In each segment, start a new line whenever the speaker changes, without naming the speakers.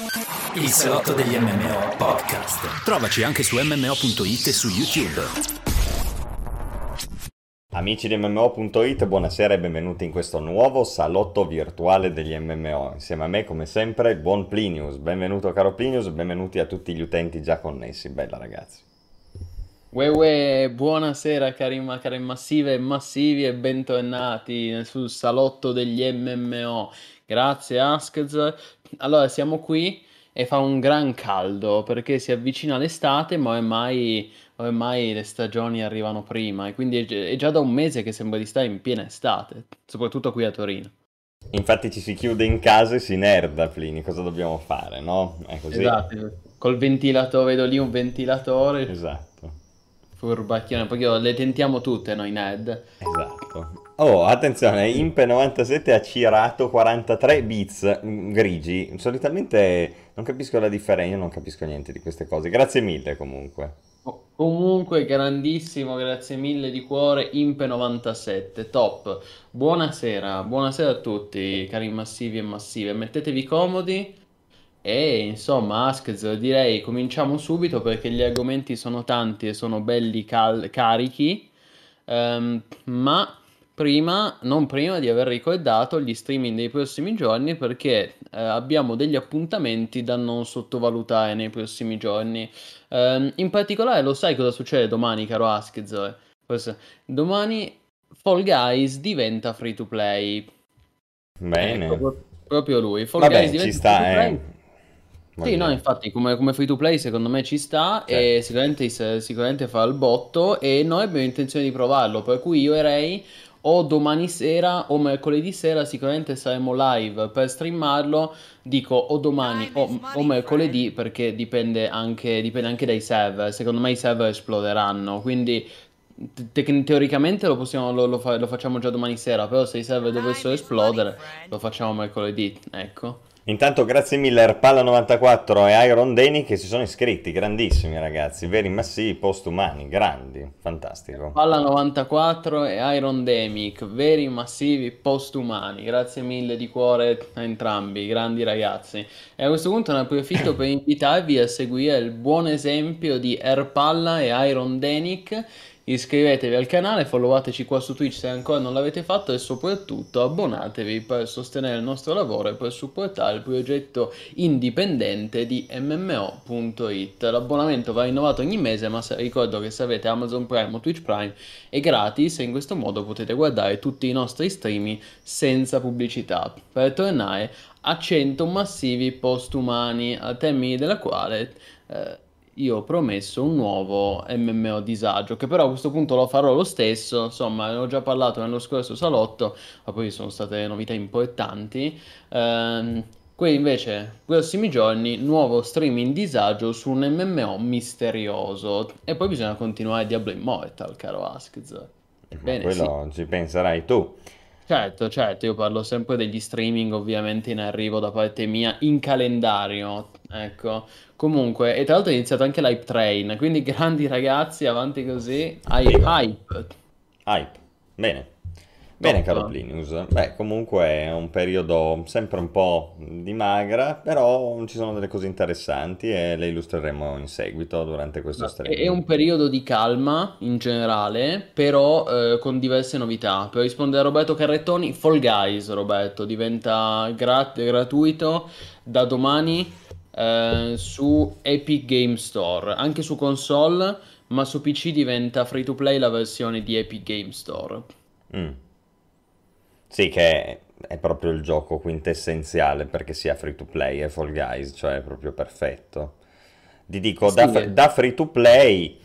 Il salotto degli MMO podcast. Trovaci anche su MMO.it e su YouTube.
Amici di MMO.it, buonasera e benvenuti in questo nuovo salotto virtuale degli MMO. Insieme a me, come sempre, il buon Plinius. Benvenuto caro Plinius, benvenuti a tutti gli utenti già connessi. Bella ragazzi.
Buonasera cari massive e massivi e bentornati sul salotto degli MMO. Grazie Askez. Allora siamo qui e fa un gran caldo perché si avvicina l'estate, ma ormai le stagioni arrivano prima e quindi è già da un mese che sembra di stare in piena estate, soprattutto qui a Torino.
Infatti ci si chiude in casa e si nerda, Plini, cosa dobbiamo fare, no? È così.
Esatto, col ventilatore, vedo lì un ventilatore.
Esatto.
Furbacchione, perché le tentiamo tutte noi Ned.
Esatto. Oh, attenzione, Imp97 ha cirato 43 bits grigi. Solitamente non capisco la differenza, io non capisco niente di queste cose. Grazie mille comunque.
Comunque, grandissimo, grazie mille di cuore, Imp97, top. Buonasera a tutti, cari massivi e massive. Mettetevi comodi e insomma, Askez, direi cominciamo subito perché gli argomenti sono tanti e sono belli carichi. Ma non prima di aver ricordato gli streaming dei prossimi giorni perché abbiamo degli appuntamenti da non sottovalutare nei prossimi giorni. In particolare, lo sai cosa succede domani, caro Askez? Domani Fall Guys diventa free to play.
Bene.
Ecco, proprio lui. Fall
Vabbè,
Guys diventa
ci sta,
free to play. Sì, no,
Voglio-
infatti come free to play secondo me ci sta e sicuramente fa il botto e noi abbiamo intenzione di provarlo, per cui io e Ray o domani sera o mercoledì sera sicuramente saremo live per streamarlo, dico o domani o mercoledì perché dipende anche dai server, secondo me i server esploderanno, quindi teoricamente lo facciamo già domani sera, però se i server dovessero esplodere lo facciamo mercoledì, ecco.
Intanto grazie mille a Erpalla94 e Iron Danny che si sono iscritti, grandissimi ragazzi, veri massivi postumani, grandi, fantastico.
Palla 94 e Iron Demic, veri massivi postumani. Grazie mille di cuore a entrambi, grandi ragazzi. E a questo punto ne approfitto per invitarvi a seguire il buon esempio di Erpalla e Iron Denic. Iscrivetevi al canale, followateci qua su Twitch se ancora non l'avete fatto e soprattutto abbonatevi per sostenere il nostro lavoro e per supportare il progetto indipendente di MMO.it. L'abbonamento va rinnovato ogni mese, ma ricordo che se avete Amazon Prime o Twitch Prime è gratis e in questo modo potete guardare tutti i nostri streaming senza pubblicità. Per tornare a 100 massivi postumani, al termine della quale io ho promesso un nuovo MMO disagio, che però a questo punto lo farò lo stesso, insomma, ne ho già parlato nello scorso salotto, ma poi sono state novità importanti. Qui invece, prossimi giorni, nuovo streaming disagio su un MMO misterioso. E poi bisogna continuare Diablo Immortal, caro Askz.
Ma
Ebbene sì.
quello ci penserai tu.
Certo, io parlo sempre degli streaming ovviamente in arrivo da parte mia in calendario, ecco. Comunque, e tra l'altro è iniziato anche l'Hype Train, quindi grandi ragazzi, avanti così.
Viva.
Hype.
Hype, bene. Bene,
Top.
caro Plinius. Beh, comunque è un periodo sempre un po' di magra, però ci sono delle cose interessanti e le illustreremo in seguito durante questo
È
streaming.
un periodo di calma in generale, però con diverse novità. Per rispondere a Roberto Carrettoni, Fall Guys, Roberto, diventa gratuito da domani su Epic Game Store, anche su console, ma su PC diventa free to play la versione di Epic Game Store.
Mm. Sì, che è proprio il gioco quintessenziale perché sia free to play e Fall Guys, cioè è proprio perfetto. Ti dico,
Sì.
da free to play,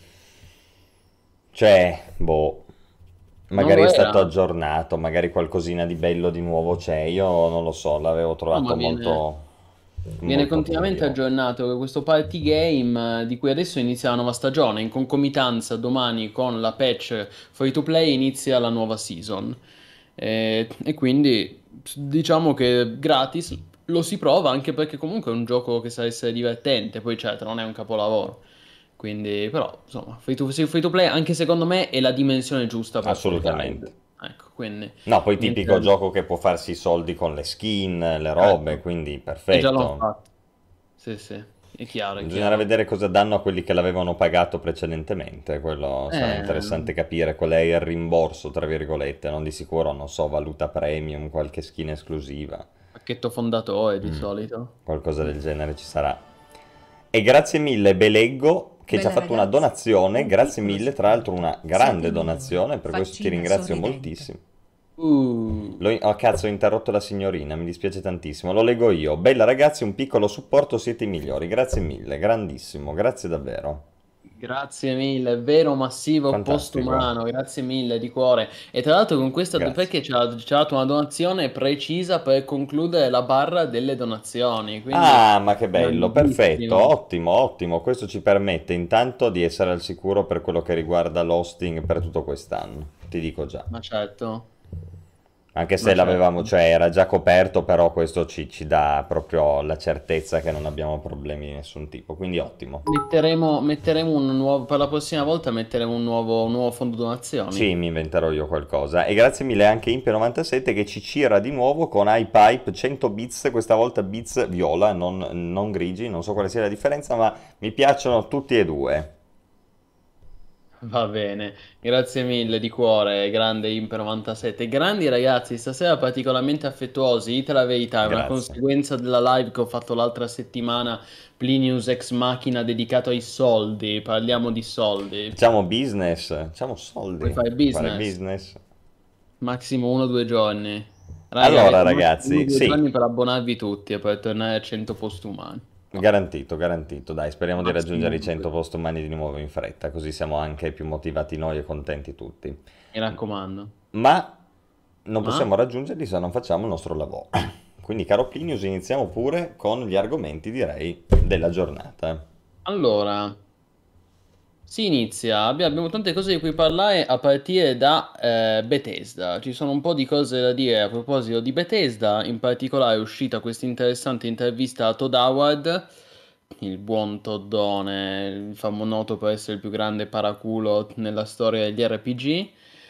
cioè, boh,
Non
magari
lo
è stato
era.
aggiornato, magari qualcosina di bello di nuovo c'è, io non lo so, l'avevo
No, ma
trovato
viene
molto
continuamente
medio.
aggiornato questo party game di cui adesso inizia la nuova stagione. In concomitanza, domani con la patch free to play inizia la nuova season. E quindi diciamo che gratis lo si prova anche perché comunque è un gioco che sa essere divertente. Poi certo, non è un capolavoro. Quindi, però, insomma, free to play anche secondo me è la dimensione giusta per Fall Guys.
Assolutamente.
Ecco, quindi
No, poi tipico
niente.
gioco che può farsi i soldi con le skin, le robe,
Certo.
quindi
E già l'hanno
perfetto.
fatto. Sì, sì, è chiaro, è
Bisognerà
chiaro.
vedere cosa danno a quelli che l'avevano pagato precedentemente, quello sarà
Eh,
interessante capire qual è il rimborso, tra virgolette, non di sicuro, non so, valuta premium, qualche skin esclusiva.
pacchetto fondatore di
Mm,
solito.
qualcosa
Mm.
del genere ci sarà. E grazie mille Beleggo che ci ha
Bella
fatto una
ragazzi,
donazione,
un
grazie
piccolo
mille, tra l'altro
supporto.
una
Siete
grande
i migliori.
donazione, per questo ti
Faccina
ringrazio
sorridente.
moltissimo.
Uh,
Oh cazzo, ho interrotto la signorina, mi dispiace tantissimo, lo leggo io. Bella ragazzi, un piccolo supporto, siete i migliori, grazie mille, grandissimo, grazie davvero.
Grazie mille, vero massivo
Fantastico,
postumano, grazie mille di cuore. E tra l'altro con questa,
grazie.
perché ci ha dato una donazione precisa per concludere la barra delle donazioni, quindi
Ah, ma che bello, perfetto,
grandissimo.
ottimo, ottimo. Questo ci permette intanto di essere al sicuro per quello che riguarda l'hosting per tutto quest'anno, ti dico già.
Ma certo,
Anche se
ma
l'avevamo,
certo.
cioè era già coperto, però questo ci dà proprio la certezza che non abbiamo problemi di nessun tipo, quindi ottimo.
Metteremo un nuovo, per la prossima volta metteremo un nuovo fondo donazioni.
Sì, mi inventerò io qualcosa. E grazie mille anche Impe97 che ci cira di nuovo con iPipe 100 bits, questa volta bits viola, non grigi, non so quale sia la differenza, ma mi piacciono tutti e due.
Va bene, grazie mille di cuore, grande Imper 97. Grandi ragazzi, stasera particolarmente affettuosi, dite la verità, è una
Grazie.
conseguenza della live che ho fatto l'altra settimana, Plinius Ex Machina dedicato ai soldi, parliamo di soldi.
Facciamo business, facciamo
Puoi
soldi,
fare
fare
business,
business.
massimo 1 o 2 giorni. Raga,
Allora
massimo uno o
ragazzi,
due
sì,
giorni per abbonarvi tutti e per tornare a 100 postumani.
garantito, garantito. Dai, speriamo di
Massimo
raggiungere i
1 o 2
100
giorni,
post umani di nuovo in fretta, così siamo anche più motivati noi e contenti tutti.
mi raccomando.
Ma non
Ma?
possiamo raggiungerli se non facciamo il nostro lavoro. Quindi, caro Plinius, iniziamo pure con gli argomenti, direi, della giornata.
Allora... Si inizia, abbiamo tante cose di cui parlare a partire da Bethesda. Ci sono un po' di cose da dire a proposito di Bethesda, in particolare è uscita questa interessante intervista a Todd Howard, il buon Toddone, il noto per essere il più grande paraculo nella storia degli RPG.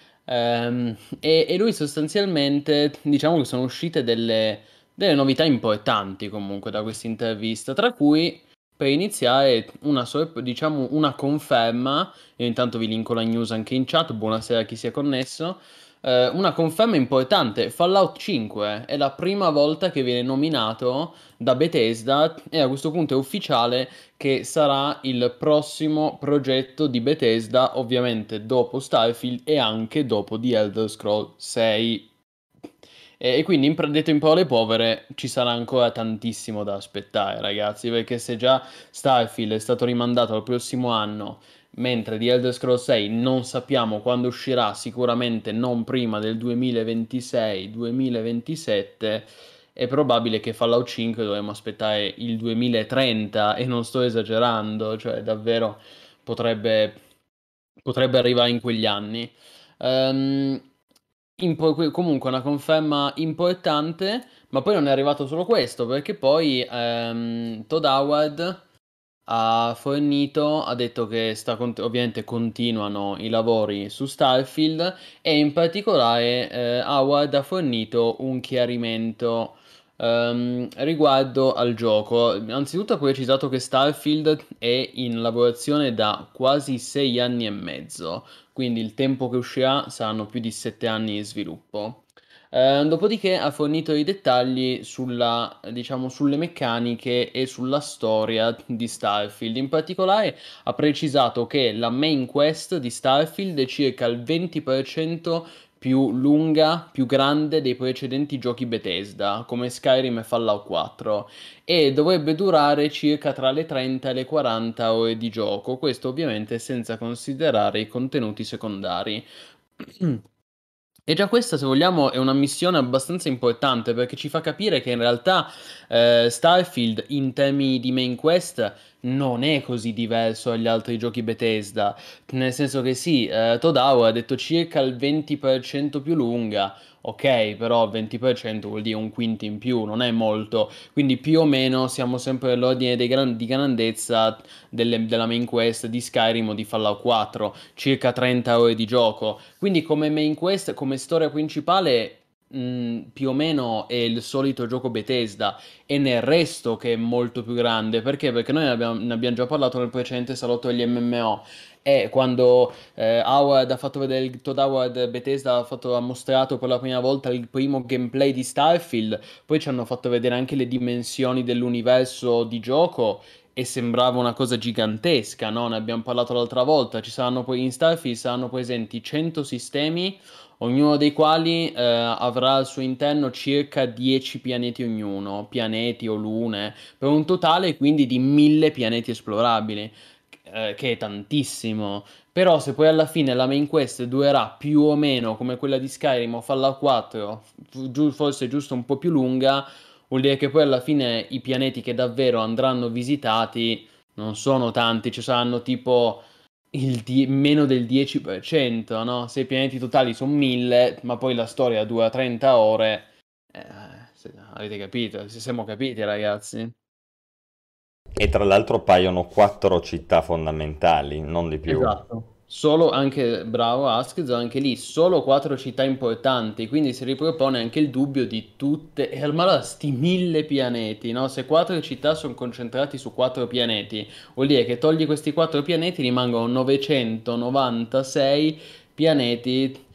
E lui sostanzialmente, diciamo che sono uscite delle novità importanti comunque da questa intervista, tra cui per iniziare, diciamo una conferma, io intanto vi linko la news anche in chat, buonasera a chi si è connesso, una conferma importante, Fallout 5 è la prima volta che viene nominato da Bethesda e a questo punto è ufficiale che sarà il prossimo progetto di Bethesda, ovviamente dopo Starfield e anche dopo The Elder Scrolls 6. E quindi, detto in parole povere, ci sarà ancora tantissimo da aspettare, ragazzi, perché se già Starfield è stato rimandato al prossimo anno, mentre The Elder Scrolls 6 non sappiamo quando uscirà, sicuramente non prima del 2026-2027, è probabile che Fallout 5 dovremo aspettare il 2030 e non sto esagerando, cioè davvero potrebbe, potrebbe arrivare in quegli anni. Ehm, comunque una conferma importante, ma poi non è arrivato solo questo, perché poi Todd Howard ha detto che ovviamente continuano i lavori su Starfield e in particolare Howard ha fornito un chiarimento riguardo al gioco. Innanzitutto ha precisato che Starfield è in lavorazione da quasi 6 anni e mezzo, quindi il tempo che uscirà saranno più di 7 anni di sviluppo. Dopodiché ha fornito i dettagli diciamo, sulle meccaniche e sulla storia di Starfield. In particolare ha precisato che la main quest di Starfield è circa il 20% più lunga, più grande dei precedenti giochi Bethesda, come Skyrim e Fallout 4, e dovrebbe durare circa tra le 30 e le 40 ore di gioco, questo ovviamente senza considerare i contenuti secondari. E già questa, se vogliamo, è una missione abbastanza importante perché ci fa capire che in realtà Starfield in termini di main quest non è così diverso dagli altri giochi Bethesda, nel senso che sì, Todd Howard ha detto circa il 20% più lunga, ok, però il 20% vuol dire un quinto in più, non è molto, quindi più o meno siamo sempre nell'ordine di grandezza della main quest di Skyrim o di Fallout 4, circa 30 ore di gioco. Quindi come main quest, come storia principale, più o meno è il solito gioco Bethesda, e nel resto che è molto più grande. Perché? Perché noi ne abbiamo già parlato nel precedente salotto degli MMO. E quando Howard ha fatto vedere il Todd Howard, Bethesda ha mostrato per la prima volta il primo gameplay di Starfield, poi ci hanno fatto vedere anche le dimensioni dell'universo di gioco e sembrava una cosa gigantesca, no? Ne abbiamo parlato l'altra volta. Ci saranno poi in Starfield saranno presenti 100 sistemi, ognuno dei quali avrà al suo interno circa 10 pianeti ognuno, pianeti o lune, per un totale quindi di 1000 pianeti esplorabili, che è tantissimo. Però se poi alla fine la main quest durerà più o meno come quella di Skyrim o Fallout 4, forse giusto un po' più lunga, vuol dire che poi alla fine i pianeti che davvero andranno visitati non sono tanti, ci saranno tipo meno del 10%, no? Se i pianeti totali sono 1000, ma poi la storia dura 30 ore, avete capito? Ci siamo capiti, ragazzi.
E tra l'altro paiono 4 città fondamentali, non di più.
Esatto. Solo anche, bravo Askzo, anche lì solo 4 città importanti, quindi si ripropone anche il dubbio di tutte, e allora sti 1000 pianeti, no? Se 4 città sono concentrati su 4 pianeti, vuol dire che togli questi 4 pianeti, rimangono 996 pianeti,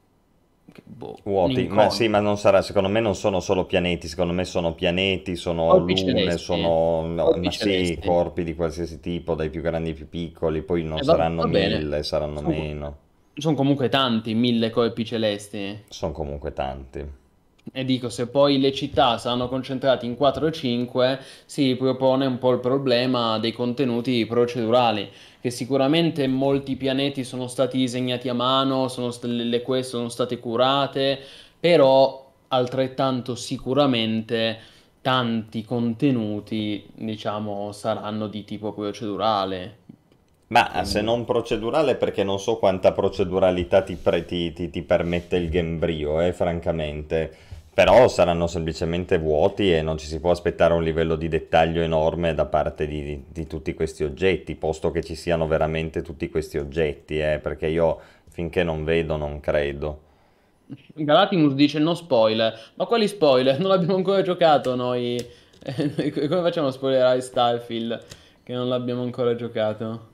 boh,
Vuoti, ma sì,
inconsci.
ma non sarà, secondo me non sono solo pianeti, secondo me sono pianeti, sono
Colpi
lune,
celesti,
sono, no,
colpi
ma sì,
celesti.
corpi di qualsiasi tipo, dai più grandi ai più piccoli, poi non
Va,
saranno
va bene,
1000, saranno
sono
meno,
comunque tanti, 1000 colpi celesti.
sono comunque tanti.
E dico, se poi le città saranno concentrate in 4 o 5, si propone un po' il problema dei contenuti procedurali, che sicuramente molti pianeti sono stati disegnati a mano, le quest sono state curate, però altrettanto sicuramente tanti contenuti, diciamo, saranno di tipo procedurale.
Ma se
Quindi...
non procedurale, perché non so quanta proceduralità ti permette il Gembrio, francamente. Però saranno semplicemente vuoti e non ci si può aspettare un livello di dettaglio enorme da parte di tutti questi oggetti, posto che ci siano veramente tutti questi oggetti, perché io finché non vedo non credo.
Galatimus dice no spoiler, ma quali spoiler? Non l'abbiamo ancora giocato noi. Come facciamo a spoilerare Starfield che non l'abbiamo ancora giocato?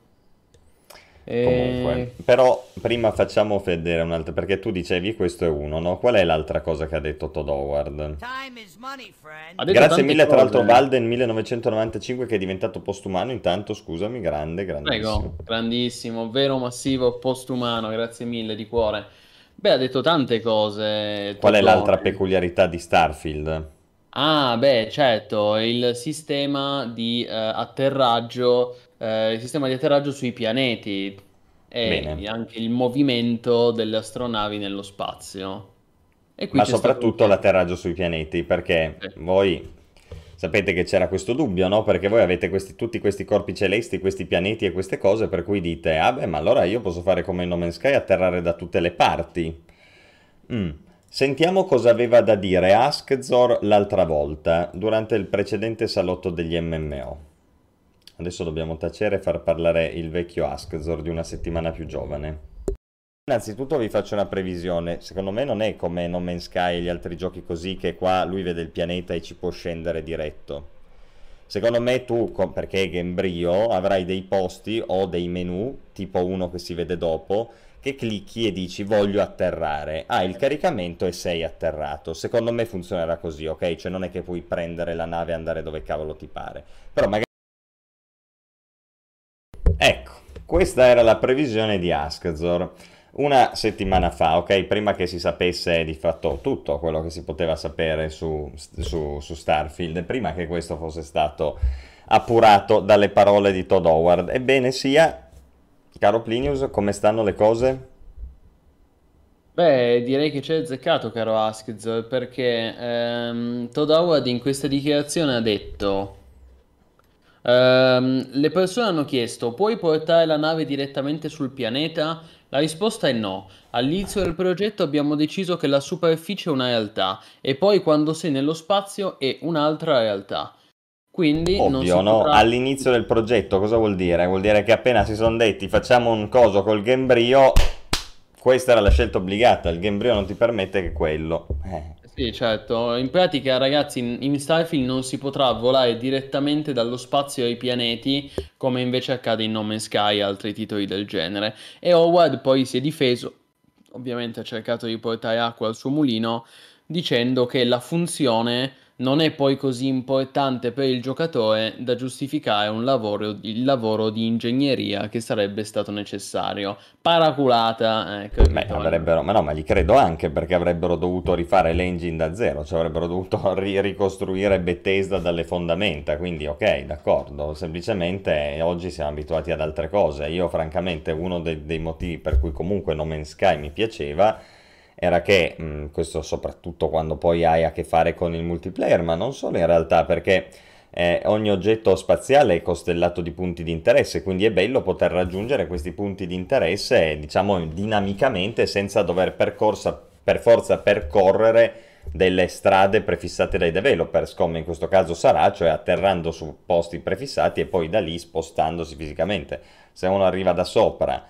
Comunque,
E...
però prima facciamo vedere un'altra, perché tu dicevi questo è uno, no? Qual è l'altra cosa che ha detto Todd Howard?
Time is money, friend.
Ha detto
Grazie
tante
mille tra l'altro
cose.
Valden 1995 che è diventato postumano, intanto scusami, grande, grandissimo.
Prego, grandissimo, vero massivo postumano, grazie mille di cuore. Beh, ha detto tante cose,
Qual è l'altra
Toddone.
peculiarità di Starfield?
Ah, beh, certo, il sistema di atterraggio, sui pianeti e
Bene,
anche il movimento delle astronavi nello spazio. E qui
ma
c'è stato
soprattutto
anche...
l'atterraggio sui pianeti, perché
Sì.
voi sapete che c'era questo dubbio, no? Perché voi avete tutti questi corpi celesti, questi pianeti e queste cose, per cui dite, ah beh, ma allora io posso fare come in No Man's Sky, atterrare da tutte le parti. Mm. Sentiamo cosa aveva da dire Askzor l'altra volta, durante il precedente salotto degli MMO. Adesso dobbiamo tacere e far parlare il vecchio Askzor di una settimana più giovane. Innanzitutto vi faccio una previsione, secondo me non è come No Man's Sky e gli altri giochi così che qua lui vede il pianeta e ci può scendere diretto. Secondo me tu, perché è Gamebryo, avrai dei posti o dei menu, tipo uno che si vede dopo, che clicchi e dici voglio atterrare. Hai il caricamento e sei atterrato. Secondo me funzionerà così, ok? Cioè non è che puoi prendere la nave e andare dove cavolo ti pare. Però magari... Ecco, questa era la previsione di Askzor. Una settimana fa, ok? Prima che si sapesse di fatto tutto quello che si poteva sapere su Starfield, e prima che questo fosse stato appurato dalle parole di Todd Howard. Ebbene sia, caro Plinius, come stanno le cose?
Beh, direi che c'è azzeccato, caro Askz, perché Todd Howard in questa dichiarazione ha detto: le persone hanno chiesto, puoi portare la nave direttamente sul pianeta? La risposta è no. All'inizio del progetto abbiamo deciso che la superficie è una realtà e poi quando sei nello spazio è un'altra realtà. Quindi non
Ovvio,
si
no?
potrà...
All'inizio del progetto cosa vuol dire? Vuol dire che appena si sono detti facciamo un coso col Gamebryo, questa era la scelta obbligata, il Gamebryo non ti permette che quello.
Sì, certo. In pratica, ragazzi, in Starfield non si potrà volare direttamente dallo spazio ai pianeti, come invece accade in No Man's Sky e altri titoli del genere. E Howard poi si è difeso, ovviamente ha cercato di portare acqua al suo mulino, dicendo che la funzione non è poi così importante per il giocatore da giustificare il lavoro di ingegneria che sarebbe stato necessario. Paraculata,
Beh,
capito?
ma no, ma gli credo anche perché avrebbero dovuto rifare l'engine da zero, cioè avrebbero dovuto ricostruire Bethesda dalle fondamenta, quindi ok, d'accordo, semplicemente oggi siamo abituati ad altre cose. Io francamente uno dei motivi per cui comunque No Man's Sky mi piaceva era che, questo soprattutto quando poi hai a che fare con il multiplayer, ma non solo in realtà, perché ogni oggetto spaziale è costellato di punti di interesse, quindi è bello poter raggiungere questi punti di interesse, diciamo, dinamicamente, senza dover per forza percorrere delle strade prefissate dai developers, come in questo caso sarà, cioè atterrando su posti prefissati e poi da lì spostandosi fisicamente. Se uno arriva da sopra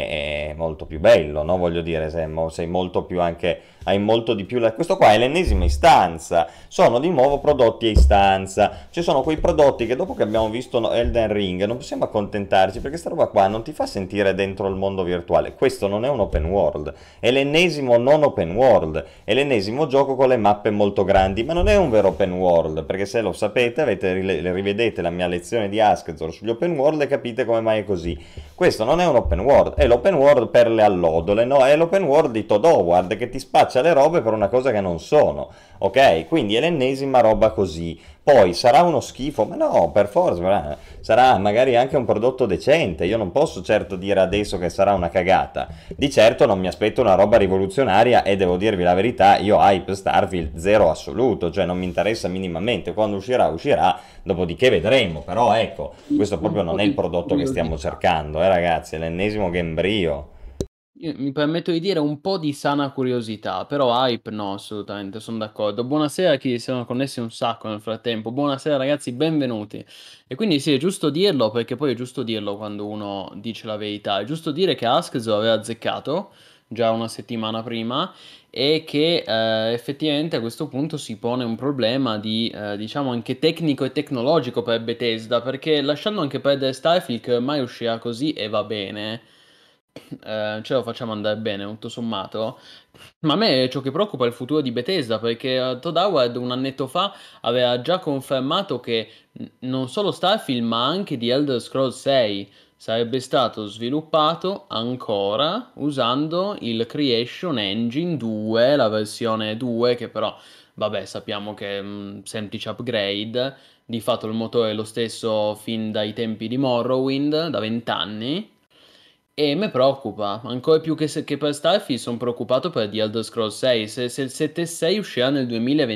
è molto più bello, no? Voglio dire, sei molto più anche, hai molto di più. Questo qua è l'ennesima istanza, sono di nuovo prodotti a istanza, ci sono quei prodotti che dopo che abbiamo visto Elden Ring non possiamo accontentarci, perché sta roba qua non ti fa sentire dentro il mondo virtuale. Questo non è un open world, è l'ennesimo non open world, è l'ennesimo gioco con le mappe molto grandi, ma non è un vero open world, perché se lo sapete, rivedete la mia lezione di Askzor sugli open world e capite come mai è così. Questo non è un open world, è l'open world per le allodole, no? È l'open world di Todd Howard che ti spaccia le robe per una cosa che non sono, ok? Quindi è l'ennesima roba così. Poi sarà uno schifo, ma no, per forza, sarà magari anche un prodotto decente. Io non posso certo dire adesso che sarà una cagata. Di certo non mi aspetto una roba rivoluzionaria e devo dirvi la verità, io hype Starfield zero assoluto, cioè non mi interessa minimamente. Quando uscirà, uscirà, dopodiché vedremo. Però ecco, questo proprio non è il prodotto che stiamo cercando, ragazzi, è l'ennesimo Gamebryo.
Io mi permetto di dire un po' di sana curiosità, però hype no, assolutamente, sono d'accordo. Buonasera a chi si sono connessi un sacco nel frattempo. Buonasera ragazzi, benvenuti. E quindi sì, è giusto dirlo, perché poi è giusto dirlo quando uno dice la verità. È giusto dire che Askzo aveva azzeccato già una settimana prima e che effettivamente a questo punto si pone un problema di, diciamo, anche tecnico e tecnologico per Bethesda, perché lasciando anche perdere Starfield, che ormai uscirà così e va bene, ce lo facciamo andare bene, tutto sommato. Ma a me ciò che preoccupa è il futuro di Bethesda, perché Todd Howard un annetto fa aveva già confermato che non solo Starfield, ma anche di Elder Scrolls 6 sarebbe stato sviluppato ancora usando il Creation Engine 2, la versione 2, che però, vabbè, sappiamo che è un semplice upgrade. Di fatto il motore è lo stesso fin dai tempi di Morrowind, da 20 anni. E mi preoccupa, ancora più che per Starfield sono preoccupato per The Elder Scrolls 6, se il 7.6 uscirà nel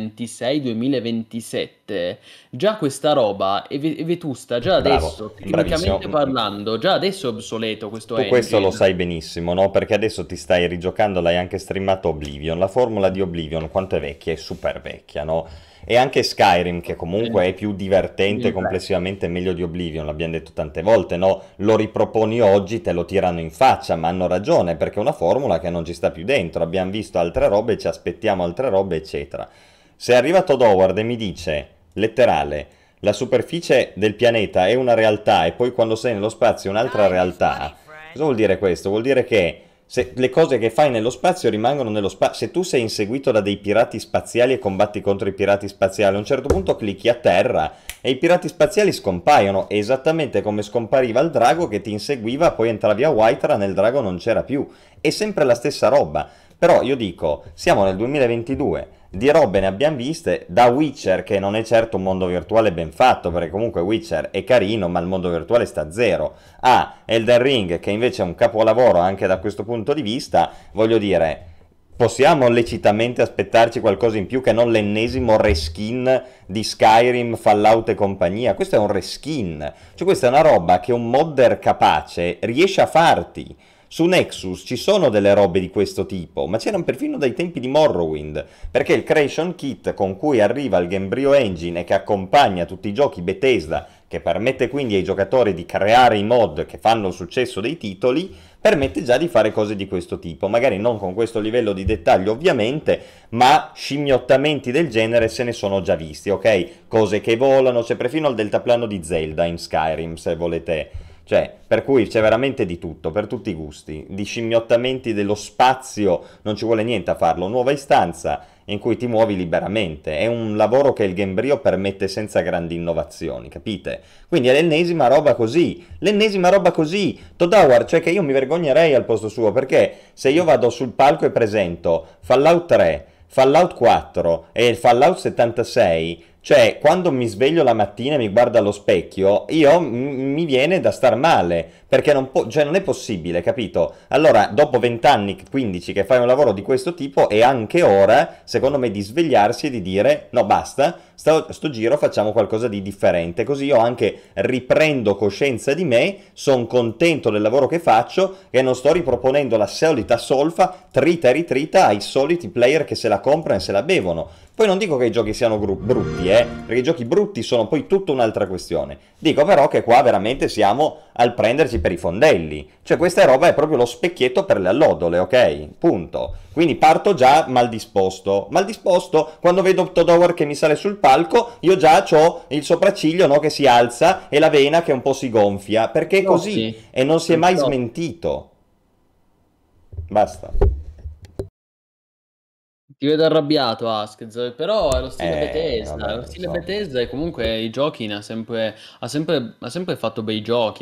2026-2027, già questa roba è vetusta, già
Bravo,
adesso,
bravissimo.
tecnicamente parlando, già adesso è obsoleto questo
Tu questo
engine.
lo sai benissimo, no? Perché adesso ti stai rigiocando, l'hai anche streamato Oblivion. La formula di Oblivion, quanto è vecchia? È super vecchia, no? E anche Skyrim, che comunque è più divertente complessivamente, meglio di Oblivion, l'abbiamo detto tante volte, no? Lo riproponi oggi, te lo tirano in faccia, ma hanno ragione, perché è una formula che non ci sta più dentro. Abbiamo visto altre robe, ci aspettiamo altre robe, eccetera. Se arriva Todd Howard e mi dice, letterale, la superficie del pianeta è una realtà e poi quando sei nello spazio è un'altra realtà, cosa vuol dire questo? Vuol dire che se le cose che fai nello spazio rimangono nello spazio, se tu sei inseguito da dei pirati spaziali e combatti contro i pirati spaziali, a un certo punto clicchi a terra e i pirati spaziali scompaiono, esattamente come scompariva il drago che ti inseguiva, poi entravi a Whiterun e il drago non c'era più. È sempre la stessa roba. Però io dico, siamo nel 2022, di robe ne abbiamo viste, da Witcher, che non è certo un mondo virtuale ben fatto, perché comunque Witcher è carino, ma il mondo virtuale sta a zero, a Elden Ring, che invece è un capolavoro anche da questo punto di vista, voglio dire, possiamo lecitamente aspettarci qualcosa in più che non l'ennesimo reskin di Skyrim, Fallout e compagnia. Questo è un reskin, cioè questa è una roba che un modder capace riesce a farti. Su Nexus ci sono delle robe di questo tipo, ma c'erano perfino dai tempi di Morrowind, perché il Creation Kit con cui arriva il Gamebryo Engine e che accompagna tutti i giochi Bethesda che permette quindi ai giocatori di creare i mod che fanno il successo dei titoli, permette già di fare cose di questo tipo, magari non con questo livello di dettaglio ovviamente, ma scimmiottamenti del genere se ne sono già visti, ok? Cose che volano, c'è perfino il deltaplano di Zelda in Skyrim, se volete. Cioè, per cui c'è veramente di tutto, per tutti i gusti. Di scimmiottamenti dello spazio non ci vuole niente a farlo. Nuova istanza in cui ti muovi liberamente. È un lavoro che il Gamebryo permette senza grandi innovazioni, capite? Quindi è l'ennesima roba così. L'ennesima roba così. Todd Howard, cioè che io mi vergognerei al posto suo, perché se io vado sul palco e presento Fallout 3, Fallout 4 e Fallout 76... Cioè, quando mi sveglio la mattina e mi guardo allo specchio, mi viene da star male, perché cioè non è possibile, capito? Allora, dopo 20 anni, 15 che fai un lavoro di questo tipo, è anche ora, secondo me, di svegliarsi e di dire, no basta, sto giro facciamo qualcosa di differente, così io anche riprendo coscienza di me, sono contento del lavoro che faccio e non sto riproponendo la solita solfa, trita e ritrita ai soliti player che se la comprano e se la bevono. Poi non dico che i giochi siano brutti, perché i giochi brutti sono poi tutta un'altra questione. Dico però che qua veramente siamo al prenderci per i fondelli. Cioè questa roba è proprio lo specchietto per le allodole, ok? Punto. Quindi parto già mal disposto. Mal disposto, quando vedo Todd Howard che mi sale sul palco, io già ho il sopracciglio, no, che si alza e la vena che un po' si gonfia. Perché è così. E non si è mai smentito. Basta.
Ti vedo arrabbiato, Askez, però è lo stile Bethesda,
vabbè,
lo stile
so.
Bethesda e comunque i giochi ha sempre fatto bei giochi,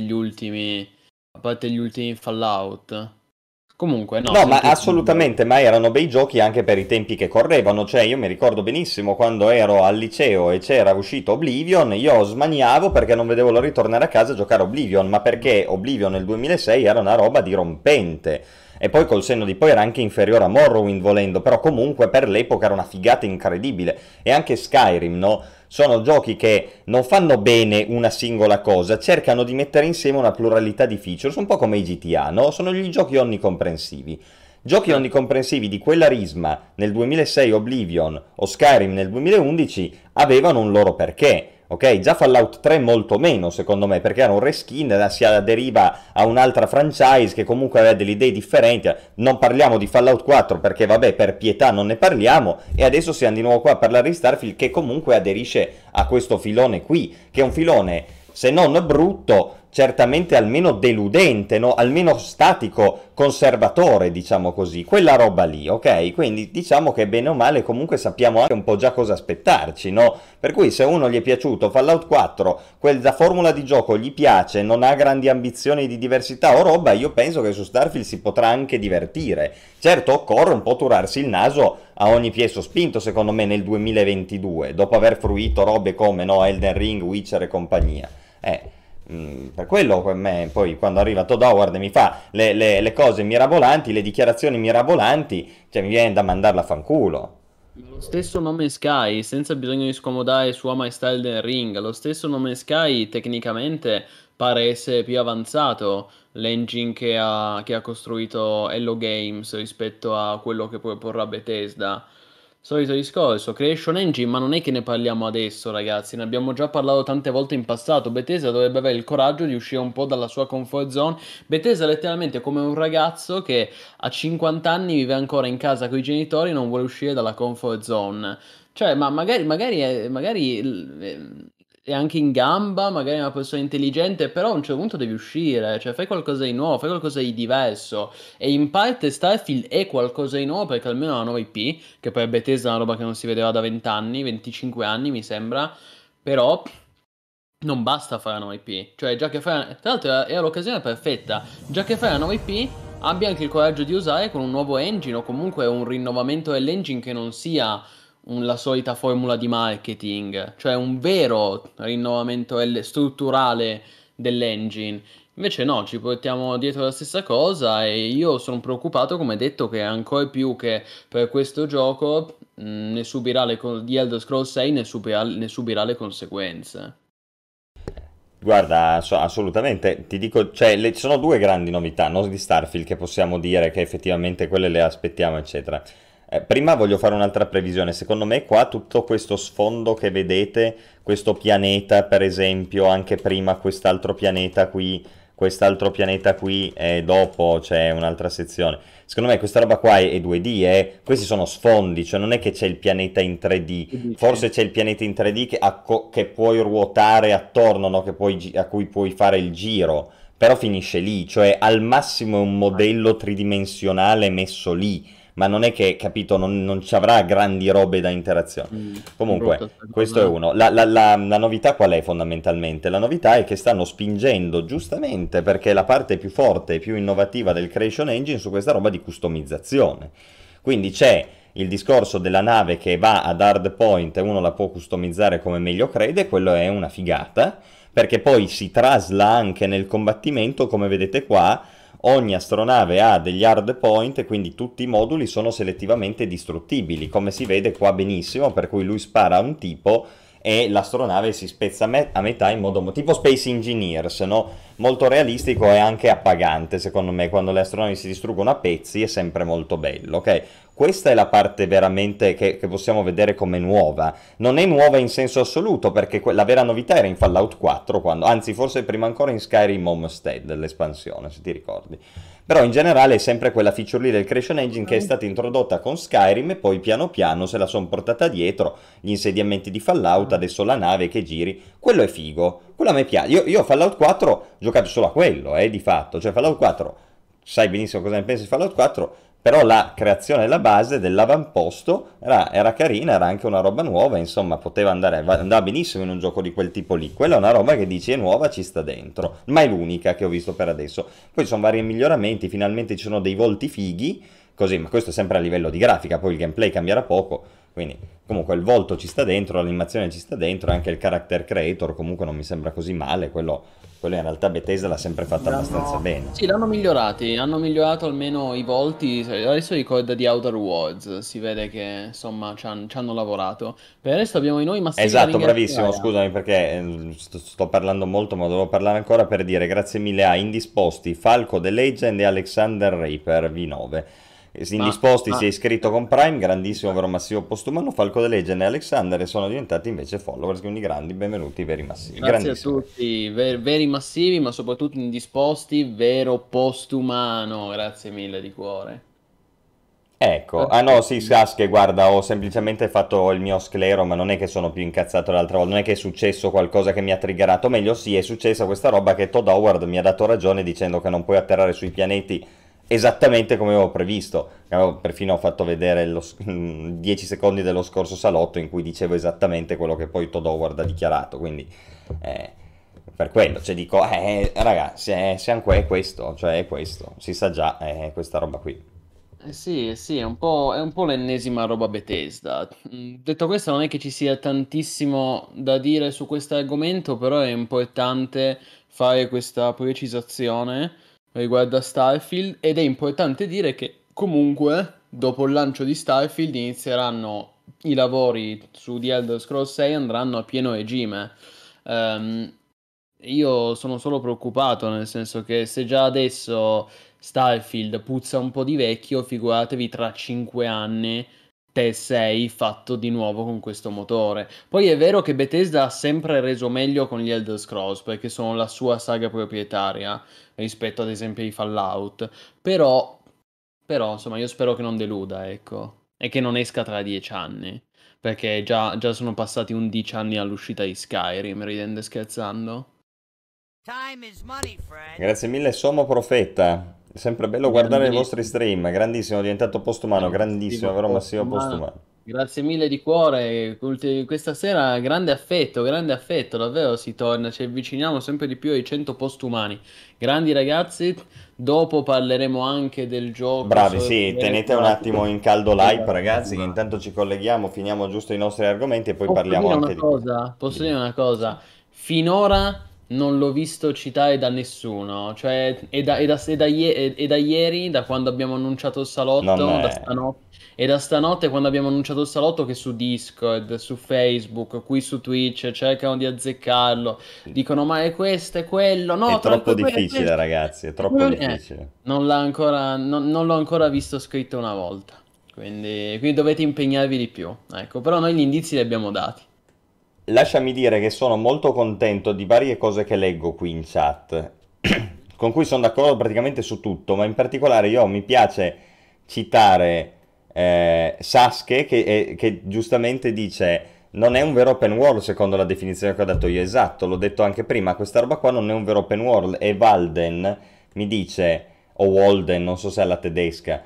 a parte gli ultimi Fallout. Comunque, no,
No, ma
sempre
assolutamente, ma erano bei giochi anche per i tempi che correvano, cioè io mi ricordo benissimo quando ero al liceo e c'era uscito Oblivion, io smaniavo perché non vedevo l'ora di tornare a casa a giocare a Oblivion, ma perché Oblivion nel 2006 era una roba dirompente. E poi col senno di poi era anche inferiore a Morrowind volendo, però comunque per l'epoca era una figata incredibile. E anche Skyrim, no? Sono giochi che non fanno bene una singola cosa, cercano di mettere insieme una pluralità di features, un po' come i GTA, no? Sono gli giochi onnicomprensivi. Giochi onnicomprensivi di quella risma nel 2006 Oblivion o Skyrim nel 2011 avevano un loro perché. Ok, già Fallout 3 molto meno secondo me, perché era un reskin, si aderiva a un'altra franchise che comunque aveva delle idee differenti. Non parliamo di Fallout 4 perché vabbè, per pietà non ne parliamo, e adesso siamo di nuovo qua a parlare di Starfield che comunque aderisce a questo filone qui, che è un filone se non brutto, certamente almeno deludente, no? Almeno statico, conservatore, diciamo così, quella roba lì, ok? Quindi diciamo che bene o male comunque sappiamo anche un po' già cosa aspettarci, no? Per cui se a uno gli è piaciuto Fallout 4, quella formula di gioco gli piace, non ha grandi ambizioni di diversità o roba, io penso che su Starfield si potrà anche divertire. Certo, occorre un po' turarsi il naso a ogni piè sospinto, secondo me, nel 2022, dopo aver fruito robe come, no, Elden Ring, Witcher e compagnia. Per quello per me, poi quando arriva Todd Howard e mi fa le cose mirabolanti, le dichiarazioni mirabolanti, cioè mi viene da mandarla a fanculo.
Lo stesso nome Sky, senza bisogno di scomodare Sua Maestà Elden Ring, lo stesso nome Sky tecnicamente pare essere più avanzato l'engine che ha costruito Hello Games rispetto a quello che poi porrà Bethesda. Solito discorso, Creation Engine, ma non è che ne parliamo adesso, ragazzi, ne abbiamo già parlato tante volte in passato. Bethesda dovrebbe avere il coraggio di uscire un po' dalla sua comfort zone. Bethesda è letteralmente come un ragazzo che a 50 anni vive ancora in casa con i genitori e non vuole uscire dalla comfort zone. Cioè, ma magari è anche in gamba, magari è una persona intelligente, però a un certo punto devi uscire, cioè fai qualcosa di nuovo, fai qualcosa di diverso. E in parte Starfield è qualcosa di nuovo perché almeno è una nuova IP, che per Bethesda è una roba che non si vedeva da 20 anni, 25 anni mi sembra, però non basta fare una nuova IP, cioè già che fai, tra l'altro è l'occasione perfetta, già che fai una nuova IP, abbia anche il coraggio di usare con un nuovo engine o comunque un rinnovamento dell'engine che non sia la solita formula di marketing, cioè un vero rinnovamento strutturale dell'engine. Invece no, ci portiamo dietro la stessa cosa e io sono preoccupato, come detto, che ancora più che per questo gioco ne subirà di Elder Scrolls 6 ne subirà le conseguenze.
Guarda, assolutamente, ti dico, cioè, ci sono due grandi novità, no, di Starfield che possiamo dire che effettivamente quelle le aspettiamo, eccetera. Prima voglio fare un'altra previsione. Secondo me qua tutto questo sfondo che vedete, questo pianeta per esempio, anche prima quest'altro pianeta qui e dopo c'è un'altra sezione. Secondo me questa roba qua è 2D, questi sono sfondi, cioè non è che c'è il pianeta in 3D, forse c'è il pianeta in 3D che puoi ruotare attorno, no? A cui puoi fare il giro, però finisce lì, cioè al massimo è un modello tridimensionale messo lì, ma non è che, capito, non ci avrà grandi robe da interazione. Comunque,
brutta sta
questo è
cosa.
uno. La novità qual è fondamentalmente? La novità è che stanno spingendo giustamente perché è la parte più forte e più innovativa del Creation Engine su questa roba di customizzazione. Quindi c'è il discorso della nave che va ad hard point e uno la può customizzare come meglio crede, quello è una figata, perché poi si trasla anche nel combattimento, come vedete qua. Ogni astronave ha degli hard point e quindi tutti i moduli sono selettivamente distruttibili, come si vede qua benissimo, per cui lui spara a un tipo e l'astronave si spezza a metà in modo tipo Space Engineers, no? Molto realistico e anche appagante, secondo me, quando le astronavi si distruggono a pezzi è sempre molto bello, ok? Questa è la parte veramente che possiamo vedere come nuova. Non è nuova in senso assoluto, perché la vera novità era in Fallout 4, anzi forse prima ancora in Skyrim Homestead, l'espansione, se ti ricordi. Però in generale è sempre quella feature lì del Creation Engine che è stata introdotta con Skyrim e poi piano piano se la sono portata dietro, gli insediamenti di Fallout, adesso la nave che giri, quello è figo, quello a me piace. Io Fallout 4 ho giocato solo a quello, di fatto, cioè Fallout 4, sai benissimo cosa ne pensi di Fallout 4, però la creazione della base dell'avamposto era carina, era anche una roba nuova, insomma andava benissimo in un gioco di quel tipo lì. Quella è una roba che dici è nuova, ci sta dentro, ma è l'unica che ho visto per adesso. Poi ci sono vari miglioramenti, finalmente ci sono dei volti fighi, così, ma questo è sempre a livello di grafica, poi il gameplay cambierà poco, quindi comunque il volto ci sta dentro, l'animazione ci sta dentro, anche il character creator comunque non mi sembra così male, quello in realtà Bethesda l'ha sempre fatto abbastanza bene.
Sì, l'hanno migliorati, hanno migliorato almeno i volti. Adesso ricorda di Outer Worlds, si vede che insomma ci hanno lavorato. Per il resto abbiamo i noi massivi da
Esatto, bravissimo,
ringraziare.
scusami perché sto parlando molto, ma dovevo parlare ancora per dire grazie mille a Indisposti, Falco The Legend e Alexander Raper V9.
Ma,
Indisposti si è
ma
iscritto con Prime, grandissimo vero massivo postumano, Falco The Legend e Alexander sono diventati invece followers, quindi grandi, benvenuti, veri massivi,
grazie a
grandissimi.
tutti, veri massivi, ma soprattutto indisposti, vero postumano. Grazie mille di cuore.
Ecco, ah no, sì,
Perfetto.
Sasuke, guarda, ho semplicemente fatto il mio sclero, ma non è che sono più incazzato l'altra volta, non è che è successo qualcosa che mi ha triggerato, meglio sì, è successa questa roba che Todd Howard mi ha dato ragione dicendo che non puoi atterrare sui pianeti esattamente come avevo previsto. Perfino ho fatto vedere 10 secondi dello scorso salotto in cui dicevo esattamente quello che poi Todd Howard ha dichiarato, quindi eh, per quello, cioè dico, ragazzi, siamo qua, è questo, cioè è questo, si sa già, è questa roba qui.
Sì, sì, è un po' l'ennesima roba Bethesda. Detto questo, non è che ci sia tantissimo da dire su questo argomento, però è importante fare questa precisazione riguardo a Starfield ed è importante dire che comunque dopo il lancio di Starfield inizieranno i lavori su The Elder Scrolls 6 andranno a pieno regime. Ehm, io sono solo preoccupato, nel senso che se già adesso Starfield puzza un po' di vecchio, figuratevi tra 5 anni te sei fatto di nuovo con questo motore. Poi è vero che Bethesda ha sempre reso meglio con gli Elder Scrolls, perché sono la sua saga proprietaria rispetto ad esempio ai Fallout, però, però insomma io spero che non deluda, ecco, e che non esca tra 10 anni, perché già sono passati 11 anni all'uscita di Skyrim, ridendo e scherzando.
Time is money, friend.
Grazie mille, Sommo Profeta. È sempre bello guardare i vostri
Grandissimo.
stream. Grandissimo, è diventato postumano. Grandissimo,
Massimo
vero Massimo
Postumano.
postumano.
Grazie mille di cuore. Questa sera grande affetto, davvero si torna, ci avviciniamo sempre di più ai 100 postumani. Grandi ragazzi, dopo parleremo anche del gioco
Bravi, sì, tenete un attimo in caldo l'hype, ragazzi, che
Esatto.
intanto ci colleghiamo, finiamo giusto i nostri argomenti e poi
Posso
parliamo
dire
anche
una
di quello.
cosa? Posso dire
Dimmi.
una cosa? Finora non l'ho visto citare da nessuno, cioè è da ieri, da quando abbiamo annunciato il
Non
salotto,
è...
e da stanotte quando abbiamo annunciato il salotto che su Discord, su Facebook, qui su Twitch cercano di azzeccarlo, dicono ma è questo, è quello,
È
no,
troppo
è
difficile,
questo,
ragazzi, è
è
troppo
quello lì.
difficile.
Non l'ho ancora visto scritto una volta. quindi dovete impegnarvi di più. Ecco, però noi gli indizi li abbiamo dati.
Lasciami dire che sono molto contento di varie cose che leggo qui in chat, con cui sono d'accordo praticamente su tutto, ma in particolare mi piace citare Sasuke che giustamente dice non è un vero open world secondo la definizione che ho dato io. Esatto, l'ho detto anche prima, questa roba qua non è un vero open world. E Walden mi dice, o Walden, non so se è alla tedesca,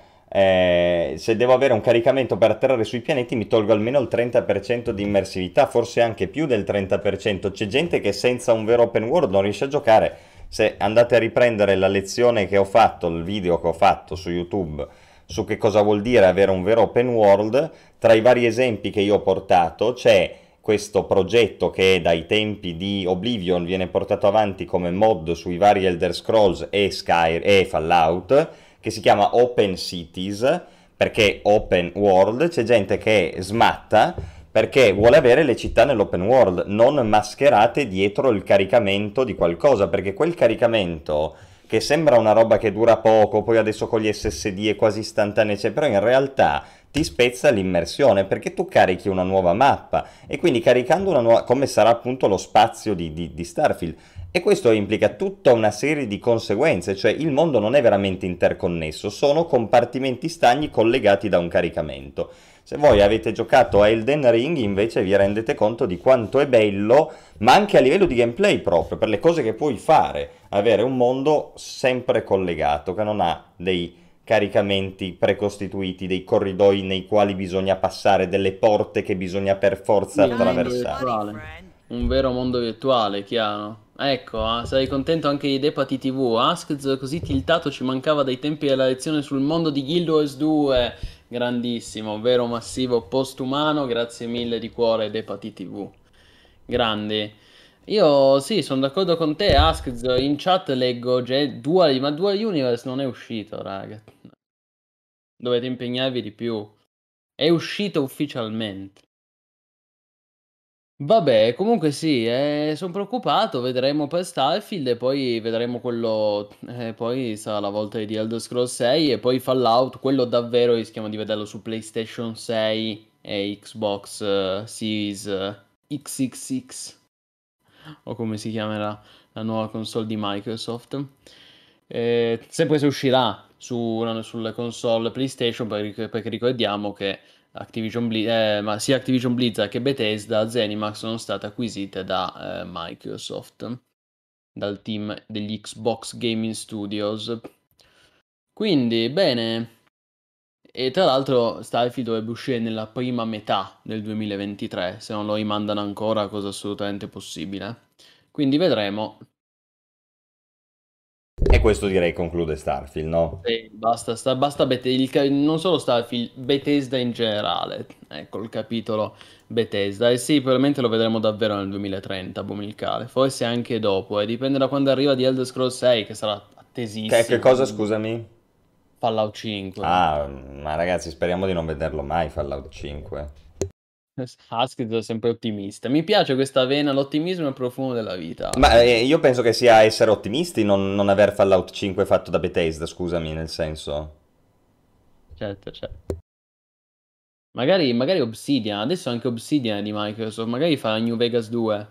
se devo avere un caricamento per atterrare sui pianeti mi tolgo almeno il 30% di immersività, forse anche più del 30%. C'è gente che senza un vero open world non riesce a giocare. Se andate a riprendere la lezione che ho fatto, il video che ho fatto su YouTube su che cosa vuol dire avere un vero open world, tra i vari esempi che io ho portato c'è questo progetto che dai tempi di Oblivion viene portato avanti come mod sui vari Elder Scrolls e Fallout, che si chiama Open Cities, perché Open World. C'è gente che smatta perché vuole avere le città nell'open world, non mascherate dietro il caricamento di qualcosa, perché quel caricamento che sembra una roba che dura poco, poi adesso con gli SSD è quasi istantaneo, però in realtà ti spezza l'immersione, perché tu carichi una nuova mappa, e quindi caricando una nuova, come sarà appunto lo spazio di Starfield, e questo implica tutta una serie di conseguenze, cioè il mondo non è veramente interconnesso, sono compartimenti stagni collegati da un caricamento. Se voi avete giocato a Elden Ring invece vi rendete conto di quanto è bello, ma anche a livello di gameplay proprio, per le cose che puoi fare, avere un mondo sempre collegato, che non ha dei caricamenti precostituiti, dei corridoi nei quali bisogna passare, delle porte che bisogna per forza attraversare.
Un vero mondo virtuale, chiaro. Ecco, sei contento anche di Depati TV. Askz così tiltato ci mancava dai tempi della lezione sul mondo di Guild Wars 2. Grandissimo, vero massivo postumano, grazie mille di cuore Depati TV. Grandi. Io sì, sono d'accordo con te, Askz, in chat leggo Dual, ma Dual Universe non è uscito, raga. Dovete impegnarvi di più. È uscito ufficialmente. Vabbè, comunque sì, sono preoccupato, vedremo per Starfield e poi vedremo quello, poi sarà la volta di Elder Scrolls 6 e poi Fallout, quello davvero rischiamo di vederlo su PlayStation 6 e Xbox Series XXX, o come si chiamerà la nuova console di Microsoft. Sempre se uscirà sulle console PlayStation, perché ricordiamo che ma sia Activision Blizzard che Bethesda, Zenimax sono state acquisite da Microsoft, dal team degli Xbox Gaming Studios. Quindi, bene. E tra l'altro Starfield dovrebbe uscire nella prima metà del 2023, se non lo rimandano ancora, cosa assolutamente possibile. Quindi vedremo.
E questo direi conclude Starfield, no?
Sì, basta non solo Starfield, Bethesda in generale. Ecco il capitolo Bethesda. E sì, probabilmente lo vedremo davvero nel 2030, Bomilcale. Forse anche dopo, dipende da quando arriva di Elder Scrolls 6, che sarà attesissimo.
Che cosa, scusami?
Fallout 5.
Ah, ma ragazzi, speriamo di non vederlo mai Fallout 5.
Husky è sempre ottimista. Mi piace questa vena, l'ottimismo è il profumo della vita.
Ma io penso che sia essere ottimisti non aver Fallout 5 fatto da Bethesda, scusami, nel senso.
Certo. Magari Obsidian, adesso anche Obsidian è di Microsoft, magari fa la New Vegas 2.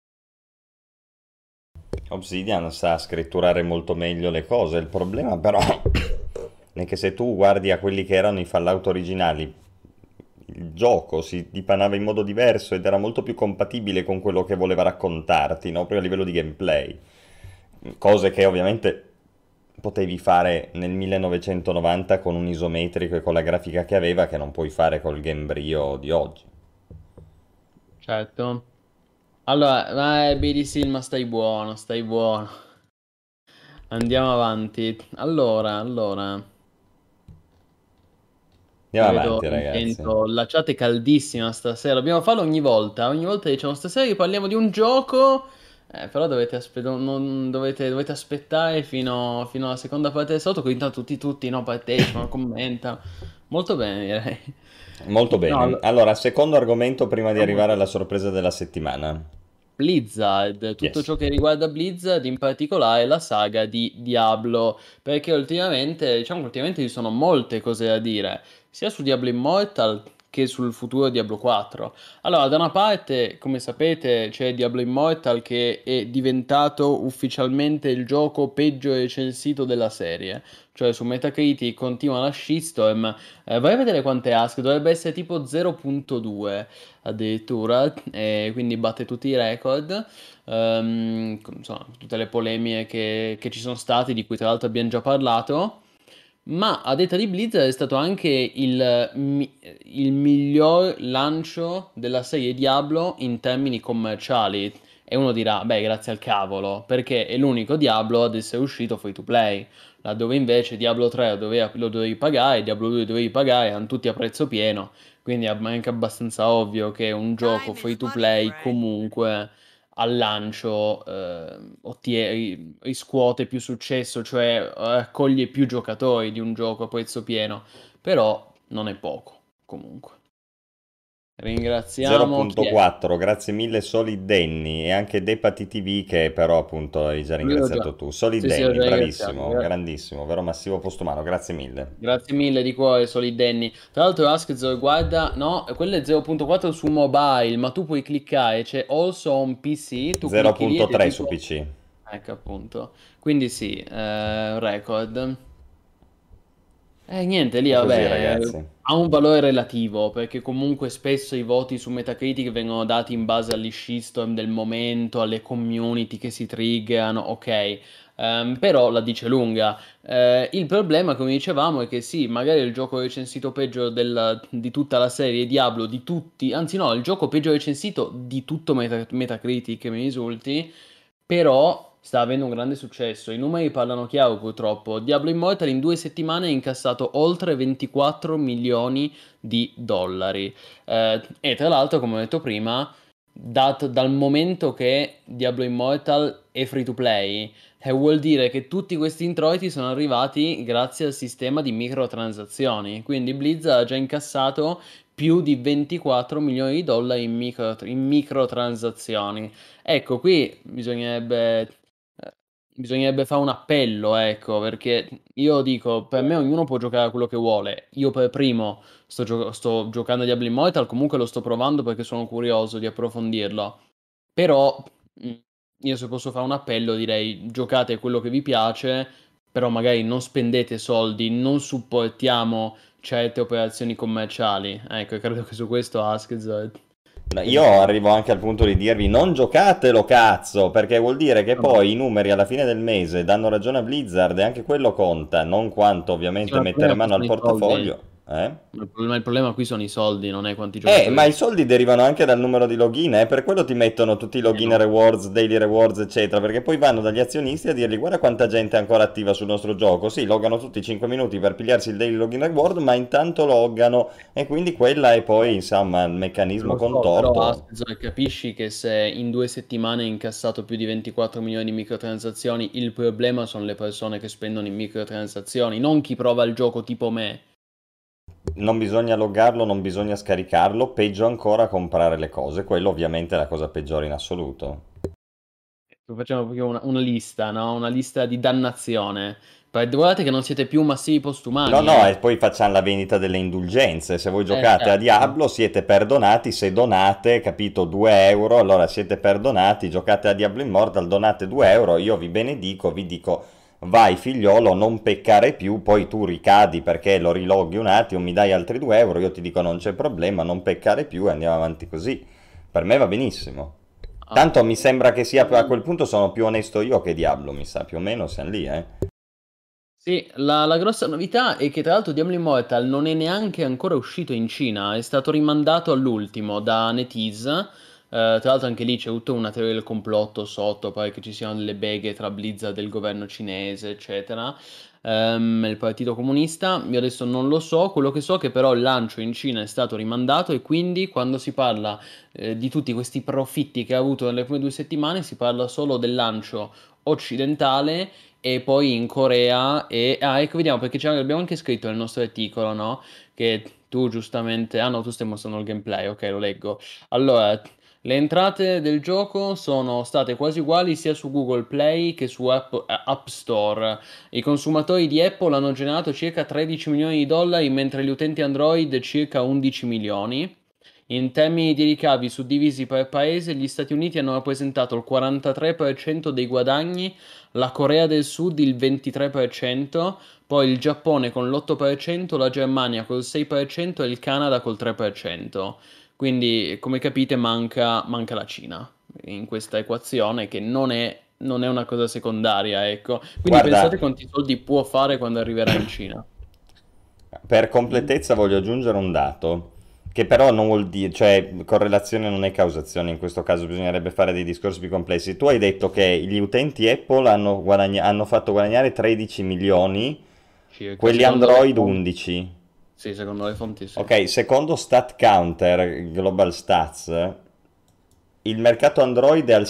Obsidian sa scritturare molto meglio le cose, il problema però è che se tu guardi a quelli che erano i Fallout originali, il gioco si dipanava in modo diverso ed era molto più compatibile con quello che voleva raccontarti, no? Proprio a livello di gameplay. Cose che ovviamente potevi fare nel 1990 con un isometrico e con la grafica che aveva, che non puoi fare col Gamebryo di oggi.
Certo. Allora, BD Silma, stai buono. Andiamo avanti. Allora.
Andiamo avanti, ragazzi.
La chat è caldissima stasera. Dobbiamo farlo ogni volta. Ogni volta diciamo stasera che parliamo di un gioco. Però dovete aspettare fino alla seconda parte del salotto. Quindi intanto tutti no, partecipano, commentano. Molto bene, direi.
Molto bene.
No,
allora, secondo argomento prima di arrivare alla sorpresa della settimana.
Blizzard, tutto
Yes.
ciò che riguarda Blizzard, in particolare la saga di Diablo, perché ultimamente, diciamo che ultimamente ci sono molte cose da dire, sia su Diablo Immortal che sul futuro Diablo 4. Allora, da una parte, come sapete, c'è Diablo Immortal che è diventato ufficialmente il gioco peggio recensito della serie, cioè su Metacritic continua la shitstorm. Vai a vedere quante ask, dovrebbe essere tipo 0.2 addirittura, e quindi batte tutti i record. Insomma, tutte le polemiche che ci sono state, di cui tra l'altro abbiamo già parlato. Ma a detta di Blizzard è stato anche il miglior lancio della serie Diablo in termini commerciali. E uno dirà, beh, grazie al cavolo, perché è l'unico Diablo ad essere uscito free to play, laddove invece Diablo 3 lo dovevi pagare, Diablo 2 lo dovevi pagare, erano tutti a prezzo pieno, quindi è anche abbastanza ovvio che un gioco
Time
free
is
to
money,
play
Frank.
comunque al lancio riscuote più successo, cioè accoglie più giocatori di un gioco a prezzo pieno, però non è poco comunque. Ringraziamo chi è?
0.4, grazie mille Solid Danny e anche Depati TV che però appunto hai già
Lui l'ho già.
ringraziato tu. Solid
Sì, sì, l'ho
Danny,
già ringraziato.
bravissimo, grandissimo, vero massivo postumano, grazie mille.
Grazie mille di cuore, Solidenni. Tra l'altro, Askzo, guarda, no, quello è 0.4 su mobile, ma tu puoi cliccare, c'è also on PC, tu clicchi lì ed è
0.3 su
tipo.
PC.
Ecco appunto. Quindi sì, record. Niente, lì
È così
vabbè,
ragazzi.
ha un valore relativo, perché comunque spesso i voti su Metacritic vengono dati in base agli shitstorm del momento, alle community che si triggerano, ok. Però la dice lunga. Il problema, come dicevamo, è che sì, magari il gioco recensito peggio di tutta la serie Diablo, di tutti, anzi no, il gioco peggio recensito di tutto Metacritic, mi risulti, però sta avendo un grande successo. I numeri parlano chiaro, purtroppo. Diablo Immortal in 2 settimane ha incassato oltre 24 milioni di dollari. E tra l'altro, come ho detto prima, dal momento che Diablo Immortal è free to play, vuol dire che tutti questi introiti sono arrivati grazie al sistema di microtransazioni. Quindi Blizzard ha già incassato più di 24 milioni di dollari in microtransazioni. Ecco, qui bisognerebbe fare un appello, ecco, perché io dico, per me ognuno può giocare a quello che vuole. Io per primo sto giocando a Diablo Immortal, comunque lo sto provando perché sono curioso di approfondirlo. Però mh, io se posso fare un appello direi giocate quello che vi piace, però magari non spendete soldi, non supportiamo certe operazioni commerciali. Ecco, credo che su questo Askez
No,
è
io
d'accordo.
arrivo anche al punto di dirvi non giocatelo cazzo, perché vuol dire che
No, no.
poi i numeri alla fine del mese danno ragione a Blizzard e anche quello conta, non quanto
Sì,
ovviamente
ma il
mettere
problema qui
mano al
sono i soldi.
portafoglio. Eh?
Ma il problema qui sono i soldi, non è quanti
Ma
giocatori
i
ci
soldi derivano anche dal numero di login, per quello ti mettono tutti i login
sono.
rewards, daily rewards, eccetera, perché poi vanno dagli azionisti a dirgli guarda quanta gente è ancora attiva sul nostro gioco. Sì, loggano tutti i 5 minuti per pigliarsi il daily login reward, ma intanto loggano e quindi quella è poi, insomma, il meccanismo
Lo so, però
contorto.
Aspezzo, capisci che se in 2 settimane hai incassato più di 24 milioni di microtransazioni, il problema sono le persone che spendono in microtransazioni, non chi prova il gioco tipo me.
Non bisogna loggarlo, non bisogna scaricarlo, peggio ancora comprare le cose, quello ovviamente è la cosa peggiore in assoluto.
Facciamo proprio una lista, no? Una lista di dannazione. Guardate che non siete più massivi
No,
postumani,
no,
eh.
e poi facciamo la vendita delle indulgenze. Se voi giocate a
Certo.
Diablo siete perdonati, se donate, capito, 2 euro, allora siete perdonati, giocate a Diablo Immortal, donate 2 euro, io vi benedico, vi dico vai figliolo, non peccare più, poi tu ricadi perché lo riloghi un attimo, mi dai altri 2 euro, io ti dico non c'è problema, non peccare più e andiamo avanti così. Per me va benissimo. Tanto mi sembra che sia a quel punto sono più onesto io che Diablo, mi sa, più o meno siamo lì, eh.
Sì, la grossa novità è che tra l'altro Diablo Immortal non è neanche ancora uscito in Cina, è stato rimandato all'ultimo da NetEase. Tra l'altro anche lì c'è tutta una teoria del complotto sotto, pare che ci siano delle beghe tra Blizzard del governo cinese, eccetera, il partito comunista. Io adesso non lo so, quello che so è che però il lancio in Cina è stato rimandato e quindi quando si parla di tutti questi profitti che ha avuto nelle prime 2 settimane si parla solo del lancio occidentale e poi in Corea e. Ah, ecco, vediamo, perché abbiamo anche scritto nel nostro articolo, no? Che tu giustamente. Ah no, tu stai mostrando il gameplay, ok, lo leggo. Allora, Le entrate del gioco sono state quasi uguali sia su Google Play che su App Store. I consumatori di Apple hanno generato circa 13 milioni di dollari, mentre gli utenti Android circa 11 milioni. In termini di ricavi suddivisi per paese, gli Stati Uniti hanno rappresentato il 43% dei guadagni, la Corea del Sud il 23%, poi il Giappone con l'8%, la Germania col 6% e il Canada col 3%. Quindi, come capite, manca la Cina in questa equazione che non è una cosa secondaria, ecco. Quindi pensate
Guarda,
quanti soldi può fare quando arriverà in Cina.
per completezza voglio aggiungere un dato, che però non vuol dire, cioè correlazione non è causazione, in questo caso bisognerebbe fare dei discorsi più complessi. Tu hai detto che gli utenti Apple hanno fatto guadagnare 13 milioni,
Circa,
quelli
secondo le
Android
fonti.
11.
Sì, secondo le fonti sì.
Ok, secondo StatCounter, Global Stats, il mercato Android è al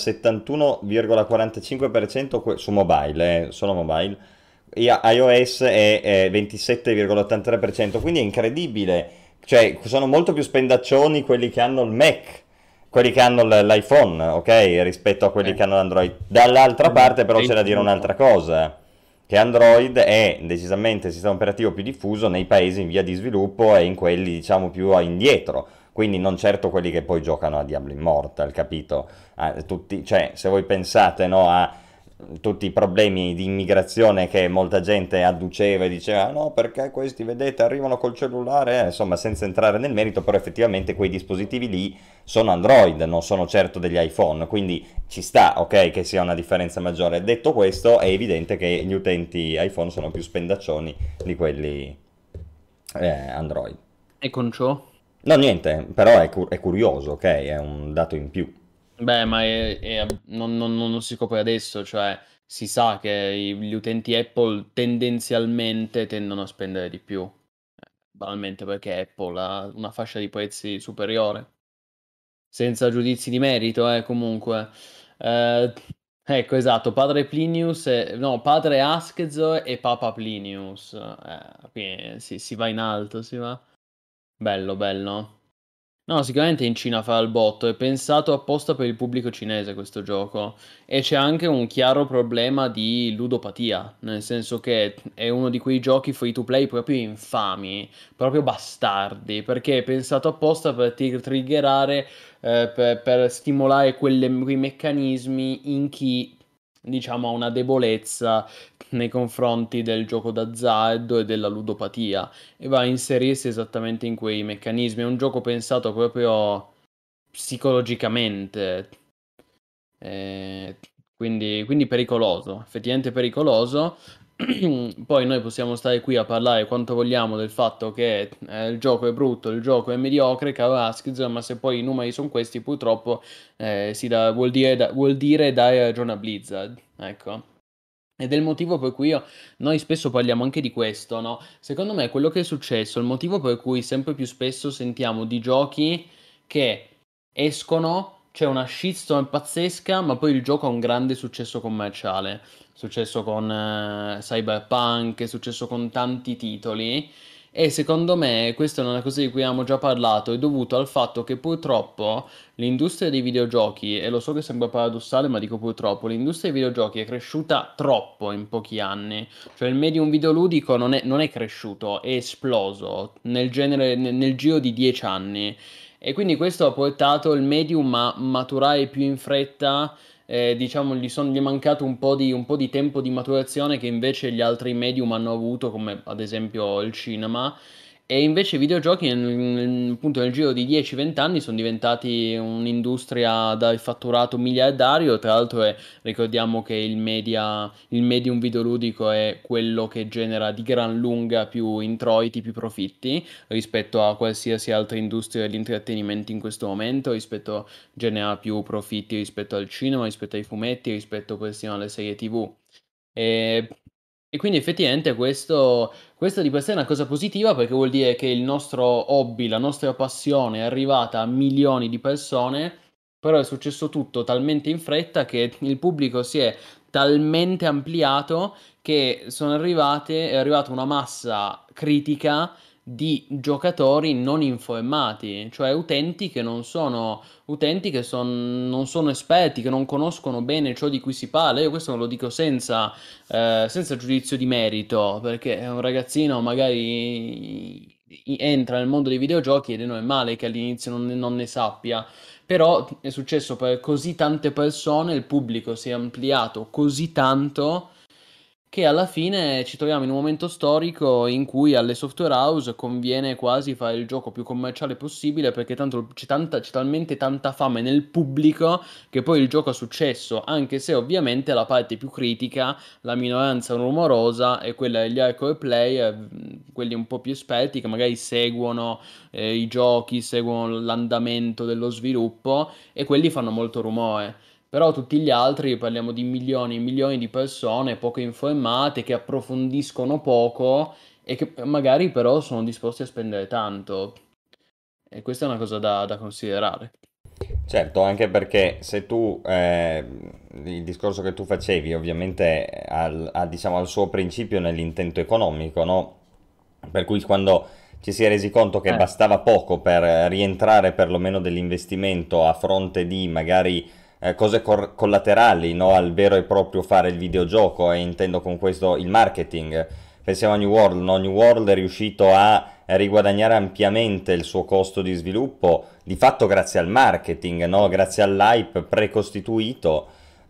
71,45% su mobile, solo mobile, iOS è 27,83%, quindi è incredibile. Cioè, sono molto più spendaccioni quelli che hanno il Mac, quelli che hanno l'iPhone, ok, rispetto a quelli che hanno l'Android. Dall'altra parte però c'è da dire
Facebook.
un'altra cosa, che Android è decisamente il sistema operativo più diffuso nei paesi in via di sviluppo e in quelli, diciamo, più indietro. Quindi non certo quelli che poi giocano a Diablo Immortal, capito? Cioè, se voi pensate, no, a tutti i problemi di immigrazione che molta gente adduceva e diceva no perché questi vedete arrivano col cellulare, insomma senza entrare nel merito, però effettivamente quei dispositivi lì sono Android, non sono certo degli iPhone, quindi ci sta, ok, che sia una differenza maggiore. Detto questo è evidente che gli utenti iPhone sono più spendaccioni di quelli Android.
E con ciò?
No, niente, però è curioso, ok? È un dato in più.
Beh, ma non si scopre adesso, cioè si sa che gli utenti Apple tendenzialmente tendono a spendere di più, banalmente perché Apple ha una fascia di prezzi superiore, senza giudizi di merito, comunque. Eh, ecco, esatto, padre Plinius, no, padre Askez e papa Plinius, qui si va in alto, si va. Bello, bello. No, sicuramente in Cina fa il botto, è pensato apposta per il pubblico cinese questo gioco e c'è anche un chiaro problema di ludopatia, nel senso che è uno di quei giochi free to play proprio infami, proprio bastardi, perché è pensato apposta per triggerare, per stimolare quei meccanismi in chi, diciamo, ha una debolezza nei confronti del gioco d'azzardo e della ludopatia e va a inserirsi esattamente in quei meccanismi. È un gioco pensato proprio psicologicamente, eh, quindi pericoloso, effettivamente pericoloso. Poi noi possiamo stare qui a parlare quanto vogliamo del fatto che il gioco è brutto, il gioco è mediocre, caro Askiz, ma se poi i numeri sono questi, purtroppo vuol dire dare ragione a Blizzard. Ecco. Ed è il motivo per cui noi spesso parliamo anche di questo, no? Secondo me quello che è successo, il motivo per cui sempre più spesso sentiamo di giochi che escono, c'è una shitstorm pazzesca, ma poi il gioco ha un grande successo commerciale. È successo con Cyberpunk, è successo con tanti titoli. E secondo me, questa è una cosa di cui abbiamo già parlato, è dovuto al fatto che purtroppo l'industria dei videogiochi, e lo so che sembra paradossale, ma dico purtroppo, l'industria dei videogiochi è cresciuta troppo in pochi anni. Cioè il medium videoludico non è cresciuto, è esploso nel giro di 10 anni. E quindi questo ha portato il medium a maturare più in fretta. Diciamo, gli è mancato un po' di tempo di maturazione che invece gli altri medium hanno avuto, come ad esempio il cinema. E invece i videogiochi appunto nel giro di 10-20 anni sono diventati un'industria dal fatturato miliardario, tra l'altro ricordiamo che il medium videoludico è quello che genera di gran lunga più introiti, più profitti rispetto a qualsiasi altra industria dell'intrattenimento in questo momento, genera più profitti rispetto al cinema, rispetto ai fumetti, rispetto persino alle serie TV. E, e quindi effettivamente questo di per sé è una cosa positiva perché vuol dire che il nostro hobby, la nostra passione è arrivata a milioni di persone, però è successo tutto talmente in fretta che il pubblico si è talmente ampliato che è arrivata una massa critica di giocatori non informati, cioè utenti che non sono non sono esperti, che non conoscono bene ciò di cui si parla. Io questo lo dico senza giudizio di merito, perché un ragazzino magari entra nel mondo dei videogiochi ed è normale che all'inizio non ne sappia. Però è successo per così tante persone, il pubblico si è ampliato così tanto che alla fine ci troviamo in un momento storico in cui alle software house conviene quasi fare il gioco più commerciale possibile, perché tanto c'è talmente tanta fame nel pubblico che poi il gioco ha successo, anche se ovviamente la parte più critica, la minoranza rumorosa, è quella degli hardcore player, quelli un po' più esperti che magari seguono i giochi, seguono l'andamento dello sviluppo, e quelli fanno molto rumore. Però tutti gli altri parliamo di milioni e milioni di persone poco informate che approfondiscono poco e che magari però sono disposti a spendere tanto. E questa è una cosa da considerare.
Certo, anche perché se tu, il discorso che tu facevi ovviamente diciamo, al suo principio nell'intento economico, no? Per cui quando ci si è resi conto che bastava poco per rientrare perlomeno dell'investimento a fronte di magari cose collaterali, no? Al vero e proprio fare il videogioco, e intendo con questo il marketing. Pensiamo a New World, no? New World è riuscito a riguadagnare ampiamente il suo costo di sviluppo, di fatto grazie al marketing, no? Grazie all'hype precostituito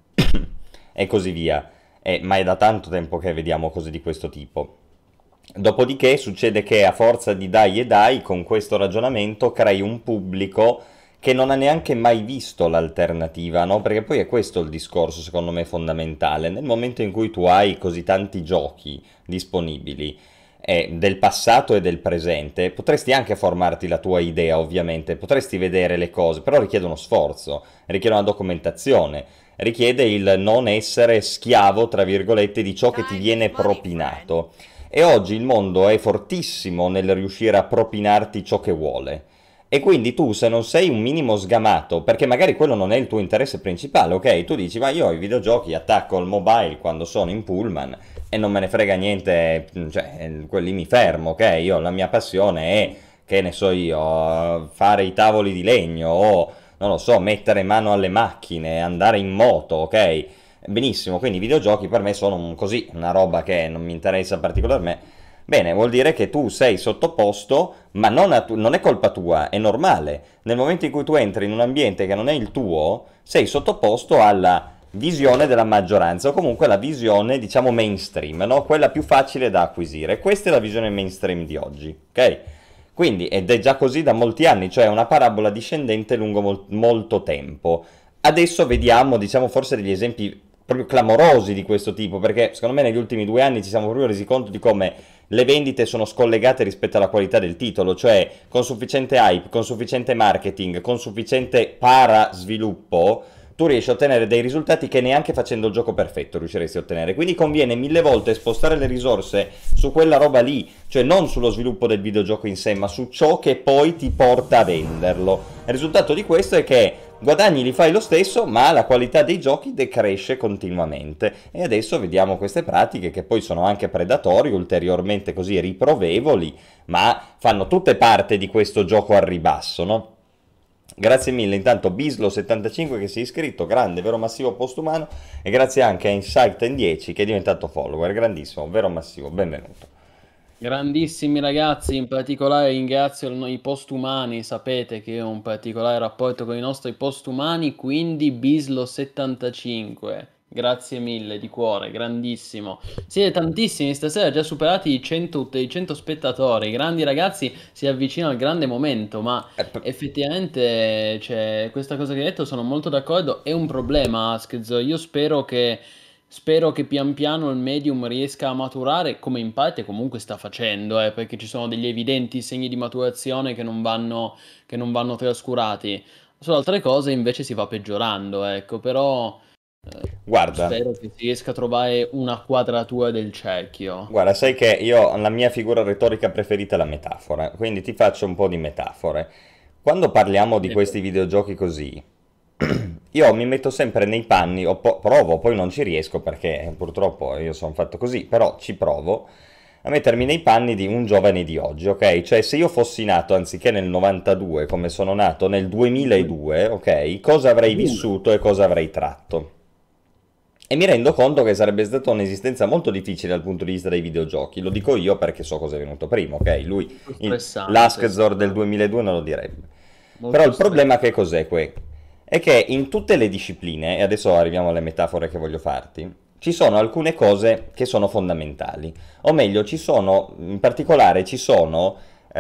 e così via. Ma è da tanto tempo che vediamo cose di questo tipo. Dopodiché succede che a forza di dai e dai, con questo ragionamento crei un pubblico che non ha neanche mai visto l'alternativa, no? Perché poi è questo il discorso, secondo me, fondamentale. Nel momento in cui tu hai così tanti giochi disponibili, del passato e del presente, potresti anche formarti la tua idea, ovviamente, potresti vedere le cose, però richiede uno sforzo, richiede una documentazione, richiede il non essere schiavo, tra virgolette, di ciò che ti viene propinato. E oggi il mondo è fortissimo nel riuscire a propinarti ciò che vuole. E quindi tu, se non sei un minimo sgamato, perché magari quello non è il tuo interesse principale, ok? Tu dici, ma io i videogiochi attacco il mobile quando sono in pullman e non me ne frega niente, cioè, lì mi fermo, ok? La mia passione è, che ne so io, fare i tavoli di legno o, non lo so, mettere mano alle macchine, andare in moto, ok? Benissimo, quindi i videogiochi per me sono così, una roba che non mi interessa particolarmente. Bene, vuol dire che tu sei sottoposto, ma non è colpa tua, è normale. Nel momento in cui tu entri in un ambiente che non è il tuo, sei sottoposto alla visione della maggioranza, o comunque la visione, diciamo, mainstream, no? Quella più facile da acquisire. Questa è la visione mainstream di oggi, ok? Quindi, ed è già così da molti anni, cioè una parabola discendente lungo molto tempo. Adesso vediamo, diciamo, forse degli esempi proprio clamorosi di questo tipo, perché secondo me negli ultimi 2 anni ci siamo proprio resi conto di come le vendite sono scollegate rispetto alla qualità del titolo, cioè con sufficiente hype, con sufficiente marketing, con sufficiente para sviluppo, tu riesci a ottenere dei risultati che neanche facendo il gioco perfetto riusciresti a ottenere. Quindi conviene 1000 volte spostare le risorse su quella roba lì, cioè non sullo sviluppo del videogioco in sé, ma su ciò che poi ti porta a venderlo. Il risultato di questo è che guadagni li fai lo stesso, ma la qualità dei giochi decresce continuamente. E adesso vediamo queste pratiche che poi sono anche predatorie, ulteriormente così riprovevoli, ma fanno tutte parte di questo gioco al ribasso, no? Grazie mille intanto Bislo75 che si è iscritto, grande, vero massivo postumano, e grazie anche a Insight10 che è diventato follower, grandissimo, vero massivo, benvenuto.
Grandissimi ragazzi, in particolare ringrazio i postumani, sapete che ho un particolare rapporto con i nostri postumani, quindi Bislo75, grazie mille di cuore, grandissimo. Siete tantissimi, stasera già superati i 100 spettatori, grandi ragazzi, si avvicina al grande momento, ma effettivamente cioè, questa cosa che hai detto sono molto d'accordo, è un problema Askzo, io Spero che pian piano il medium riesca a maturare, come in parte comunque sta facendo, perché ci sono degli evidenti segni di maturazione che non vanno trascurati. Su altre cose invece si va peggiorando, ecco, però
Guarda,
spero che si riesca a trovare una quadratura del cerchio.
guarda, sai che io la mia figura retorica preferita è la metafora, quindi ti faccio un po' di metafore. Quando parliamo di questi videogiochi così, io mi metto sempre nei panni, provo, poi non ci riesco perché purtroppo io sono fatto così, però ci provo a mettermi nei panni di un giovane di oggi, ok? Cioè, se io fossi nato anziché nel 92, come sono nato nel 2002, ok? Cosa avrei vissuto e cosa avrei tratto? E mi rendo conto che sarebbe stata un'esistenza molto difficile dal punto di vista dei videogiochi. Lo dico io perché so cosa è venuto prima, ok? Lui, l'Askzor del 2002 non lo direbbe. Però il problema che cos'è qui? È che in tutte le discipline, e adesso arriviamo alle metafore che voglio farti, ci sono alcune cose che sono fondamentali. O meglio, in particolare ci sono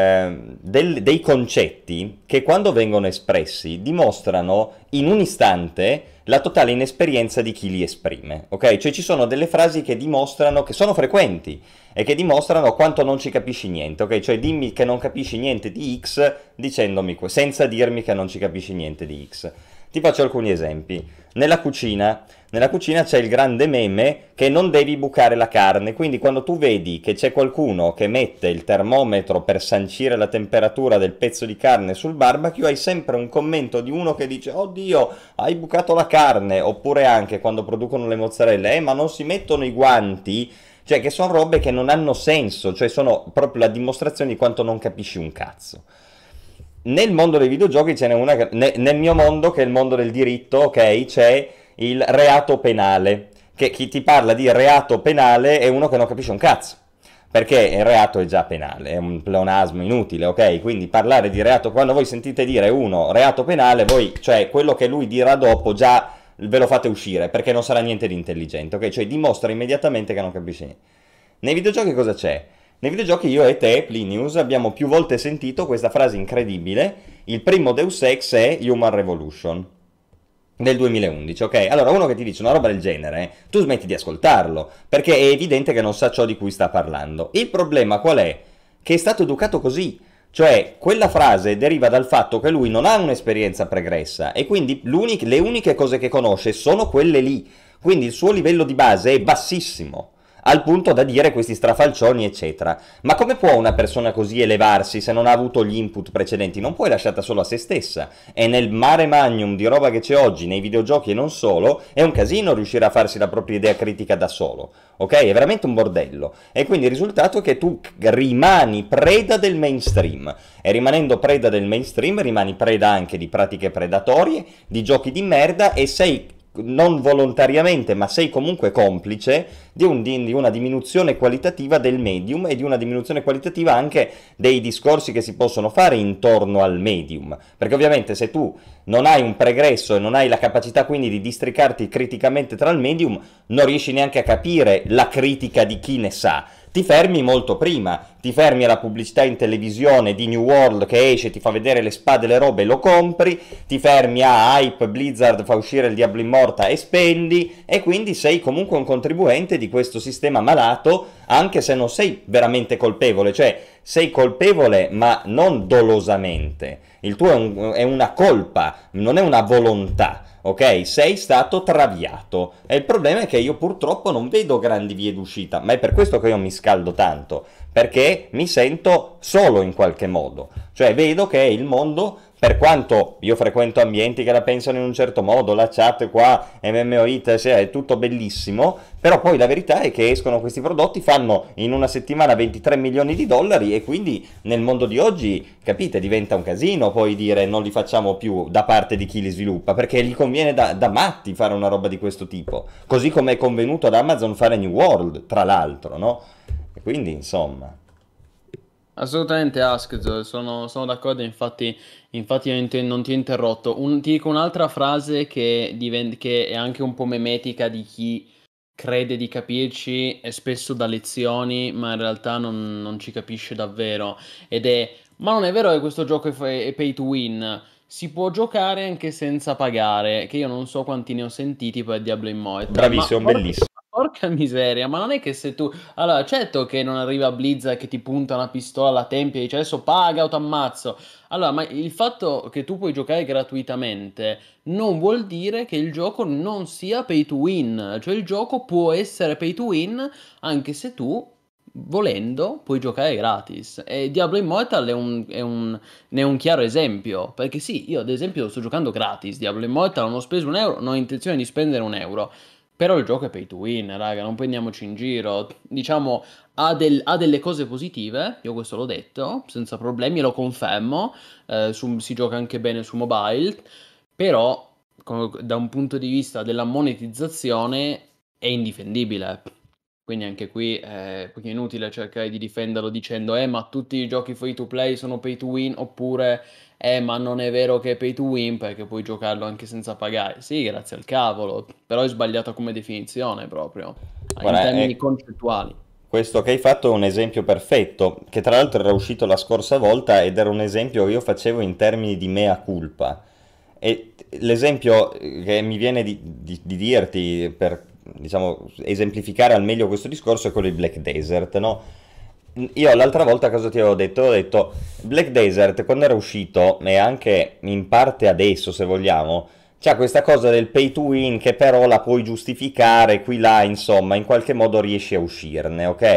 dei concetti che quando vengono espressi dimostrano in un istante la totale inesperienza di chi li esprime, ok? Cioè ci sono delle frasi che dimostrano, che sono frequenti, e che dimostrano quanto non ci capisci niente, ok? Cioè dimmi che non capisci niente di X dicendomi senza dirmi che non ci capisci niente di X. Ti faccio alcuni esempi. Nella cucina c'è il grande meme che non devi bucare la carne, quindi quando tu vedi che c'è qualcuno che mette il termometro per sancire la temperatura del pezzo di carne sul barbecue, hai sempre un commento di uno che dice oddio, hai bucato la carne, oppure anche quando producono le mozzarelle, ma non si mettono i guanti, cioè che sono robe che non hanno senso, cioè sono proprio la dimostrazione di quanto non capisci un cazzo. Nel mondo dei videogiochi ce n'è una, nel mio mondo, che è il mondo del diritto, ok, c'è il reato penale, che chi ti parla di reato penale è uno che non capisce un cazzo, perché il reato è già penale, è un pleonasmo inutile, ok? Quindi parlare di reato, quando voi sentite dire uno reato penale, voi, cioè quello che lui dirà dopo già ve lo fate uscire, perché non sarà niente di intelligente, ok? Cioè dimostra immediatamente che non capisce niente. Nei videogiochi cosa c'è? Nei videogiochi io e te, Plinius, abbiamo più volte sentito questa frase incredibile: il primo Deus Ex è Human Revolution del 2011, ok? Allora uno che ti dice una roba del genere, tu smetti di ascoltarlo, perché è evidente che non sa ciò di cui sta parlando. Il problema qual è? Che è stato educato così. Cioè, quella frase deriva dal fatto che lui non ha un'esperienza pregressa e quindi le uniche cose che conosce sono quelle lì. Quindi il suo livello di base è bassissimo, al punto da dire questi strafalcioni, eccetera. Ma come può una persona così elevarsi se non ha avuto gli input precedenti? Non può, è lasciata solo a se stessa. E nel mare magnum di roba che c'è oggi, nei videogiochi e non solo, è un casino riuscire a farsi la propria idea critica da solo. Ok? È veramente un bordello. E quindi il risultato è che tu rimani preda del mainstream. E rimanendo preda del mainstream, rimani preda anche di pratiche predatorie, di giochi di merda, e sei non volontariamente, ma sei comunque complice di una diminuzione qualitativa del medium e di una diminuzione qualitativa anche dei discorsi che si possono fare intorno al medium, perché ovviamente se tu non hai un pregresso e non hai la capacità quindi di districarti criticamente tra il medium, non riesci neanche a capire la critica di chi ne sa. Ti fermi molto prima, ti fermi alla pubblicità in televisione di New World che esce, ti fa vedere le spade e le robe, lo compri, ti fermi a hype, Blizzard fa uscire il Diablo Immortal e spendi, e quindi sei comunque un contribuente di questo sistema malato, anche se non sei veramente colpevole, cioè sei colpevole ma non dolosamente, il tuo è una colpa, non è una volontà. Ok, sei stato traviato, e il problema è che io purtroppo non vedo grandi vie d'uscita, ma è per questo che io mi scaldo tanto, perché mi sento solo in qualche modo, cioè vedo che il mondo, per quanto io frequento ambienti che la pensano in un certo modo, la chat qua, MMOIT, è tutto bellissimo, però poi la verità è che escono questi prodotti, fanno in una settimana 23 milioni di dollari, e quindi nel mondo di oggi, capite, diventa un casino poi dire non li facciamo più da parte di chi li sviluppa, perché gli conviene da matti fare una roba di questo tipo, così come è convenuto ad Amazon fare New World, tra l'altro, no? E quindi insomma...
Assolutamente Ask, sono d'accordo, infatti io non ti ho interrotto. Ti dico un'altra frase che è anche un po' memetica di chi crede di capirci e spesso dà lezioni, ma in realtà non ci capisce davvero. Ed è: ma non è vero che questo gioco è pay to win? Si può giocare anche senza pagare, che io non so quanti ne ho sentiti per Diablo Immortal.
Bravissimo, bellissimo.
Porca miseria, ma non è che se tu... Allora, certo che non arriva Blizzard che ti punta una pistola alla tempia e dice adesso paga o t'ammazzo. Allora, ma il fatto che tu puoi giocare gratuitamente non vuol dire che il gioco non sia pay to win. Cioè il gioco può essere pay to win anche se tu, volendo, puoi giocare gratis. E Diablo Immortal ne è un chiaro esempio. Perché sì, io ad esempio sto giocando gratis Diablo Immortal, non ho speso €1, non ho intenzione di spendere €1. Però il gioco è pay to win, raga, non prendiamoci in giro. Diciamo, ha delle cose positive, io questo l'ho detto, senza problemi, lo confermo. Si gioca anche bene su mobile, però da un punto di vista della monetizzazione è indifendibile. Quindi anche qui è poco inutile cercare di difenderlo dicendo ma tutti i giochi free to play sono pay to win, oppure ma non è vero che è pay to win perché puoi giocarlo anche senza pagare. Sì, grazie al cavolo, però è sbagliato come definizione proprio, in
Guarda,
termini concettuali.
questo che hai fatto è un esempio perfetto, che tra l'altro era uscito la scorsa volta ed era un esempio che io facevo in termini di mea culpa. E l'esempio che mi viene di dirti per, diciamo, esemplificare al meglio questo discorso è quello di Black Desert, no? Io l'altra volta cosa ti avevo detto? Ho detto Black Desert quando era uscito e anche in parte adesso se vogliamo c'è questa cosa del pay to win che però la puoi giustificare qui là, insomma, in qualche modo riesci a uscirne, ok?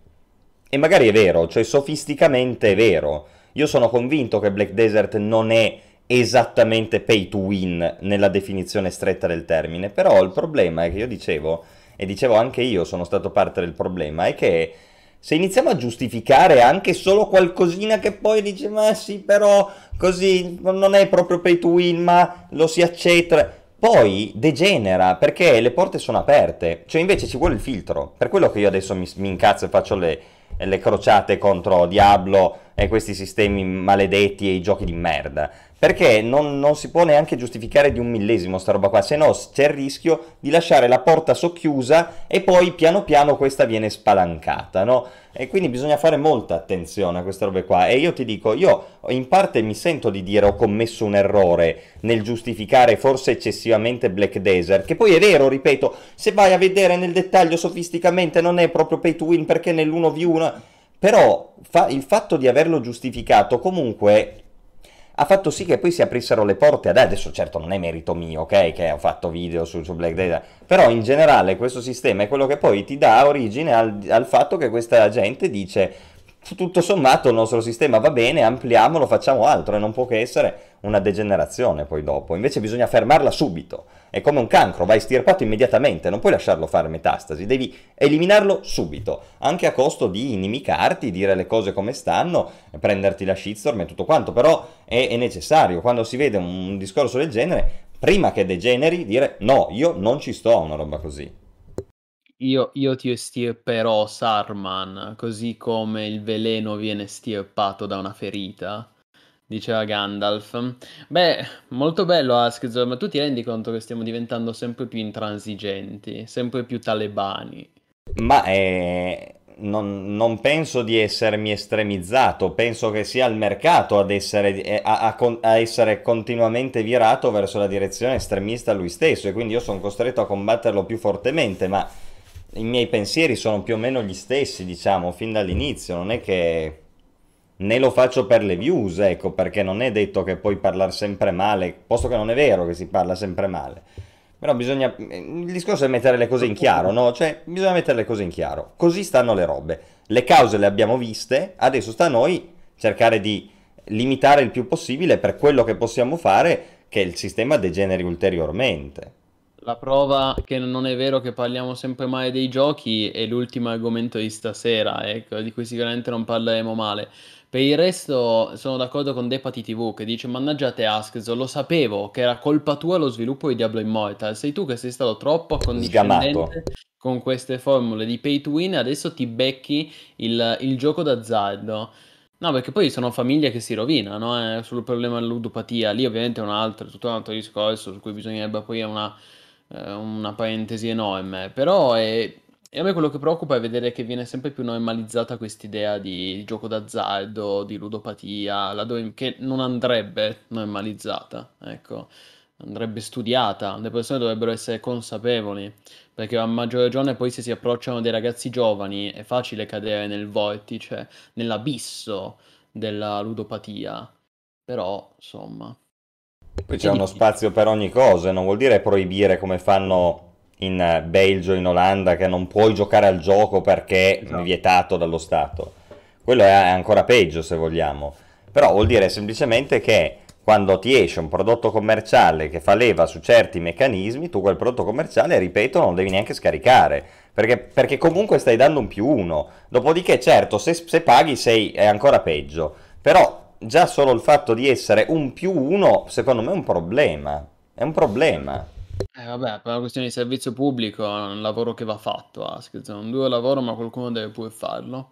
E magari è vero, cioè sofisticamente è vero. Io sono convinto che Black Desert non è esattamente pay to win nella definizione stretta del termine, però il problema è che io dicevo, e dicevo anche io, sono stato parte del problema, è che se iniziamo a giustificare anche solo qualcosina che poi dice ma sì però così non è proprio pay to win ma lo si accetta, poi degenera perché le porte sono aperte, cioè invece ci vuole il filtro, per quello che io adesso mi incazzo e faccio le crociate contro Diablo e questi sistemi maledetti e i giochi di merda, perché non si può neanche giustificare di un millesimo sta roba qua, se no c'è il rischio di lasciare la porta socchiusa e poi piano piano questa viene spalancata, no? E quindi bisogna fare molta attenzione a queste robe qua. E io ti dico, io in parte mi sento di dire ho commesso un errore nel giustificare forse eccessivamente Black Desert, che poi è vero, ripeto, se vai a vedere nel dettaglio sofisticamente non è proprio pay to win perché nell'1v1, però il fatto di averlo giustificato comunque ha fatto sì che poi si aprissero le porte ad adesso, certo non è merito mio, ok, che ho fatto video su Black Desert, però in generale questo sistema è quello che poi ti dà origine al fatto che questa gente dice tutto sommato il nostro sistema va bene, ampliamolo, facciamo altro, e non può che essere una degenerazione poi dopo, invece bisogna fermarla subito, è come un cancro, va estirpato immediatamente, non puoi lasciarlo fare metastasi, devi eliminarlo subito, anche a costo di inimicarti, dire le cose come stanno, prenderti la shitstorm e tutto quanto, però è necessario, quando si vede un discorso del genere, prima che degeneri, dire no, io non ci sto a una roba così.
Io ti estirperò Saruman, così come il veleno viene estirpato da una ferita, diceva Gandalf. Beh, molto bello Askzor, ma tu ti rendi conto che stiamo diventando sempre più intransigenti, sempre più talebani?
Ma non penso di essermi estremizzato, penso che sia il mercato ad essere, a essere continuamente virato verso la direzione estremista lui stesso, e quindi io sono costretto a combatterlo più fortemente, ma i miei pensieri sono più o meno gli stessi, diciamo, fin dall'inizio, non è che né lo faccio per le views, ecco, perché non è detto che puoi parlare sempre male, posto che non è vero che si parla sempre male. Però bisogna, il discorso è mettere le cose in chiaro, no? Cioè, bisogna mettere le cose in chiaro. Così stanno le robe. Le cause le abbiamo viste, adesso sta a noi cercare di limitare il più possibile per quello che possiamo fare che il sistema degeneri ulteriormente.
La prova che non è vero che parliamo sempre male dei giochi è l'ultimo argomento di stasera, ecco, di cui sicuramente non parleremo male. Per il resto sono d'accordo con Depati TV che dice mannaggia te Askzo, lo sapevo che era colpa tua lo sviluppo di Diablo Immortal, sei tu che sei stato troppo
Sgamato.
accondiscendente con queste formule di pay to win e adesso ti becchi il gioco d'azzardo. No, perché poi sono famiglie che si rovinano, sul problema della ludopatia. Lì ovviamente è tutto un altro discorso su cui bisognerebbe aprire una parentesi enorme. Però e a me quello che preoccupa è vedere che viene sempre più normalizzata quest'idea di gioco d'azzardo, di ludopatia, che non andrebbe normalizzata, ecco. Andrebbe studiata, le persone dovrebbero essere consapevoli, perché a maggior ragione poi se si approcciano dei ragazzi giovani è facile cadere nel vortice, nell'abisso della ludopatia, però insomma
Poi
è
c'è uno
difficile.
spazio per ogni cosa, non vuol dire proibire come fanno in Belgio, in Olanda, che non puoi giocare al gioco perché è
Esatto.
vietato dallo Stato. Quello è ancora peggio se vogliamo. Però vuol dire semplicemente che quando ti esce un prodotto commerciale che fa leva su certi meccanismi, tu quel prodotto commerciale, ripeto, non devi neanche scaricare, perché comunque stai dando un più uno. Dopodiché, certo, se paghi è ancora peggio, però già solo il fatto di essere un più uno, secondo me è un problema. È un problema.
Vabbè, per una questione di servizio pubblico è un lavoro che va fatto, Askez, è un duro lavoro, ma qualcuno deve pure farlo.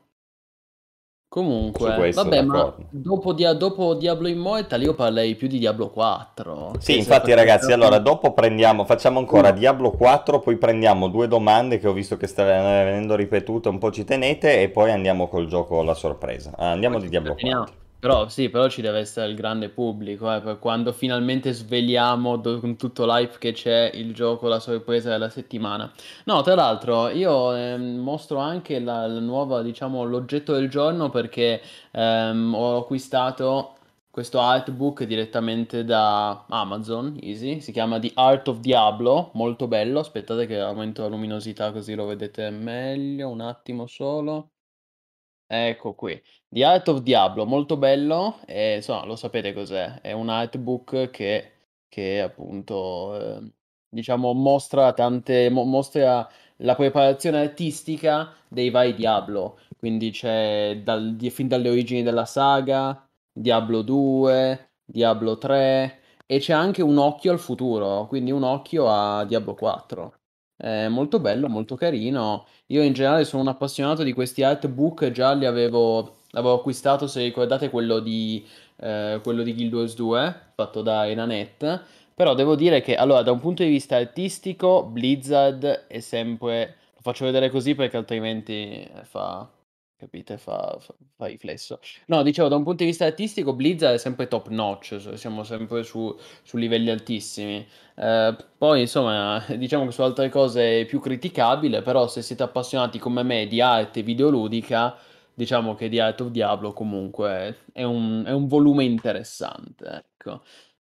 Su
Comunque,
questo,
vabbè, ma
d'accordo.
dopo Diablo Immortal io parlerei più di Diablo 4,
Sì,
che se
infatti
perché
ragazzi, allora dopo facciamo ancora
uno,
Diablo 4, poi prendiamo due domande che ho visto che sta venendo ripetute, un po' ci tenete, e poi andiamo col gioco alla sorpresa.
poi
Andiamo di
ci
Diablo
tratteniamo.
4.
Però sì, però ci deve essere il grande pubblico, per quando finalmente sveliamo con tutto l'hype che c'è il gioco, la sorpresa della settimana. No, tra l'altro io mostro anche la nuova, diciamo, l'oggetto del giorno perché ho acquistato questo artbook direttamente da Amazon, Easy, si chiama The Art of Diablo, molto bello, aspettate che aumento la luminosità così lo vedete meglio, un attimo solo. Ecco qui. The Art of Diablo, molto bello, e insomma lo sapete cos'è, è un artbook che appunto, diciamo mostra mostra la preparazione artistica dei vari Diablo, quindi c'è fin dalle origini della saga, Diablo 2, Diablo 3 e c'è anche un occhio al futuro, quindi un occhio a Diablo 4. È molto bello, molto carino. Io in generale sono un appassionato di questi artbook, già l'avevo acquistato, se ricordate, quello di Guild Wars 2, fatto da Enanet, però devo dire che, allora, da un punto di vista artistico, Blizzard è sempre... Lo faccio vedere così perché altrimenti capite, fa riflesso. No, dicevo, da un punto di vista artistico, Blizzard è sempre top notch, siamo sempre su livelli altissimi. Poi, insomma, diciamo che su altre cose è più criticabile, però se siete appassionati come me di arte videoludica, diciamo che The Art of Diablo comunque è un volume interessante, ecco.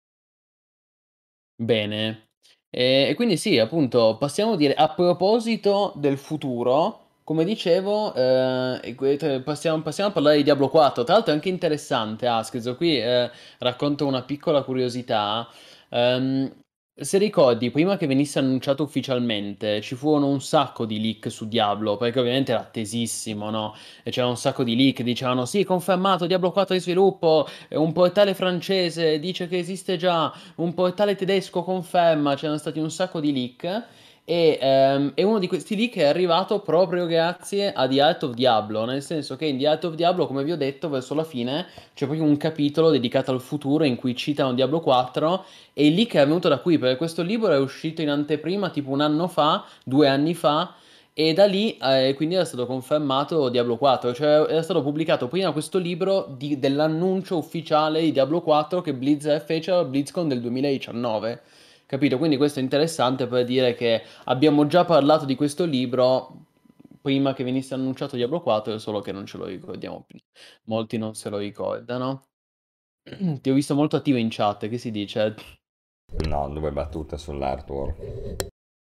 Bene. E quindi sì, appunto, passiamo a dire, a proposito del futuro, come dicevo, passiamo a parlare di Diablo 4. Tra l'altro è anche interessante, Askez, qui racconto una piccola curiosità. Ehm, Se ricordi, prima che venisse annunciato ufficialmente, ci furono un sacco di leak su Diablo, perché ovviamente era attesissimo, no? E c'era un sacco di leak, dicevano sì, confermato, Diablo 4 in sviluppo, un portale francese dice che esiste già, un portale tedesco conferma, c'erano stati un sacco di leak e uno di questi leak è arrivato proprio grazie a The Art of Diablo, nel senso che in The Art of Diablo, come vi ho detto, verso la fine c'è proprio un capitolo dedicato al futuro in cui citano Diablo 4 e il leak è venuto da qui, perché questo libro è uscito in anteprima tipo un anno fa, 2 anni fa, e da lì quindi era stato confermato Diablo 4, cioè era stato pubblicato prima questo libro dell'annuncio ufficiale di Diablo 4 che Blizzard fece alla BlizzCon del 2019. Capito? Quindi questo è interessante per dire che abbiamo già parlato di questo libro prima che venisse annunciato Diablo 4, solo che non ce lo ricordiamo più. Molti non se lo ricordano. Ti ho visto molto attivo in chat, che si dice?
No, due battute sull'artwork.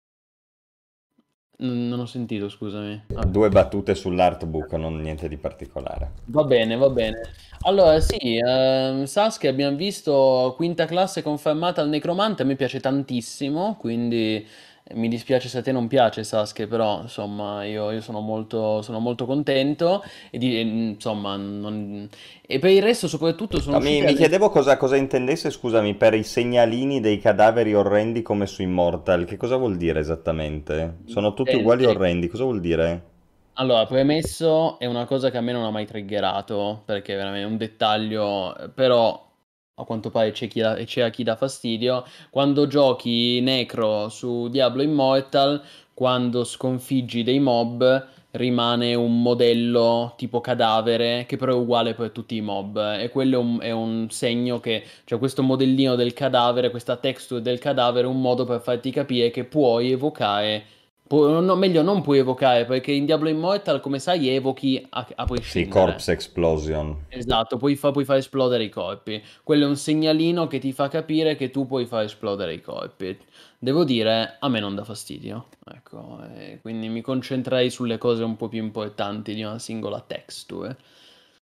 Non ho sentito, scusami. Ah.
Due battute sull'artbook, non niente di particolare.
Va bene, va bene. Allora, sì, Sasuke abbiamo visto quinta classe confermata al Necromante, a me piace tantissimo, quindi mi dispiace se a te non piace Sasuke, però insomma io sono molto contento insomma, e per il resto soprattutto sono
No, mi,
uscite
mi
alle...
chiedevo cosa intendesse, scusami, per i segnalini dei cadaveri orrendi come su Immortal. Che cosa vuol dire esattamente? Sono tutti uguali orrendi, cosa vuol dire?
Allora, premesso, è una cosa che a me non ha mai triggerato, perché è veramente un dettaglio, però a quanto pare c'è a chi dà fastidio. Quando giochi Necro su Diablo Immortal, quando sconfiggi dei mob, rimane un modello tipo cadavere, che però è uguale per tutti i mob. E quello è un segno che, cioè questo modellino del cadavere, questa texture del cadavere, è un modo per farti capire che puoi evocare no, meglio non puoi evocare perché in Diablo Immortal, come sai, evochi a
Sì,
prescindere.
Corpse Explosion.
Esatto, puoi far esplodere i corpi. Quello è un segnalino che ti fa capire che tu puoi far esplodere i corpi. Devo dire, a me non dà fastidio. Ecco, quindi mi concentrerei sulle cose un po' più importanti di una singola texture.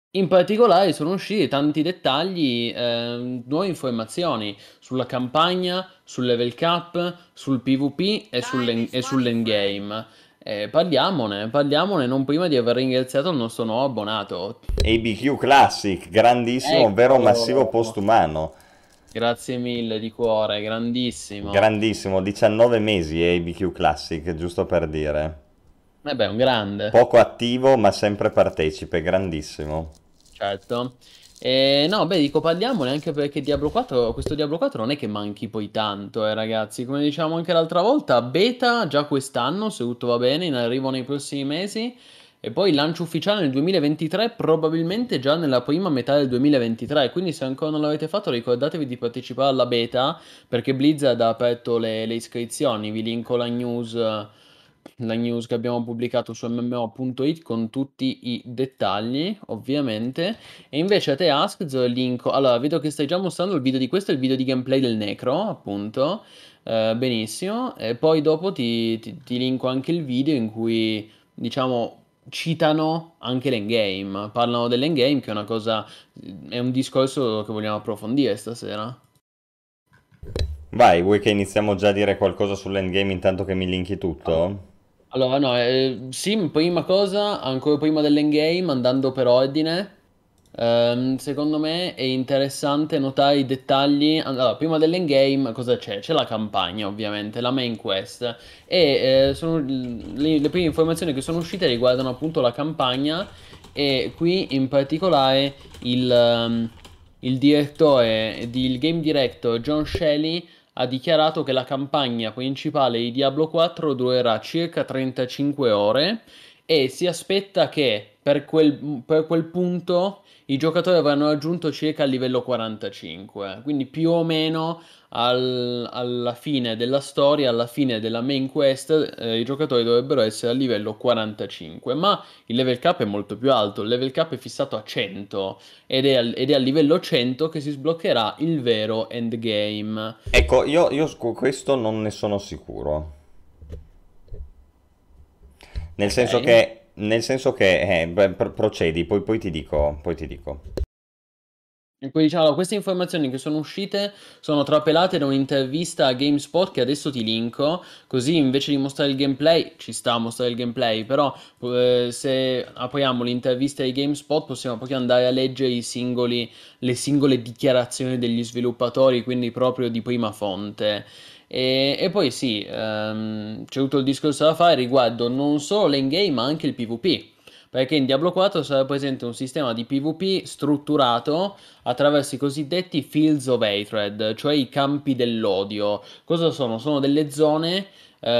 In particolare sono usciti tanti dettagli, nuove informazioni sulla campagna, sul level cap, sul PvP e sull'endgame. Parliamone non prima di aver ringraziato il nostro nuovo abbonato.
ABQ Classic, grandissimo, ovvero massivo
Ecco,
postumano.
grazie mille di cuore, grandissimo.
Grandissimo, 19 mesi ABQ Classic, giusto per dire.
E beh, un grande.
Poco attivo, ma sempre partecipe, grandissimo.
Certo. No, beh, dico parliamone anche perché Diablo 4, questo Diablo 4 non è che manchi poi tanto, ragazzi. Come diciamo anche l'altra volta, beta già quest'anno, se tutto va bene, in arrivo nei prossimi mesi. E poi lancio ufficiale nel 2023, probabilmente già nella prima metà del 2023. Quindi se ancora non l'avete fatto, ricordatevi di partecipare alla beta, perché Blizzard ha aperto le iscrizioni. Vi linko la news che abbiamo pubblicato su mmo.it con tutti i dettagli, ovviamente. E invece a te, Askz, linko. Allora, vedo che stai già mostrando il video di questo, è il video di gameplay del Necro, appunto. Benissimo. E poi dopo ti linko anche il video in cui, diciamo, citano anche l'endgame. Parlano dell'endgame, che è una cosa, è un discorso che vogliamo approfondire stasera.
Vai, vuoi che iniziamo già a dire qualcosa sull'endgame intanto che mi linki tutto?
Allora, no, sì, prima cosa, ancora prima dell'endgame, andando per ordine, secondo me è interessante notare i dettagli. Allora, prima dell'endgame cosa c'è? C'è la campagna, ovviamente, la main quest. E le prime informazioni che sono uscite riguardano appunto la campagna e qui in particolare il direttore, il game director John Shelley ha dichiarato che la campagna principale di Diablo 4 durerà circa 35 ore e si aspetta che per quel punto i giocatori avranno raggiunto circa il livello 45, quindi più o meno alla fine della storia, alla fine della main quest, i giocatori dovrebbero essere a livello 45, ma il level cap è molto più alto, il level cap è fissato a 100 ed è al livello 100 che si sbloccherà il vero endgame.
Ecco, io su questo non ne sono sicuro. Nel senso
Ok.
che, beh, procedi, poi ti dico, poi ti dico.
E poi diciamo, queste informazioni che sono uscite sono trapelate da un'intervista a GameSpot che adesso ti linko, così invece di mostrare il gameplay, ci sta a mostrare il gameplay, però se apriamo l'intervista di GameSpot possiamo poi andare a leggere le singole dichiarazioni degli sviluppatori, quindi proprio di prima fonte. E poi sì, c'è tutto il discorso da fare riguardo non solo l'endgame ma anche il PvP. Perché in Diablo 4 sarà presente un sistema di PvP strutturato attraverso i cosiddetti Fields of Hatred, cioè i campi dell'odio. Cosa sono? Sono delle zone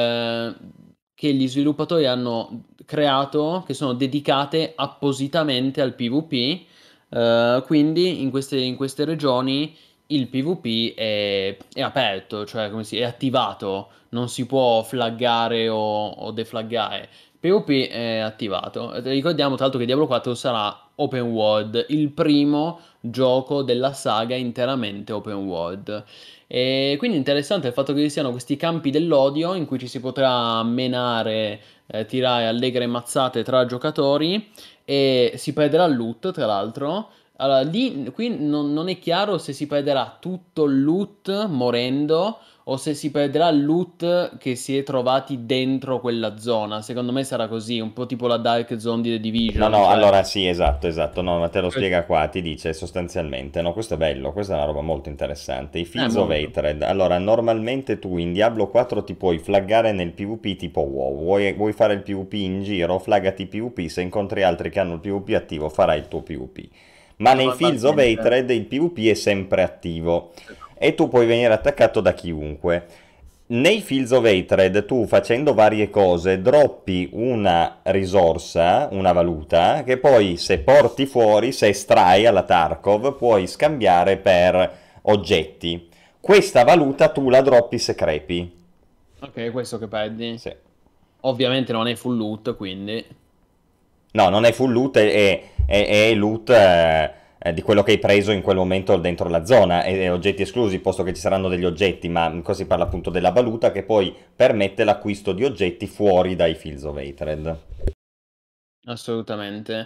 che gli sviluppatori hanno creato, che sono dedicate appositamente al PvP. Quindi in queste regioni il PvP è aperto, cioè è attivato, non si può flaggare o deflaggare. PvP è attivato. Ricordiamo tra l'altro che Diablo 4 sarà open world, il primo gioco della saga interamente open world. E quindi interessante il fatto che ci siano questi campi dell'odio in cui ci si potrà menare, tirare allegre mazzate tra giocatori e si perderà il loot, tra l'altro. Allora, qui non è chiaro se si perderà tutto il loot morendo o se si perderà il loot che si è trovati dentro quella zona. Secondo me sarà così, un po' tipo la Dark Zone di The
No,
Division,
no,
cioè...
allora sì, esatto, no, ma te lo spiega qua, ti dice sostanzialmente, no, questo è bello, questa è una roba molto interessante, i Fields of
molto.
Hatred, allora normalmente tu in Diablo 4 ti puoi flaggare nel PvP tipo WoW, vuoi fare il PvP in giro, flaggati PvP, se incontri altri che hanno il PvP attivo farai il tuo PvP, ma nei Fields of
Normalmente.
Hatred il PvP è sempre attivo e tu puoi venire attaccato da chiunque. Nei Fields of Hatred tu facendo varie cose droppi una risorsa, una valuta, che poi se porti fuori, se estrai alla Tarkov, puoi scambiare per oggetti. Questa valuta tu la droppi se crepi.
Ok, questo che perdi.
Sì.
Ovviamente non è full loot, quindi...
No, non è full loot, è loot di quello che hai preso in quel momento dentro la zona, e oggetti esclusi, posto che ci saranno degli oggetti, ma qua si parla appunto della valuta che poi permette l'acquisto di oggetti fuori dai Fields of Hatred.
Assolutamente.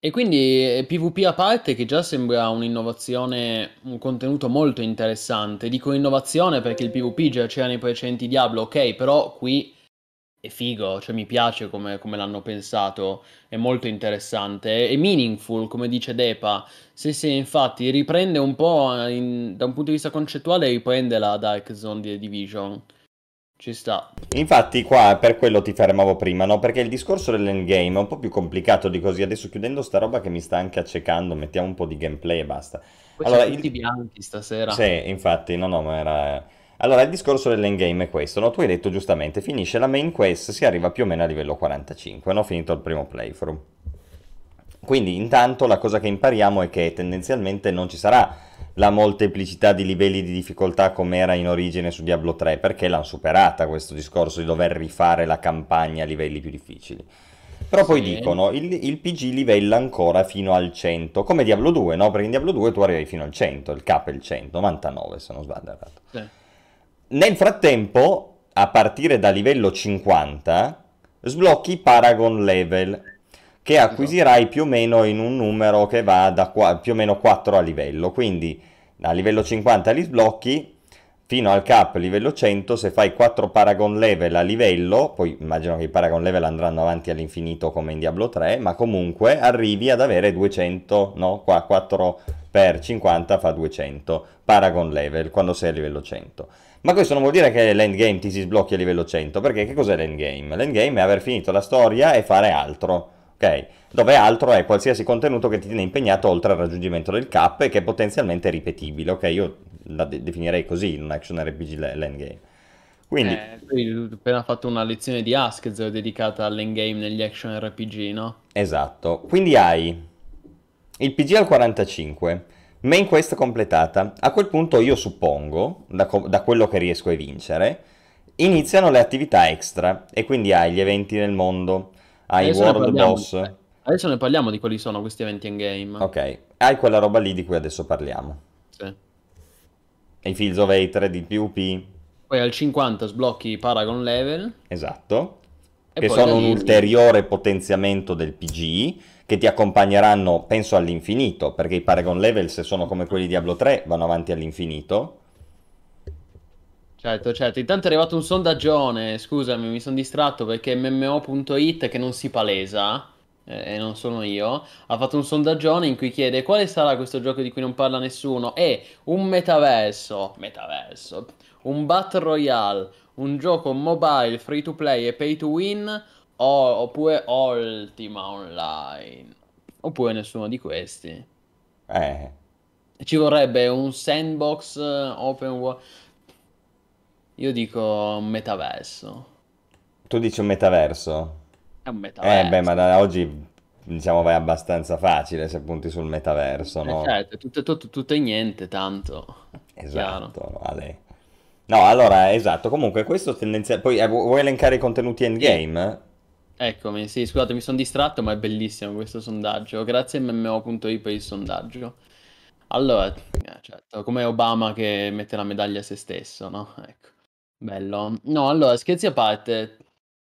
E quindi PvP a parte che già sembra un'innovazione, un contenuto molto interessante. Dico innovazione perché il PvP già c'era nei precedenti Diablo, ok, però qui è figo, cioè mi piace come l'hanno pensato, è molto interessante, è meaningful, come dice Depa. Sì, sì, infatti riprende un po', da un punto di vista concettuale, riprende la Dark Zone di The Division. Ci sta.
Infatti qua per quello ti fermavo prima, no? Perché il discorso dell'endgame è un po' più complicato di così. Adesso chiudendo sta roba che mi sta anche accecando, mettiamo un po' di gameplay e basta.
Poi
Allora,
siamo tutti bianchi stasera.
sì, infatti, no, no, ma era... Allora, il discorso dell'endgame è questo, no? Tu hai detto giustamente, finisce la main quest, si arriva più o meno a livello 45, no? Finito il primo playthrough. Quindi intanto la cosa che impariamo è che tendenzialmente non ci sarà la molteplicità di livelli di difficoltà come era in origine su Diablo 3, perché l'hanno superata questo discorso di dover rifare la campagna a livelli più difficili. Però poi
Sì,
dicono, il PG livella ancora fino al 100, come Diablo 2, no? Perché in Diablo 2 tu arrivi fino al 100, il cap è il 100, 99 se non sbaglio. Errato.
sì.
Nel frattempo, a partire da livello 50, sblocchi Paragon Level, che
Esatto.
acquisirai più o meno in un numero che va da più o meno 4 a livello. Quindi a livello 50 li sblocchi, fino al cap livello 100, se fai 4 Paragon Level a livello, poi immagino che i Paragon Level andranno avanti all'infinito come in Diablo 3, ma comunque arrivi ad avere 200, no? Qua 4 per 50 fa 200 Paragon Level quando sei a livello 100. Ma questo non vuol dire che l'endgame ti si sblocchi a livello 100, perché che cos'è l'endgame? L'endgame è aver finito la storia e fare altro, ok? Dove altro è qualsiasi contenuto che ti tiene impegnato oltre al raggiungimento del cap e che è potenzialmente ripetibile, ok? Io la definirei così in un action RPG l'endgame. Quindi,
Poi ho appena fatto una lezione di Askz dedicata all'endgame negli action RPG, no?
esatto. Quindi hai il PG al 45, main quest completata. A quel punto io suppongo, da quello che riesco a vincere, iniziano le attività extra e quindi hai gli eventi nel mondo, hai i
Adesso ne
world
parliamo.
boss,
Adesso ne parliamo di quali sono questi eventi endgame.
ok, hai quella roba lì di cui adesso parliamo.
Sì.
I Fields of Hatred, il PvP,
Poi al 50 sblocchi Paragon Level
esatto,
e
che
poi da
sono un
lì.
ulteriore potenziamento del PG, che ti accompagneranno, penso, all'infinito, perché i Paragon Level, se sono come quelli di Diablo 3, vanno avanti all'infinito.
Certo, certo. Intanto è arrivato un sondaggione, scusami, mi sono distratto perché MMO.it, che non si palesa, e non sono io, ha fatto un sondaggione in cui chiede quale sarà questo gioco di cui non parla nessuno. È un metaverso, un Battle Royale, un gioco mobile free to play e pay to win, oppure Ultima Online, oppure nessuno di questi.
Eh,
Ci vorrebbe un sandbox open world. Io dico un metaverso.
tu dici un metaverso?
È un
Beh, ma
metaverso.
da oggi, diciamo, vai abbastanza facile se punti sul metaverso, no?
Certo, tutto e niente, tanto. Chiaro.
Esatto, Ale. No, allora, esatto, comunque questo tendenzialmente... Poi vuoi elencare i contenuti
Sì,
endgame?
eccomi, sì, scusate, mi sono distratto, ma è bellissimo questo sondaggio. Grazie a MMO.it per il sondaggio. Allora, certo, come Obama che mette la medaglia a se stesso, no? Ecco, bello. No, allora, scherzi a parte,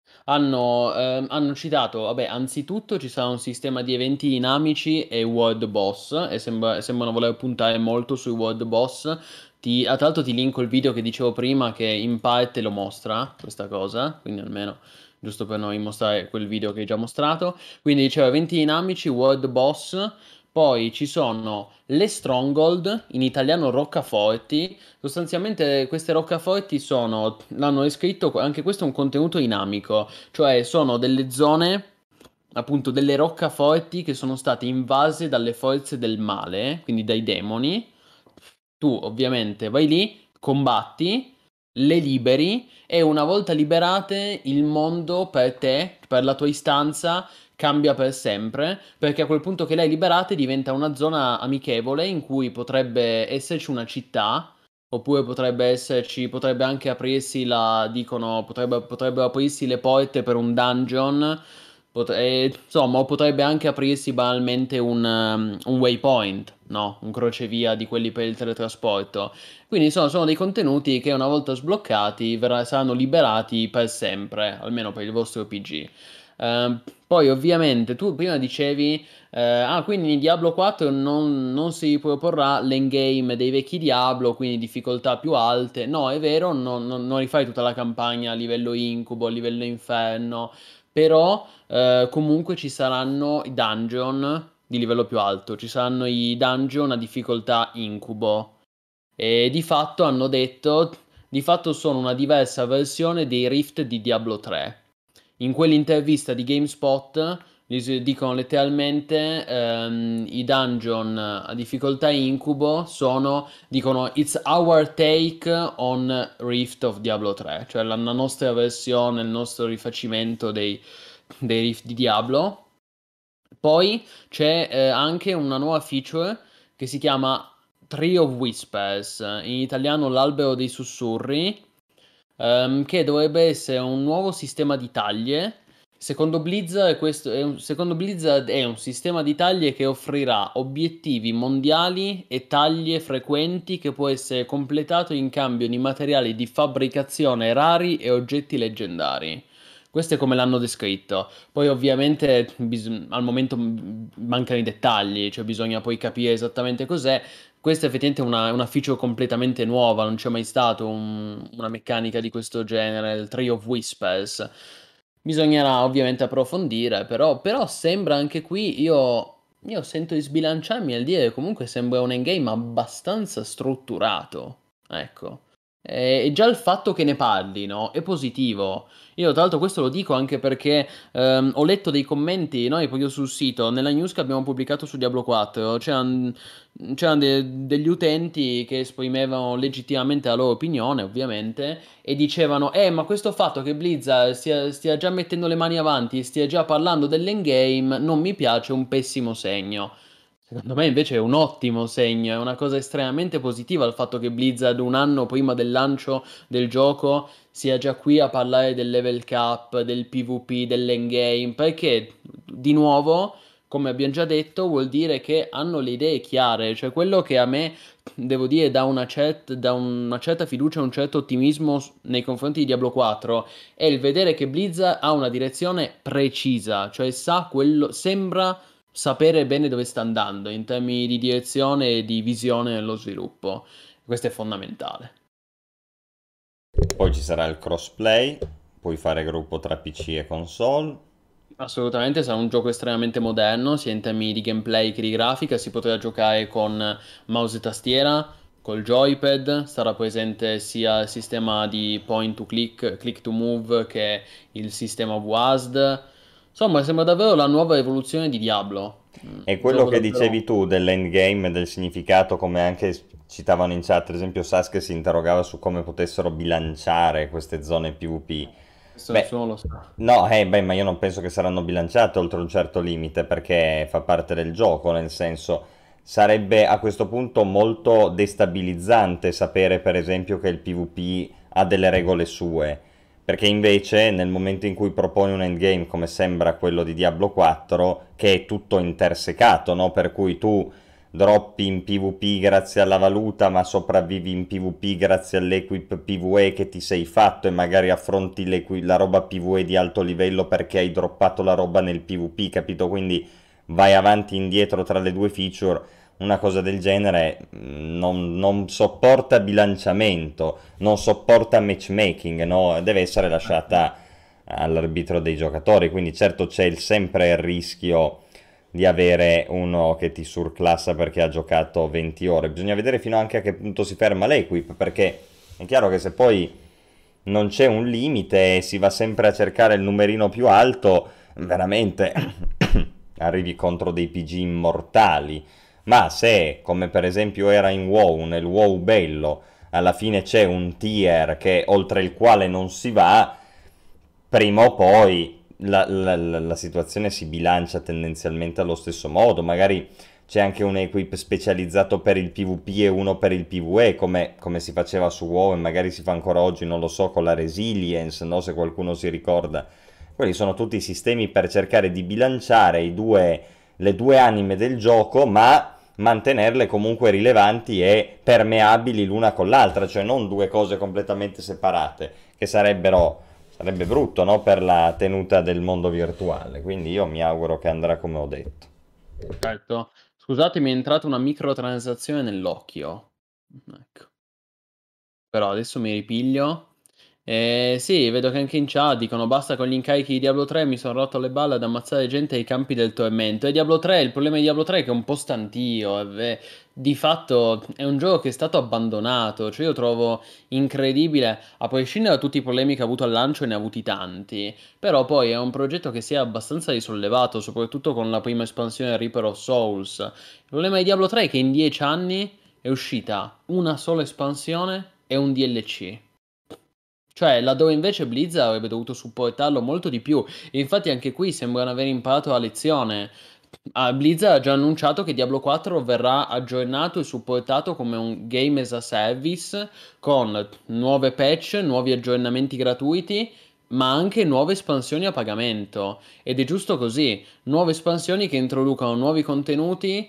hanno citato, vabbè, anzitutto ci sarà un sistema di eventi dinamici e world boss, e sembrano voler puntare molto sui world boss. Tra l'altro ti linko il video che dicevo prima che in parte lo mostra questa cosa, quindi almeno giusto per non mostrare quel video che hai già mostrato. Quindi dicevo eventi dinamici, world boss, poi ci sono le stronghold, in italiano roccaforti. Sostanzialmente queste roccaforti sono, l'hanno descritto, anche questo è un contenuto dinamico, cioè sono delle zone, appunto delle roccaforti che sono state invase dalle forze del male, quindi dai demoni. Tu ovviamente vai lì, combatti, le liberi e una volta liberate il mondo per te, per la tua istanza, cambia per sempre, perché a quel punto che le hai liberate diventa una zona amichevole in cui potrebbe esserci una città, oppure potrebbe anche aprirsi potrebbero aprirsi le porte per un dungeon, insomma, o potrebbe anche aprirsi banalmente un waypoint, no? Un crocevia di quelli per il teletrasporto. Quindi sono dei contenuti che una volta sbloccati saranno liberati per sempre, almeno per il vostro PG. Poi ovviamente tu prima dicevi, quindi in Diablo 4 non si proporrà l'endgame dei vecchi Diablo, quindi difficoltà più alte. No, è vero, non rifai tutta la campagna a livello incubo, a livello inferno, però comunque ci saranno i dungeon di livello più alto, ci saranno i dungeon a difficoltà incubo. E di fatto hanno detto, di fatto sono una diversa versione dei Rift di Diablo 3. In quell'intervista di GameSpot dicono letteralmente i dungeon a difficoltà incubo dicono it's our take on Rift of Diablo 3, cioè la nostra versione, il nostro rifacimento dei Rift di Diablo. Poi c'è anche una nuova feature che si chiama Tree of Whispers, in italiano l'albero dei sussurri, che dovrebbe essere un nuovo sistema di taglie. Secondo Blizzard, è un sistema di taglie che offrirà obiettivi mondiali e taglie frequenti che può essere completato in cambio di materiali di fabbricazione rari e oggetti leggendari. Questo è come l'hanno descritto. Poi ovviamente al momento mancano i dettagli, cioè bisogna poi capire esattamente cos'è. Questa è effettivamente una feature completamente nuova, non c'è mai stato una meccanica di questo genere, il Tree of Whispers. Bisognerà ovviamente approfondire, però sembra anche qui, io sento di sbilanciarmi al dire che comunque sembra un endgame abbastanza strutturato, ecco. E già il fatto che ne parlino è positivo. Io tra l'altro questo lo dico anche perché ho letto dei commenti, noi proprio sul sito, nella news che abbiamo pubblicato su Diablo 4, c'erano degli utenti che esprimevano legittimamente la loro opinione, ovviamente, e dicevano, ma questo fatto che Blizzard stia già mettendo le mani avanti e stia già parlando dell'endgame non mi piace, è un pessimo segno. Secondo me invece è un ottimo segno, è una cosa estremamente positiva il fatto che Blizzard un anno prima del lancio del gioco sia già qui a parlare del level cap, del PvP, dell'endgame, perché di nuovo, come abbiamo già detto, vuol dire che hanno le idee chiare, cioè quello che a me, devo dire, dà una certa fiducia, un certo ottimismo nei confronti di Diablo 4, è il vedere che Blizzard ha una direzione precisa, cioè sa quello, sembra sapere bene dove sta andando in termini di direzione e di visione nello sviluppo. Questo è fondamentale.
Poi ci sarà il crossplay, puoi fare gruppo tra PC e console.
Assolutamente, sarà un gioco estremamente moderno, sia in termini di gameplay che di grafica. Si potrà giocare con mouse e tastiera, col joypad, sarà presente sia il sistema di point to click, click to move, che il sistema WASD. Insomma, sembra davvero la nuova evoluzione di Diablo.
E quello che dicevi tu dell'endgame e del significato, come anche citavano in chat, ad esempio Sasuke si interrogava su come potessero bilanciare queste zone PvP.
Questo
Beh,
nessuno lo sa.
no, ma io non penso che saranno bilanciate oltre un certo limite perché fa parte del gioco, nel senso sarebbe a questo punto molto destabilizzante sapere per esempio che il PvP ha delle regole sue, perché invece nel momento in cui proponi un endgame come sembra quello di Diablo 4, che è tutto intersecato, no? Per cui tu droppi in PvP grazie alla valuta, ma sopravvivi in PvP grazie all'equip PvE che ti sei fatto e magari affronti la roba PvE di alto livello perché hai droppato la roba nel PvP, capito? Quindi vai avanti e indietro tra le due feature, una cosa del genere non sopporta bilanciamento, non sopporta matchmaking, no? Deve essere lasciata all'arbitro dei giocatori, quindi certo c'è sempre il rischio di avere uno che ti surclassa perché ha giocato 20 ore. Bisogna vedere fino anche a che punto si ferma l'equip, perché è chiaro che se poi non c'è un limite e si va sempre a cercare il numerino più alto, veramente arrivi contro dei PG immortali. Ma se, come per esempio era in WoW, nel WoW bello, alla fine c'è un tier che oltre il quale non si va, prima o poi la situazione si bilancia tendenzialmente allo stesso modo. Magari c'è anche un equip specializzato per il PvP e uno per il PvE, come si faceva su WoW e magari si fa ancora oggi, non lo so, con la Resilience, no? Se qualcuno si ricorda. Quelli sono tutti sistemi per cercare di bilanciare le due anime del gioco, ma mantenerle comunque rilevanti e permeabili l'una con l'altra, cioè non due cose completamente separate, che sarebbero Sarebbe brutto, no? Per la tenuta del mondo virtuale. Quindi io mi auguro che andrà come ho detto.
Certo. Scusate, mi è entrata una microtransazione nell'occhio. Ecco. Però adesso mi ripiglio. Sì, vedo che anche in chat dicono basta con gli incarichi di Diablo 3, mi sono rotto le balle ad ammazzare gente ai campi del tormento. E Diablo 3, il problema di Diablo 3 è che è un po' stantio. Di fatto è un gioco che è stato abbandonato. Cioè io trovo incredibile, a prescindere da tutti i problemi che ha avuto al lancio, e ne ha avuti tanti. Però poi è un progetto che si è abbastanza risollevato, soprattutto con la prima espansione Reaper of Souls. Il problema di Diablo 3 è che in 10 anni è uscita una sola espansione e un DLC. Cioè, laddove invece Blizzard avrebbe dovuto supportarlo molto di più. E infatti anche qui sembrano aver imparato la lezione. Blizzard ha già annunciato che Diablo 4 verrà aggiornato e supportato come un game as a service con nuove patch, nuovi aggiornamenti gratuiti, ma anche nuove espansioni a pagamento. Ed è giusto così, nuove espansioni che introducano nuovi contenuti,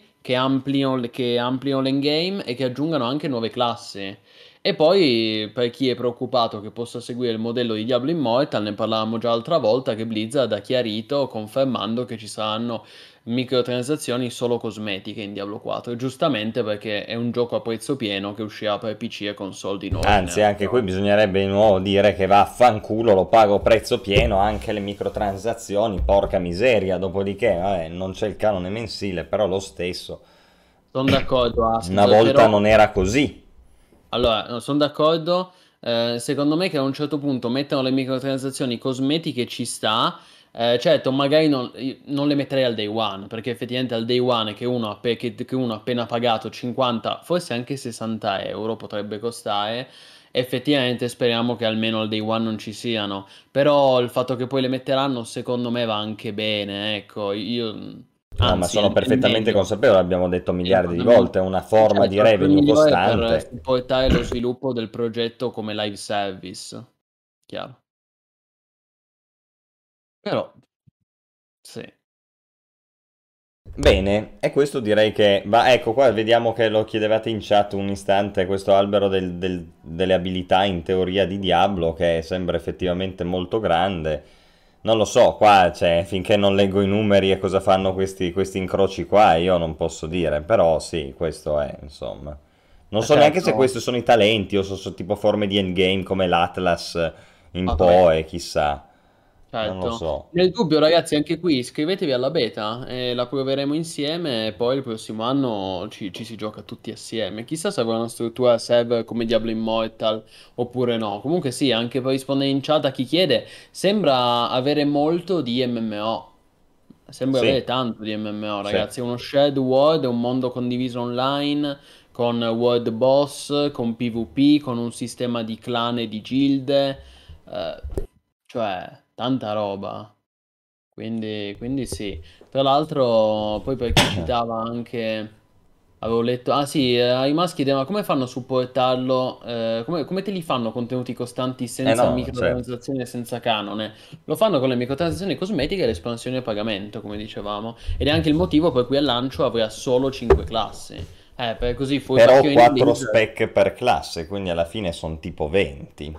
che ampliano l'endgame e che aggiungano anche nuove classi. E poi, per chi è preoccupato che possa seguire il modello di Diablo Immortal, ne parlavamo già l'altra volta, che Blizzard ha chiarito, confermando che ci saranno microtransazioni solo cosmetiche in Diablo 4, giustamente perché è un gioco a prezzo pieno che uscirà per PC e console di
Anzi,
ordine.
anche qui bisognerebbe di nuovo dire che vaffanculo, lo pago prezzo pieno, anche le microtransazioni, porca miseria. Dopodiché, vabbè, non c'è il canone mensile, però lo stesso.
Sono d'accordo,
Una
Aspid,
volta
però
non era così.
allora, no, sono d'accordo. Secondo me che a un certo punto mettono le microtransazioni cosmetiche ci sta. Certo, magari non le metterei al day one, perché effettivamente al day one che uno ha appena pagato 50, forse anche 60 euro potrebbe costare. Effettivamente speriamo che almeno al day one non ci siano. Però il fatto che poi le metteranno, secondo me va anche bene. Ecco,
No, ma
anzi,
sono
è il
perfettamente
meglio.
consapevole, l'abbiamo detto
È il
miliardi di
modo
volte, è una forma di
certo, è il
revenue
migliore per
costante.
supportare lo sviluppo del progetto come live service. Chiaro. Però, sì.
Bene, e questo direi che... Ma ecco qua, vediamo che lo chiedevate in chat un istante, questo albero delle abilità in teoria di Diablo, che sembra effettivamente molto grande. Non lo so, qua, cioè, finché non leggo i numeri e cosa fanno questi incroci qua, io non posso dire, però sì, questo è, insomma. Non so neanche se
Certo,
questi sono i talenti o sono tipo forme di endgame come l'Atlas in
vabbè.
Poe, chissà. Non lo
Certo.
so.
Nel dubbio, ragazzi, anche qui iscrivetevi alla beta e la proveremo insieme. E poi il prossimo anno ci si gioca tutti assieme. Chissà se avrà una struttura server come Diablo Immortal oppure no. Comunque, sì, anche per rispondere in chat a chi chiede, sembra avere molto di MMO. Sembra avere
Sì,
tanto di MMO,
sì.
ragazzi. È uno shared world, è un mondo condiviso online con world boss, con PvP, con un sistema di clan e di gilde. Eh, cioè, tanta roba. Quindi sì. Tra l'altro, poi per chi citava anche, avevo letto, ah sì, ai maschi chiedevano come fanno a supportarlo, come te li fanno contenuti costanti
Eh
senza
no, certo.
microtransazioni e senza canone? Lo fanno con le microtransazioni cosmetiche e l'espansione a pagamento, come dicevamo. Ed è anche il motivo per cui al lancio avrà solo 5 classi. Per così fu
Però
bacchioni di
4
Blizzard.
spec per classe, quindi alla fine sono tipo 20.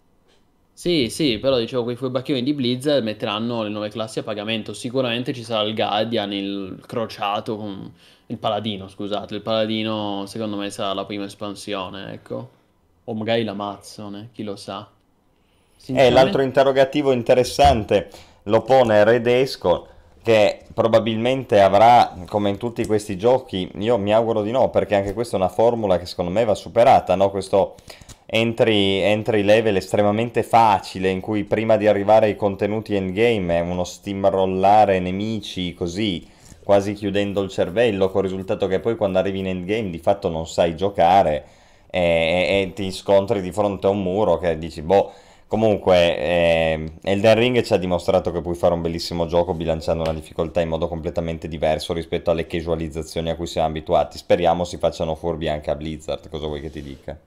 Sì, sì, però dicevo, quei furbacchioni di Blizzard metteranno le nuove classi a pagamento. Sicuramente ci sarà il Guardian, il Crociato, il Paladino, scusate. Il Paladino, secondo me, sarà la prima espansione, ecco. O magari l'Amazzone, chi lo sa.
L'altro
Sinceramente,
interrogativo interessante lo pone Redesco, che probabilmente avrà, come in tutti questi giochi, io mi auguro di no, perché anche questa è una formula che secondo me va superata, no? Questo entry level estremamente facile, in cui prima di arrivare ai contenuti endgame è uno steamrollare nemici così, quasi chiudendo il cervello, con il risultato che poi quando arrivi in endgame di fatto non sai giocare e ti scontri di fronte a un muro che dici, boh. Comunque, Elden Ring ci ha dimostrato che puoi fare un bellissimo gioco bilanciando una difficoltà in modo completamente diverso rispetto alle casualizzazioni a cui siamo abituati. Speriamo si facciano furbi anche a Blizzard, cosa vuoi che ti dica?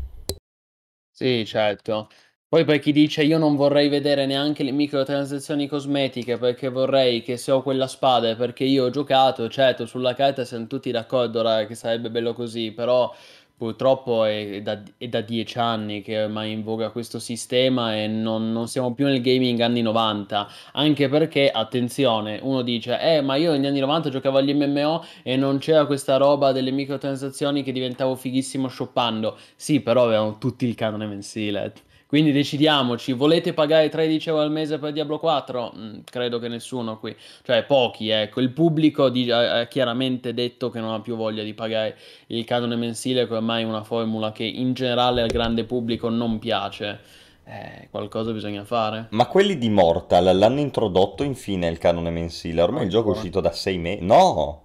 sì, certo. Poi per chi dice io non vorrei vedere neanche le microtransazioni cosmetiche perché vorrei che se ho quella spada è perché io ho giocato, certo, sulla carta siamo tutti d'accordo, raga, che sarebbe bello così, però Purtroppo è da 10 anni che è ormai in voga questo sistema e non siamo più nel gaming anni 90, anche perché, attenzione, uno dice, ma io negli anni 90 giocavo agli MMO e non c'era questa roba delle microtransazioni che diventavo fighissimo shoppando. Sì, però avevamo tutti il canone mensile. Quindi decidiamoci, volete pagare 13 euro al mese per Diablo 4? Credo che nessuno qui, cioè pochi, ecco. Il pubblico ha chiaramente detto che non ha più voglia di pagare il canone mensile, che ormai è una formula che in generale al grande pubblico non piace. Qualcosa bisogna fare.
Ma quelli di Mortal l'hanno introdotto infine il canone mensile? Ormai il gioco è uscito da 6 mesi. No!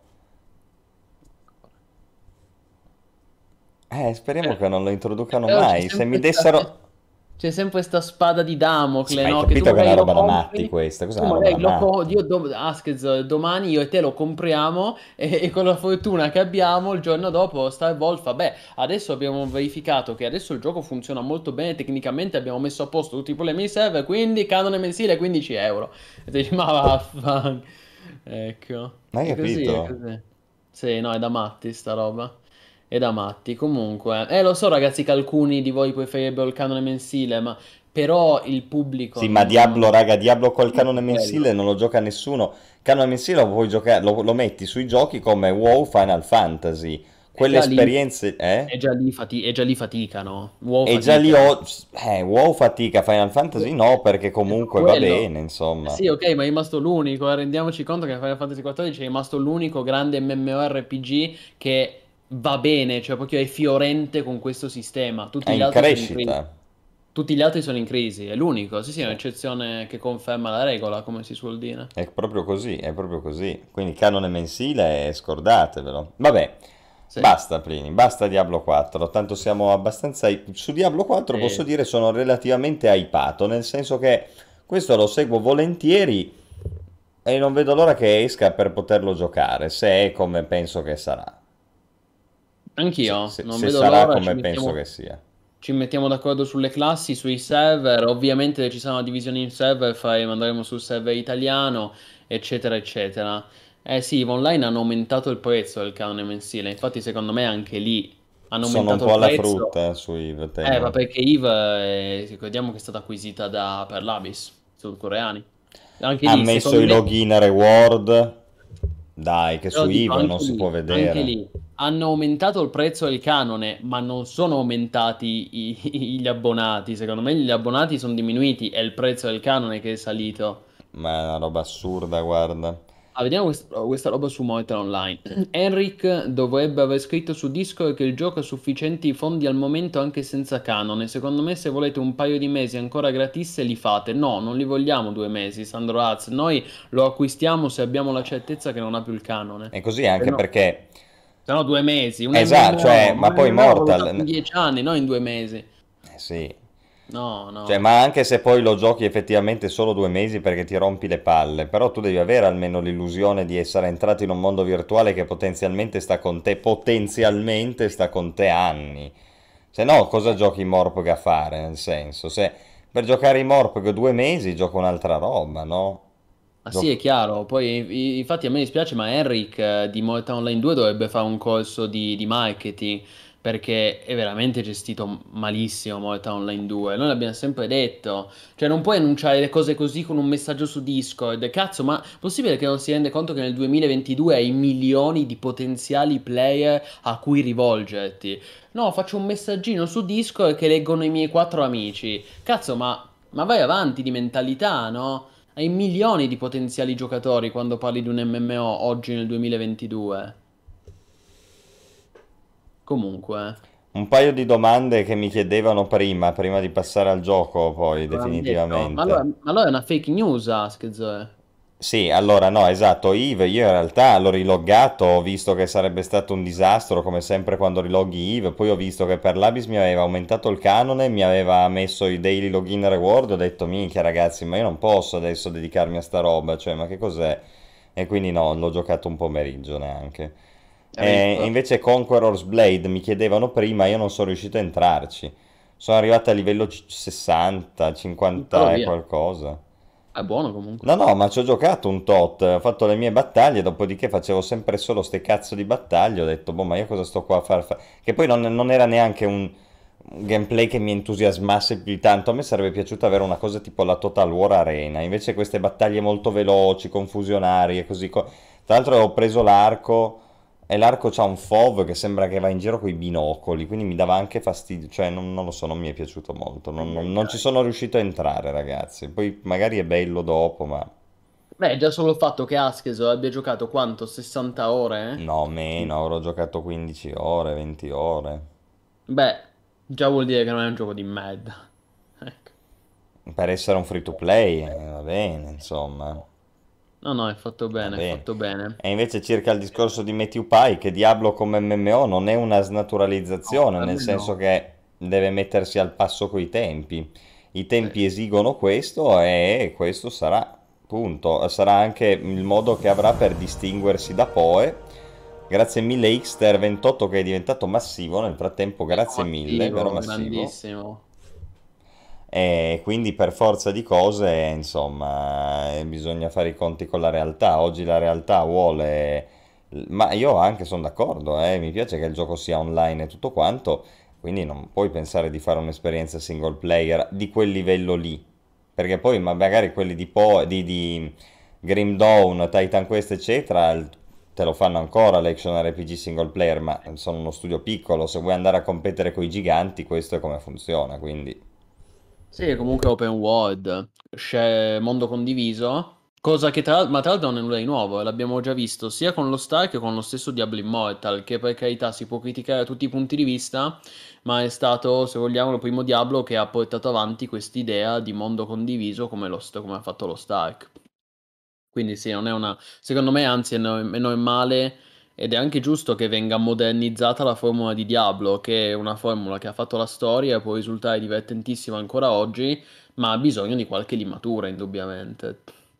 Speriamo che non lo introducano
Però
mai. Se mi dessero...
c'è sempre sta spada di Damocle,
Hai
no?
capito
tu
che è una
magari lo
roba da
compri,
matti questa? Cos'è
tu
una roba
magari
da matti?
Askez, domani io e te lo compriamo e con la fortuna che abbiamo il giorno dopo Star Wars fa, beh, adesso abbiamo verificato che adesso il gioco funziona molto bene tecnicamente, abbiamo messo a posto tutti i problemi di server, quindi canone mensile 15 euro. E ti dici, ma vaffanculo. Ecco,
Hai
è così, è
capito?
così. Sì, no, è da matti sta roba. È da matti. Comunque, lo so ragazzi che alcuni di voi preferirebbero il canone mensile, ma però il pubblico
Sì, ma
non
Diablo, raga, Diablo col
è
canone
quello.
mensile non lo gioca nessuno. Canone mensile lo puoi giocare, lo metti sui giochi come WoW, Final Fantasy.
È
Quelle
già lì,
esperienze,
è già lì, è già lì fatica, no? WoW
E già lì
fatica.
ho... WoW fatica, Final Fantasy no, perché
È per
comunque va
quello.
bene, insomma.
Sì, ok, ma è rimasto l'unico. Rendiamoci conto che Final Fantasy XIV è rimasto l'unico grande MMORPG che va bene, cioè proprio è fiorente con questo sistema.
È
Tutti gli
in
altri sono in crisi.
crescita.
Tutti gli altri sono in crisi, è l'unico. Sì, sì, è
Sì.
un'eccezione che conferma la regola, come si suol dire.
È proprio così, è proprio così. Quindi canone mensile, scordatevelo. Vabbè,
Sì,
basta Plini, basta Diablo 4. Tanto siamo abbastanza... Su Diablo 4 posso
sì.
dire sono relativamente hypato, nel senso che questo lo seguo volentieri e non vedo l'ora che esca per poterlo giocare, se è come penso che sarà. Se,
Anch'io,
se-
non
se
vedo
sarà
l'ora,
come penso che sia.
ci mettiamo d'accordo sulle classi, sui server. Ovviamente ci sarà una divisione in server, andremo sul server italiano, eccetera, eccetera. Eh sì, i online hanno aumentato il prezzo del canone mensile, infatti secondo me anche lì hanno
Sono un
aumentato
po'
il
alla
prezzo.
frutta sui
Ma
temo.
perché Eve, ricordiamo che è stata acquisita per l'Abyss, sudcoreani. Anche
Ha
lì,
messo
secondo
i
me,
login reward. Dai, che
però
su
dico
Eve non si può
anche
vedere.
lì, hanno aumentato il prezzo del canone, ma non sono aumentati gli abbonati. Secondo me gli abbonati sono diminuiti, è il prezzo del canone che è salito.
Ma è una roba assurda, guarda.
Vediamo questa roba su Monitor Online. Enric dovrebbe aver scritto su Discord che il gioco ha sufficienti fondi al momento anche senza canone. Secondo me se volete un paio di mesi ancora gratis li fate. No, non li vogliamo 2 mesi, Sandro Az. Noi lo acquistiamo se abbiamo la certezza che non ha più il canone.
E così
Se
anche
no,
perché...
se no 2 mesi, un
Esatto, cioè,
MMO, ma
ma
un
poi
MMO l'ho usato in
Mortal...
10 anni, non in 2 mesi.
Sì.
No,
Cioè,
no.
ma anche se poi lo giochi effettivamente solo 2 mesi perché ti rompi le palle, però tu devi avere almeno l'illusione di essere entrato in un mondo virtuale che potenzialmente sta con te anni. Se no, cosa giochi in Morpg a fare? Nel senso, se per giocare in Morpg 2 mesi gioco un'altra roba, no?
Ma sì, è
Gioco...
chiaro. Poi, infatti, a me dispiace, ma Enric di Mortal Online 2 dovrebbe fare un corso di marketing perché è veramente gestito malissimo Mortal Online 2. Noi l'abbiamo sempre detto. Cioè, non puoi annunciare le cose così con un messaggio su Discord. Cazzo, ma possibile che non si rende conto che nel 2022 hai milioni di potenziali player a cui rivolgerti? No, faccio un messaggino su Discord che leggono i miei 4 amici. Cazzo, ma vai avanti di mentalità, no? Hai milioni di potenziali giocatori quando parli di un MMO oggi nel 2022. Comunque,
Un paio di domande che mi chiedevano prima di passare al gioco, poi
avevamo detto.
definitivamente.
Ma allora è una fake news, Askez.
Sì, allora no, esatto, Eve, io in realtà l'ho riloggato, ho visto che sarebbe stato un disastro come sempre quando riloghi Eve, poi ho visto che per l'Abyss mi aveva aumentato il canone, mi aveva messo i daily login reward, ho detto minchia ragazzi, ma io non posso adesso dedicarmi a sta roba, cioè ma che cos'è? E quindi no, l'ho giocato un pomeriggio neanche. E
RIP.
invece Conqueror's Blade mi chiedevano prima, io non sono riuscito a entrarci, sono arrivato a livello 60,
Buttalo
50 e
via.
qualcosa.
È buono comunque.
No, no, ma ci ho giocato un tot, ho fatto le mie battaglie, dopodiché facevo sempre solo ste cazzo di battaglie, ho detto, boh, ma io cosa sto qua a fare? Che poi non era neanche un gameplay che mi entusiasmasse più di tanto, a me sarebbe piaciuto avere una cosa tipo la Total War Arena, invece queste battaglie molto veloci, confusionarie, così. Tra l'altro ho preso l'arco, e l'arco c'ha un FOV che sembra che va in giro con i binocoli, quindi mi dava anche fastidio, cioè non lo so, non mi è piaciuto molto,
Ai, ai,
non ci
ai.
sono riuscito a entrare, ragazzi. Poi magari è bello dopo, ma
Beh, già solo il fatto che Askeso abbia giocato quanto? 60 ore?
no, meno, avrò giocato 15 ore, 20 ore.
Beh, già vuol dire che non è un gioco di merda. Ecco.
Per essere un free to play, va bene, insomma,
No, no,
va
è
bene.
fatto bene.
E invece circa il discorso di Matthew Pye, che Diablo come MMO non è una
No,
snaturalizzazione,
per
nel
me
senso
no.
che deve mettersi al passo coi tempi. I
Sì.
tempi esigono questo e questo sarà, punto. Sarà anche il modo che avrà per distinguersi da Poe. Grazie mille Xter28 che è diventato massivo, nel frattempo
Vero
grazie mille, vero
massivo,
massivo.
grandissimo.
E quindi per forza di cose, insomma, bisogna fare i conti con la realtà. Oggi la realtà vuole... Ma io anche sono d'accordo, mi piace che il gioco sia online e tutto quanto, quindi non puoi pensare di fare un'esperienza single player di quel livello lì. Perché poi magari quelli di Grim Dawn, Titan Quest, eccetera, te lo fanno ancora l'action RPG single player, ma sono uno studio piccolo. Se vuoi andare a competere con i giganti, questo è come funziona, quindi...
Sì, è comunque open world, c'è mondo condiviso, cosa che ma tra l'altro non è nulla di nuovo, l'abbiamo già visto sia con lo Stark che con lo stesso Diablo Immortal, che per carità si può criticare da tutti i punti di vista, ma è stato, se vogliamo, il primo Diablo che ha portato avanti quest'idea di mondo condiviso come, come ha fatto lo Stark. Quindi sì, non è una... Secondo me anzi è normale ed è anche giusto che venga modernizzata la formula di Diablo, che è una formula che ha fatto la storia e può risultare divertentissima ancora oggi, ma ha bisogno di qualche limatura, indubbiamente.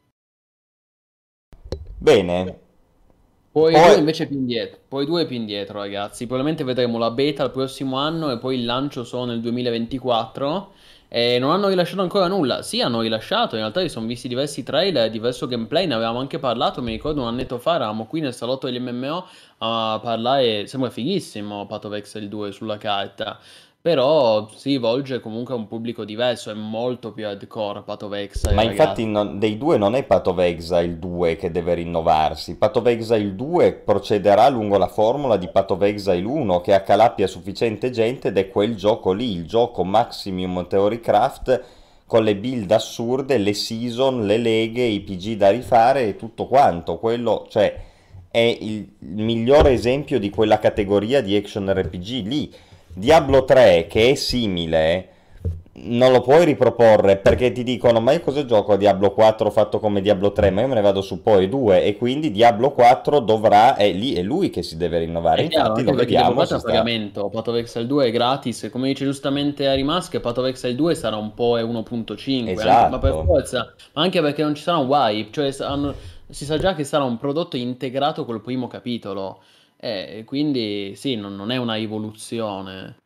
Bene,
Poi due
poi
invece più indietro, poi due più indietro, ragazzi. Probabilmente vedremo la beta il prossimo anno e poi il lancio solo nel 2024. E non hanno rilasciato ancora nulla. Sì, hanno rilasciato. In realtà si sono visti diversi trailer, diverso gameplay. Ne avevamo anche parlato. Mi ricordo un annetto fa, eravamo qui nel salotto degli MMO a parlare. Sembra fighissimo Path of Exile 2 sulla carta. Però si rivolge comunque a un pubblico diverso. È molto più hardcore Path of Exile,
ma infatti
ragazzi.
dei due non è Path of Exile 2 che deve rinnovarsi. Path of Exile 2 procederà lungo la formula di Path of Exile 1 che accalapia sufficiente gente ed è quel gioco lì, il gioco Maximum Theorycraft con le build assurde, le season, le leghe, i PG da rifare e tutto quanto. Quello, cioè, è il migliore esempio di quella categoria di action RPG lì. Diablo 3, che è simile, non lo puoi riproporre perché ti dicono: ma io cosa gioco a Diablo 4 fatto come Diablo 3? Ma io me ne vado su poi 2 e quindi Diablo 4 dovrà, è lì, è lui che si deve rinnovare.
È chiaro,
Infatti lo
anche perché Diablo
vediamo,
4
si
è a
sta.
pagamento, Path of Exile 2 è gratis, e come dice giustamente Harry Musk, Path of Exile 2 sarà un po' 1.5, ma per
Esatto.
forza, ma anche perché non ci sarà un wipe, cioè si sa già che sarà un prodotto integrato col primo capitolo, quindi sì, non è una rivoluzione.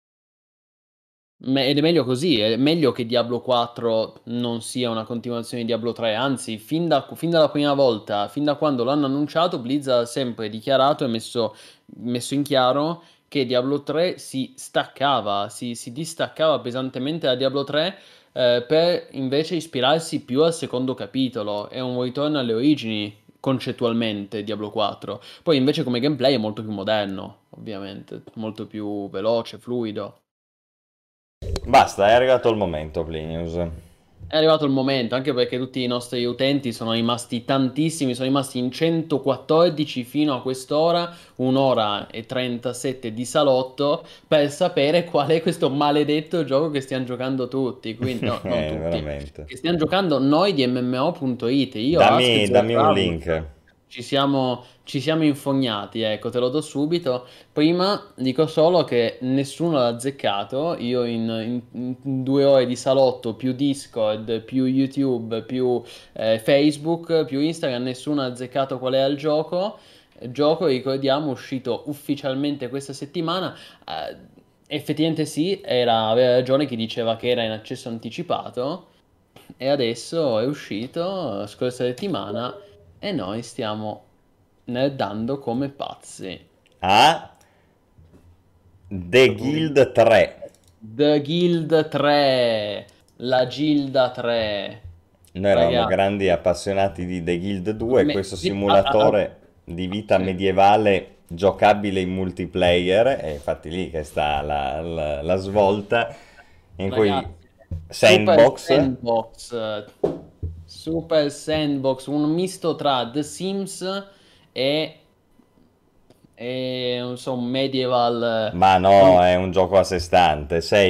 Ed è meglio così, è meglio che Diablo 4 non sia una continuazione di Diablo 3, anzi, fin dalla prima volta, fin da quando l'hanno annunciato, Blizzard ha sempre dichiarato e messo in chiaro che Diablo 3 si staccava, si distaccava pesantemente da Diablo 3 per invece ispirarsi più al secondo capitolo, è un ritorno alle origini concettualmente Diablo 4. Poi invece come gameplay è molto più moderno, ovviamente, molto più veloce, fluido.
Basta, è arrivato il momento, Plinius.
È arrivato il momento, anche perché tutti i nostri utenti sono rimasti tantissimi, sono rimasti in 114 fino a quest'ora, un'ora e 37 di salotto, per sapere qual è questo maledetto gioco che stiamo giocando tutti. Quindi, no, non tutti,
Veramente.
che stiamo giocando noi di MMO.it. Io, Asked e
Dammi un
Travus
link.
ci siamo infognati, ecco, te lo do subito. Prima dico solo che nessuno l'ha azzeccato. Io in 2 ore di salotto, più Discord, più YouTube, più Facebook, più Instagram, nessuno ha azzeccato qual è il gioco. Gioco, ricordiamo, uscito ufficialmente questa settimana. Effettivamente sì, aveva ragione chi diceva che era in accesso anticipato. e adesso è uscito scorsa settimana e noi stiamo nerdando come pazzi.
The Guild 3.
The Guild 3, la Gilda 3.
Noi eravamo
Ragazzi,
grandi appassionati di The Guild 2,
me-
questo
me- ah, ah, ah,
simulatore di vita
sì,
medievale giocabile in multiplayer, e infatti lì che sta la svolta, in cui
ragazzi,
sandbox.
Super Sandbox, un misto tra The Sims e, non so, un medieval.
Ma
con-
no, è un gioco a sé stante. Sei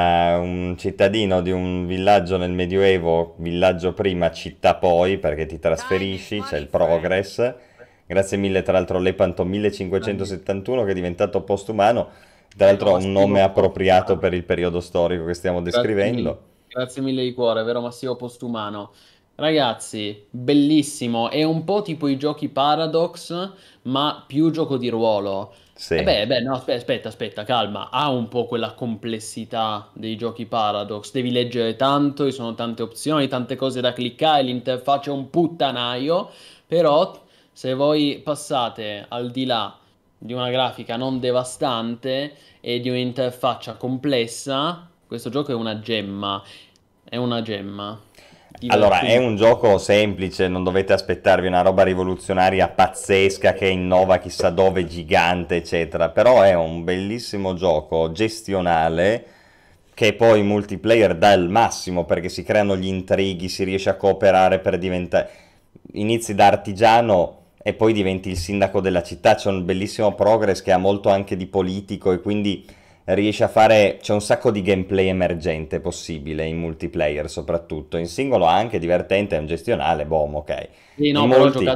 un cittadino di un villaggio nel Medioevo, villaggio prima, città poi, perché ti
Time is
trasferisci, c'è
money,
il
friend.
progress. Grazie mille, tra l'altro, Lepanto 1571, che è diventato postumano. Tra
Vero
l'altro, un nome
massivo
appropriato
postumano.
per il periodo storico che stiamo descrivendo.
Grazie mille di cuore, vero massivo postumano. Ragazzi, bellissimo, è un po' tipo i giochi Paradox, ma più gioco di ruolo. E
Sì.
no, aspetta, calma, ha un po' quella complessità dei giochi Paradox, devi leggere tanto, ci sono tante opzioni, tante cose da cliccare, l'interfaccia è un puttanaio, però se voi passate al di là di una grafica non devastante e di un'interfaccia complessa, questo gioco è una gemma. È una gemma.
Allora, è
Divertente.
un gioco semplice, non dovete aspettarvi una roba rivoluzionaria pazzesca che innova chissà dove, gigante, eccetera. Però è un bellissimo gioco gestionale che poi in multiplayer dà il massimo perché si creano gli intrighi, si riesce a cooperare per diventare. Inizi da artigiano e poi diventi il sindaco della città. C'è un bellissimo progress che ha molto anche di politico e quindi riesce a fare. C'è un sacco di gameplay emergente possibile in multiplayer, soprattutto in singolo anche divertente, è un gestionale, boom, ok.
Sì,
In
no, però
molti.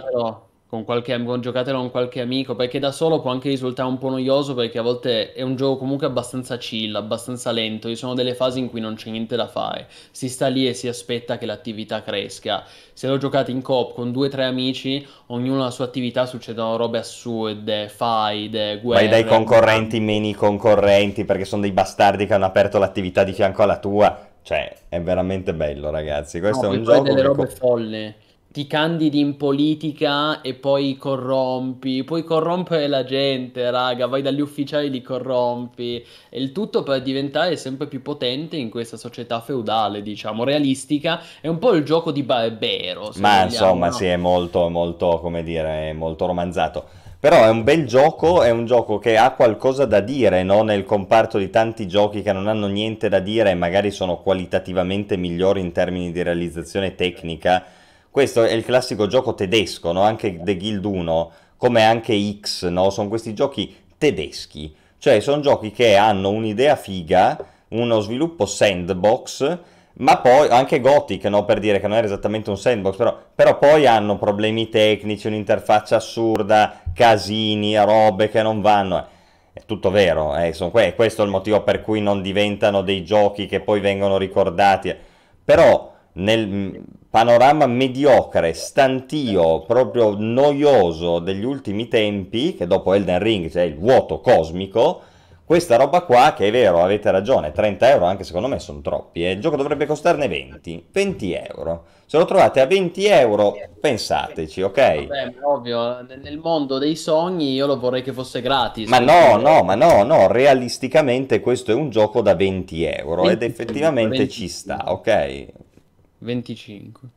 giocatelo con qualche amico, perché da solo può anche risultare un po' noioso, perché a volte è un gioco comunque abbastanza chill, abbastanza lento, ci sono delle fasi in cui non c'è niente da fare, si sta lì e si aspetta che l'attività cresca. Se lo giocate in coop con due o tre amici, ognuno ha la sua attività, succedono robe assurde, faide,
Vai dai
guerre,
concorrenti,
alleanze.
meni concorrenti, perché sono dei bastardi che hanno aperto l'attività di fianco alla tua. Cioè, è veramente bello, ragazzi.
No,
Questo è
puoi
un
fare
gioco
delle
che.
robe folli. Ti candidi in politica e poi corrompi. Puoi corrompere la gente, raga. Vai dagli ufficiali, li corrompi. E il tutto per diventare sempre più potente in questa società feudale, diciamo, realistica. È un po' il gioco di Barbero, se
Ma
vogliamo,
insomma, sì,
no?
è molto, molto, come dire, è molto romanzato. Però è un bel gioco, è un gioco che ha qualcosa da dire, no? Nel comparto di tanti giochi che non hanno niente da dire e magari sono qualitativamente migliori in termini di realizzazione tecnica. Questo è il classico gioco tedesco, no? Anche The Guild 1, come anche X, no? Sono questi giochi tedeschi. Cioè, sono giochi che hanno un'idea figa, uno sviluppo sandbox, ma poi anche Gothic, no? Per dire che non era esattamente un sandbox, però poi hanno problemi tecnici, un'interfaccia assurda, casini, robe che non vanno. È tutto vero, questo è il motivo per cui non diventano dei giochi che poi vengono ricordati. Però nel panorama mediocre, stantio, proprio noioso degli ultimi tempi, che dopo Elden Ring c'è il vuoto cosmico, questa roba qua, che è vero, avete ragione, 30 euro anche secondo me sono troppi, il gioco dovrebbe costarne 20 euro. Se lo trovate a 20 euro, pensateci, ok?
Vabbè, ma ovvio, nel mondo dei sogni io lo vorrei che fosse gratis,
Ma
perché
no, no, ma no, no, realisticamente questo è un gioco da 20 euro ed
25,
effettivamente ci sta,
25,
ok?
25.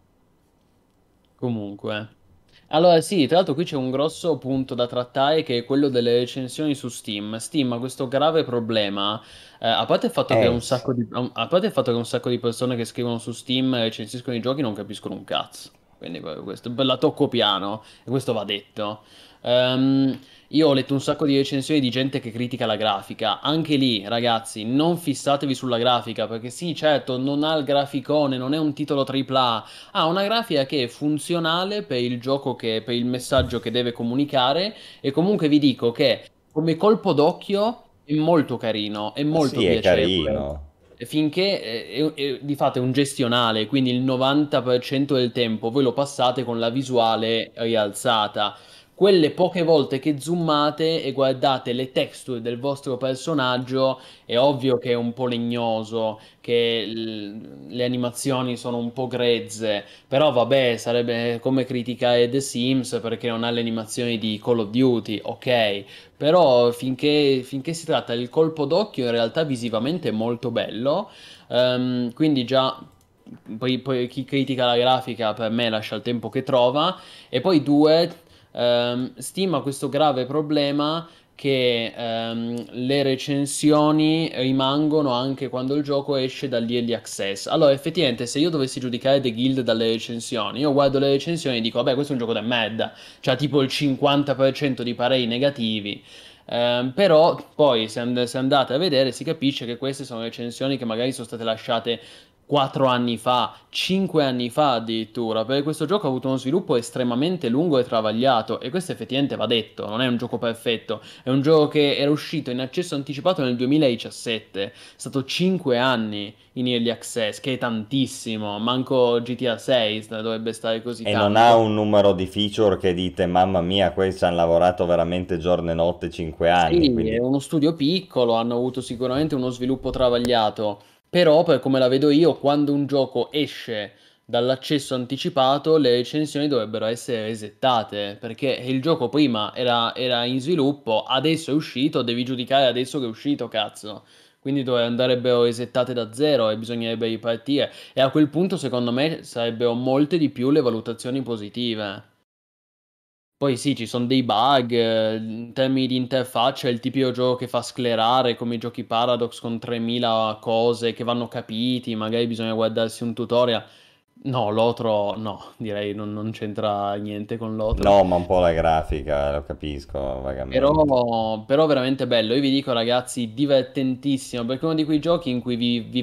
Comunque. Allora, sì, tra l'altro qui c'è un grosso punto da trattare che è quello delle recensioni su Steam. Steam ha questo grave problema, a parte il fatto che
Sì.
a parte il fatto che un sacco di persone che scrivono su Steam e recensiscono i giochi non capiscono un cazzo. Quindi questo la tocco piano e questo va detto. Ehm, io ho letto un sacco di recensioni di gente che critica la grafica. Anche lì, ragazzi, non fissatevi sulla grafica, perché sì, certo, non ha il graficone, non è un titolo AAA, ha una grafica che è funzionale per il gioco per il messaggio che deve comunicare. E comunque vi dico che come colpo d'occhio è molto carino, è
Ma
molto
sì, è
piacevole.
carino.
Finché di fatto è un gestionale, quindi il 90% del tempo voi lo passate con la visuale rialzata. quelle poche volte che zoomate e guardate le texture del vostro personaggio, è ovvio che è un po' legnoso, che le animazioni sono un po' grezze, però vabbè, sarebbe come criticare The Sims perché non ha le animazioni di Call of Duty, ok, però finché si tratta del colpo d'occhio in realtà visivamente è molto bello. Quindi già poi chi critica la grafica per me lascia il tempo che trova. E poi due, Steam ha questo grave problema che le recensioni rimangono anche quando il gioco esce dagli early access. Allora, effettivamente, se io dovessi giudicare The Guild dalle recensioni, io guardo le recensioni e dico, vabbè, questo è un gioco da merda, cioè tipo il 50% di pareri negativi. Però poi se andate a vedere si capisce che queste sono recensioni che magari sono state lasciate 4 anni fa, 5 anni fa addirittura, perché questo gioco ha avuto uno sviluppo estremamente lungo e travagliato e questo effettivamente va detto, non è un gioco perfetto, è un gioco che era uscito in accesso anticipato nel 2017, è stato 5 anni in early access, che è tantissimo, manco GTA 6 dovrebbe stare così
E non ha
tanto.
un numero di feature che dite, mamma mia, questi hanno lavorato veramente giorno e notte 5 anni,
Sì, è
quindi...
uno studio piccolo, hanno avuto sicuramente uno sviluppo travagliato, però per come la vedo io, quando un gioco esce dall'accesso anticipato, le recensioni dovrebbero essere resettate, perché il gioco prima era in sviluppo, adesso è uscito, devi giudicare adesso che è uscito, cazzo. Quindi andrebbero resettate da zero e bisognerebbe ripartire. E a quel punto, secondo me, sarebbero molte di più le valutazioni positive. Poi sì, ci sono dei bug, in termini di interfaccia, è il tipico gioco che fa sclerare, come i giochi Paradox con 3000 cose che vanno capiti, magari bisogna guardarsi un tutorial. No, l'Otro no, direi non c'entra niente con l'Otro.
No, ma un po' la grafica, lo capisco vagamente.
Però veramente bello, io vi dico ragazzi, divertentissimo, perché è uno di quei giochi in cui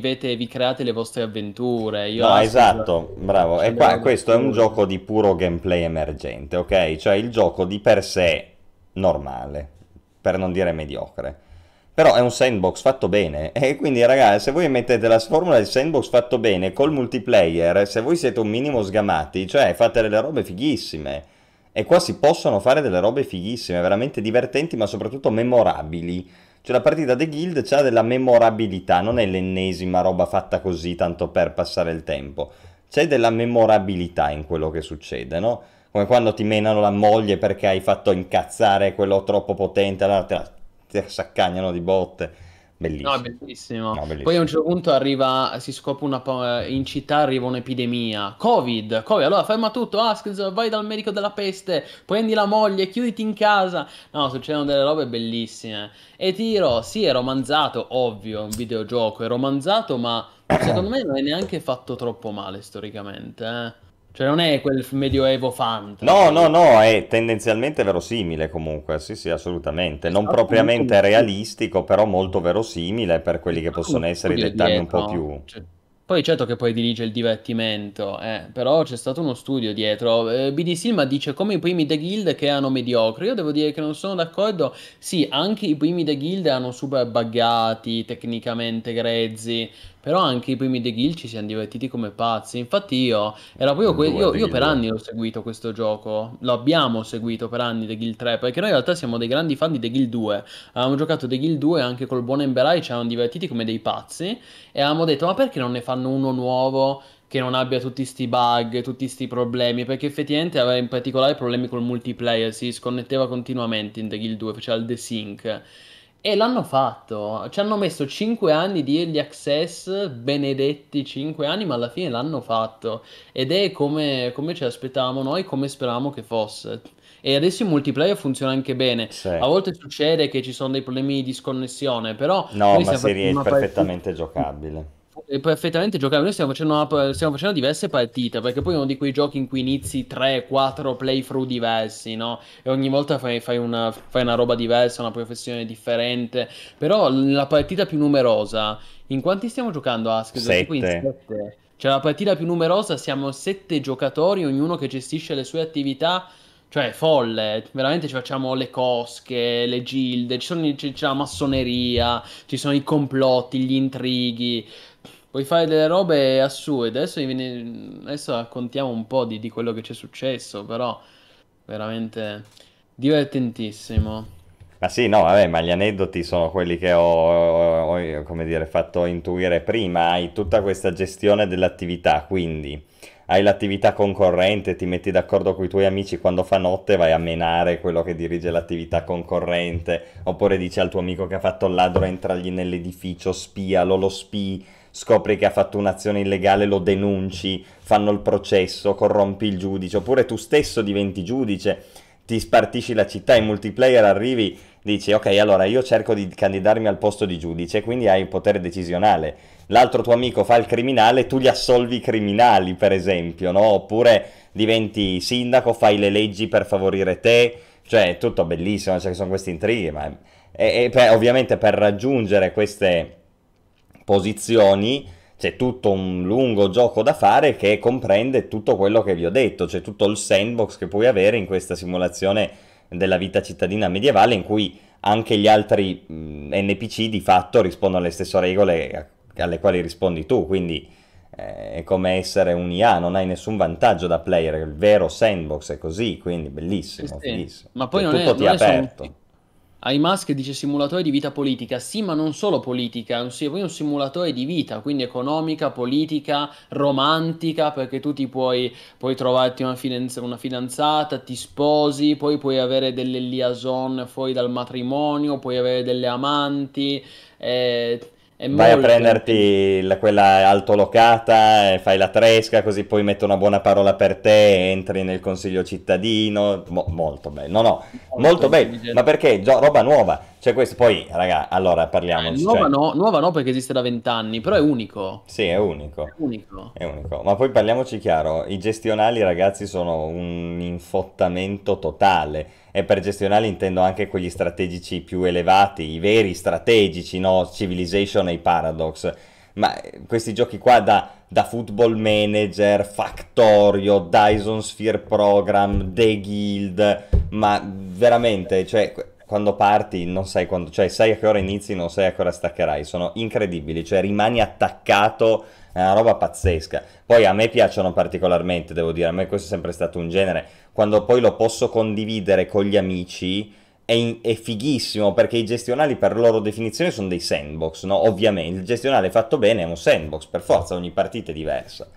vi create le vostre avventure. Io
No,
Asked
esatto, bravo.
c'ho
E
delle
qua
robe
questo è un
assurde.
gioco di puro gameplay emergente, ok? Cioè il gioco di per sé normale, per non dire mediocre. Però è un sandbox fatto bene. E quindi, ragazzi, se voi mettete la formula del sandbox fatto bene col multiplayer, se voi siete un minimo sgamati, cioè fate delle robe fighissime. E qua si possono fare delle robe fighissime, veramente divertenti, ma soprattutto memorabili. Cioè la partita The Guild c'ha della memorabilità, non è l'ennesima roba fatta così tanto per passare il tempo. C'è della memorabilità in quello che succede, no? Come quando ti menano la moglie perché hai fatto incazzare quello troppo potente, allora te la saccagnano di botte.
No, è
Bellissimo.
bellissimo.
No,
Poi a un
bellissimo.
certo punto si scopre in città arriva un'epidemia. Covid. Allora ferma tutto, Askins, vai dal medico della peste, prendi la moglie, chiuditi in casa. No, succedono delle robe bellissime. E ti dirò, sì, è romanzato, ovvio, è un videogioco, è romanzato, ma secondo me non è neanche fatto troppo male storicamente, eh. Cioè non è quel medioevo
No, no,
fantasy.
no, è tendenzialmente verosimile comunque, sì, sì, assolutamente.
C'è
Non
stato comunque
propriamente realistico, però molto verosimile per quelli che
uno
possono essere i
studio
dettagli un po'
dietro.
più...
Poi certo che poi dirige il divertimento, però c'è stato uno studio dietro. BD Silma dice come i primi The Guild che erano mediocri. Io devo dire che non sono d'accordo. Sì, anche i primi The Guild erano super buggati, tecnicamente grezzi, però anche i primi The Guild ci siamo divertiti come pazzi. Infatti era proprio
Il 2, The
io
Guild
per
2.
anni l'ho seguito questo gioco, lo abbiamo seguito per anni The Guild 3, perché noi in realtà siamo dei grandi fan di The Guild 2. Avevamo giocato The Guild 2 anche col buon Emberai, ci eravamo divertiti come dei pazzi. E avevamo detto, ma perché non ne fanno uno nuovo che non abbia tutti sti bug, tutti sti problemi? Perché effettivamente aveva in particolare problemi col multiplayer, si sconnetteva continuamente in The Guild 2, faceva il desync. E l'hanno fatto, ci hanno messo 5 anni di early access, benedetti 5 anni, ma alla fine l'hanno fatto. Ed è come ci aspettavamo noi, come speravamo che fosse. E adesso il multiplayer funziona anche bene.
Sì.
A volte succede che ci sono dei problemi di disconnessione, però
No,
noi
ma
stiamo
serie
facendo
è
una partita.
perfettamente giocabile.
È perfettamente giocabile. Noi stiamo facendo diverse partite perché poi è uno di quei giochi in cui inizi 3-4 playthrough diversi, no? E ogni volta fai una roba diversa, una professione differente. Però la partita più numerosa, in quanti stiamo giocando, Asked? Tipo in
7.
7. Cioè la partita più numerosa siamo 7 giocatori, ognuno che gestisce le sue attività. Cioè, è folle, veramente ci facciamo le cosche, le gilde, c'è la massoneria, ci sono i complotti, gli intrighi. Puoi fare delle robe assurde. Adesso raccontiamo un po' di quello che c'è successo, però veramente. Divertentissimo.
Ma sì, no, vabbè, ma gli aneddoti sono quelli che come dire, fatto intuire prima. Hai tutta questa gestione dell'attività, quindi hai l'attività concorrente, ti metti d'accordo con i tuoi amici, quando fa notte vai a menare quello che dirige l'attività concorrente, oppure dici al tuo amico che ha fatto il ladro, entragli nell'edificio, spialo, lo spii, scopri che ha fatto un'azione illegale, lo denunci, fanno il processo, corrompi il giudice, oppure tu stesso diventi giudice, ti spartisci la città, in multiplayer arrivi, dici ok, allora io cerco di candidarmi al posto di giudice, quindi hai il potere decisionale. L'altro tuo amico fa il criminale, tu gli assolvi i criminali, per esempio, no? Oppure diventi sindaco, fai le leggi per favorire te, cioè è tutto bellissimo, cioè, ci sono questi intrighi, ma ovviamente per raggiungere queste posizioni c'è tutto un lungo gioco da fare che comprende tutto quello che vi ho detto, c'è tutto il sandbox che puoi avere in questa simulazione della vita cittadina medievale in cui anche gli altri NPC di fatto rispondono alle stesse regole alle quali rispondi tu, quindi è come essere un IA, non hai nessun vantaggio da player, il vero sandbox è così, quindi
Sì,
bellissimo,
sì.
fighissimo,
Ma poi
cioè tutto ti è
non è solo un...
aperto.
Ai Musk dice simulatore di vita politica, sì, ma non solo politica, è poi un simulatore di vita, quindi economica, politica, romantica, perché tu puoi trovarti una fidanzata, ti sposi, poi puoi avere delle liaison fuori dal matrimonio, puoi avere delle amanti, è
Vai a
molto impegnativo.
prenderti quella altolocata, e fai la tresca, così poi metto una buona parola per te, entri nel consiglio cittadino. Molto bello. No, no,
Molto
molto bello. Ma
intelligente.
perché? Roba nuova. Cioè, questo poi, raga, allora parliamoci.
Nuova
Cioè,
no, nuova no perché esiste da 20 anni, però è unico.
sì, è
È
unico.
unico.
È unico. Ma poi parliamoci chiaro, i gestionali, ragazzi, sono un infottamento totale. E per gestionali intendo anche quegli strategici più elevati, i veri strategici, no? Civilization e i Paradox. Ma questi giochi qua da Football Manager, Factorio, Dyson Sphere Program, The Guild, ma veramente, cioè, quando parti non sai quando, cioè sai a che ora inizi, non sai a che ora staccherai, sono incredibili, cioè rimani attaccato, è una roba pazzesca. Poi a me piacciono particolarmente, devo dire, a me questo è sempre stato un genere, quando poi lo posso condividere con gli amici è fighissimo perché i gestionali per loro definizione sono dei sandbox, no? Ovviamente il gestionale fatto bene è un sandbox, per forza ogni partita è diversa.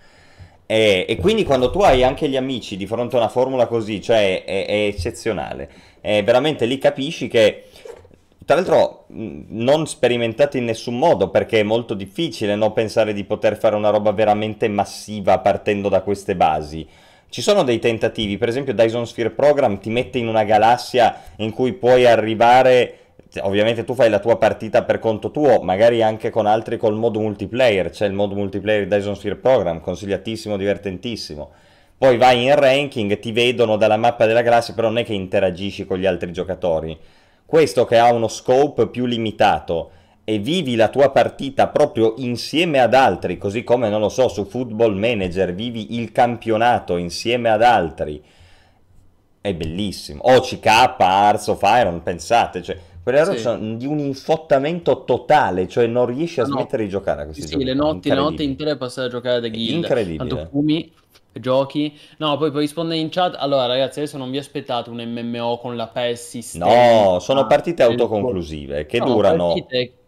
E quindi quando tu hai anche gli amici di fronte a una formula così, cioè è eccezionale. E veramente lì capisci che, tra l'altro, non sperimentate in nessun modo perché è molto difficile, no, pensare di poter fare una roba veramente massiva partendo da queste basi. Ci sono dei tentativi, per esempio Dyson Sphere Program ti mette in una galassia in cui puoi arrivare, ovviamente tu fai la tua partita per conto tuo, magari anche con altri col modo multiplayer, c'è il modo multiplayer di Dyson Sphere Program, consigliatissimo, divertentissimo. Poi vai in ranking, ti vedono dalla mappa della galassia, però non è che interagisci con gli altri giocatori. Questo che ha uno scope più limitato e vivi la tua partita proprio insieme ad altri, così come, non lo so, su Football Manager vivi il campionato insieme ad altri, è bellissimo. O CK, Hearts of Iron, pensate, cioè, quelle robe
Sì.
sono di un infottamento totale, cioè non riesci a
Ah, no.
smettere di giocare a
Sì,
questi
sì,
giochi qua,
le notti
incredibili.
intere passare a giocare The Guild. Tanto
Incredibile.
fumi, giochi. No, poi puoi rispondere in chat. Allora, ragazzi, adesso non vi aspettate un MMO con la
No,
persistenza
sono partite
e il tuo...
autoconclusive che
Sono
durano
partite...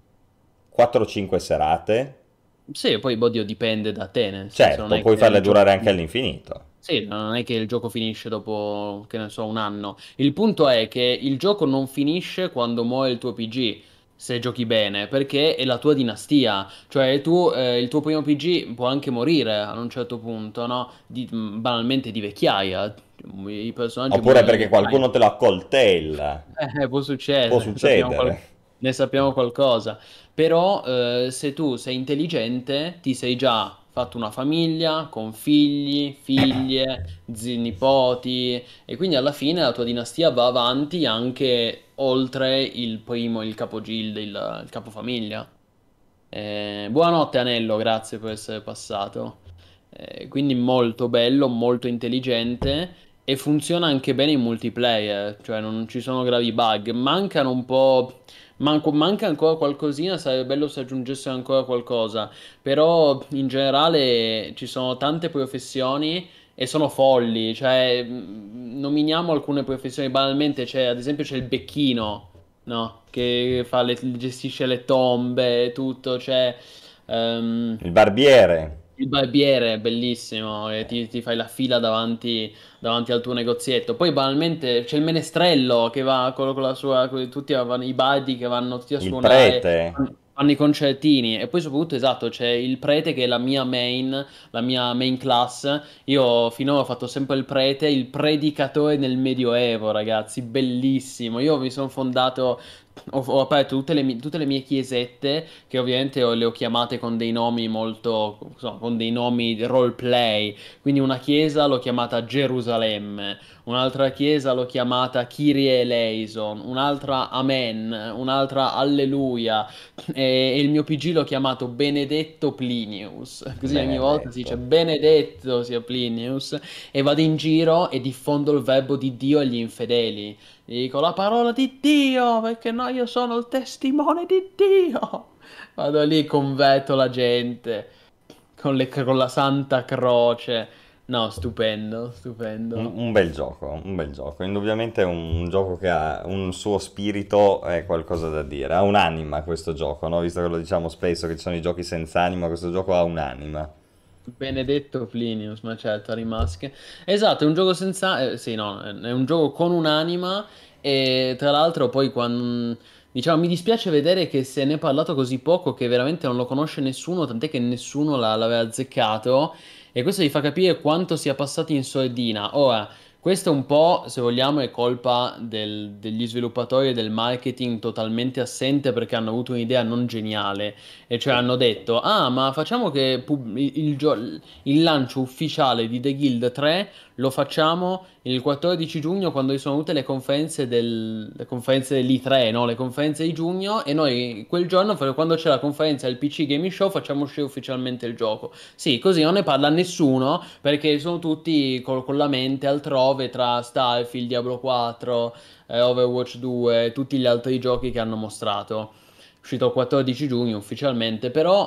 4-5 serate.
Sì, poi, oddio, dipende da te, nel senso, non
Certo,
è
puoi
che
farle
il
durare
gioco
anche
finisce.
all'infinito.
Sì, non è che il gioco finisce dopo, che ne so, un anno. Il punto è che il gioco non finisce quando muore il tuo PG, se giochi bene, perché è la tua dinastia. Cioè tu, il tuo primo PG può anche morire a un certo punto, no? Banalmente di vecchiaia. I personaggi
Oppure
muoiono di
perché
vecchiaia.
qualcuno te lo accoltella.
Può
Può
succedere,
succedere.
ne sappiamo qualcosa. Però se tu sei intelligente, ti sei già fatto una famiglia con figli, figlie, zii, nipoti, e quindi alla fine la tua dinastia va avanti anche oltre il primo, il capogilde, il capofamiglia. Buonanotte Anello, grazie per essere passato. Quindi molto bello, molto intelligente e funziona anche bene in multiplayer, cioè non ci sono gravi bug. Mancano un po', manca ancora qualcosina, sarebbe bello se aggiungessero ancora qualcosa, però in generale ci sono tante professioni e sono folli, cioè nominiamo alcune professioni banalmente, ad esempio c'è il becchino, no? Che gestisce le tombe e tutto, ehm,
Il barbiere.
il barbiere è bellissimo, e ti fai la fila davanti al tuo negozietto. Poi banalmente c'è il menestrello che va con la sua, tutti i bardi che vanno tutti a
Il
suonare,
prete.
fanno i concertini. E poi soprattutto, esatto, c'è il prete che è la mia main class. Io finora ho fatto sempre il prete, il predicatore nel Medioevo, ragazzi, bellissimo. Io mi sono fondato, ho aperto tutte le mie chiesette, che ovviamente le ho chiamate con dei nomi molto, insomma, con dei nomi di roleplay. Quindi una chiesa l'ho chiamata Gerusalemme, un'altra chiesa l'ho chiamata Kyrie eleison, un'altra Amen, un'altra Alleluia, e il mio PG l'ho chiamato Benedetto Plinius. Così ogni volta si dice
Benedetto.
Benedetto sia Plinius, e vado in giro e diffondo il verbo di Dio agli infedeli. Gli dico la parola di Dio, perché no, io sono il testimone di Dio. Vado lì, converto la gente con la Santa Croce. No, stupendo, stupendo.
Un bel gioco, un bel gioco. Indubbiamente è un gioco che ha un suo spirito e qualcosa da dire. Ha un'anima questo gioco, no? Visto che lo diciamo spesso che ci sono i giochi senza anima, questo gioco ha un'anima.
Benedetto Plinius, ma certo, Rimask. Esatto, è un gioco senza... sì, no, è un gioco con un'anima, e tra l'altro poi quando... Diciamo, mi dispiace vedere che se ne è parlato così poco che veramente non lo conosce nessuno, tant'è che nessuno l'aveva azzeccato, e questo vi fa capire quanto sia passato in sordina. Ora, questo un po', se vogliamo, è colpa degli sviluppatori e del marketing totalmente assente, perché hanno avuto un'idea non geniale, e cioè hanno detto, ah, ma facciamo che il lancio ufficiale di The Guild 3 lo facciamo il 14 giugno, quando ci sono tutte le conferenze dell'I3, no? Le conferenze di giugno, e noi quel giorno, quando c'è la conferenza del PC Gaming Show, facciamo uscire ufficialmente il gioco. Sì, così non ne parla nessuno, perché sono tutti con la mente altrove, tra Starfield, Diablo 4, Overwatch 2, tutti gli altri giochi che hanno mostrato. È uscito il 14 giugno ufficialmente,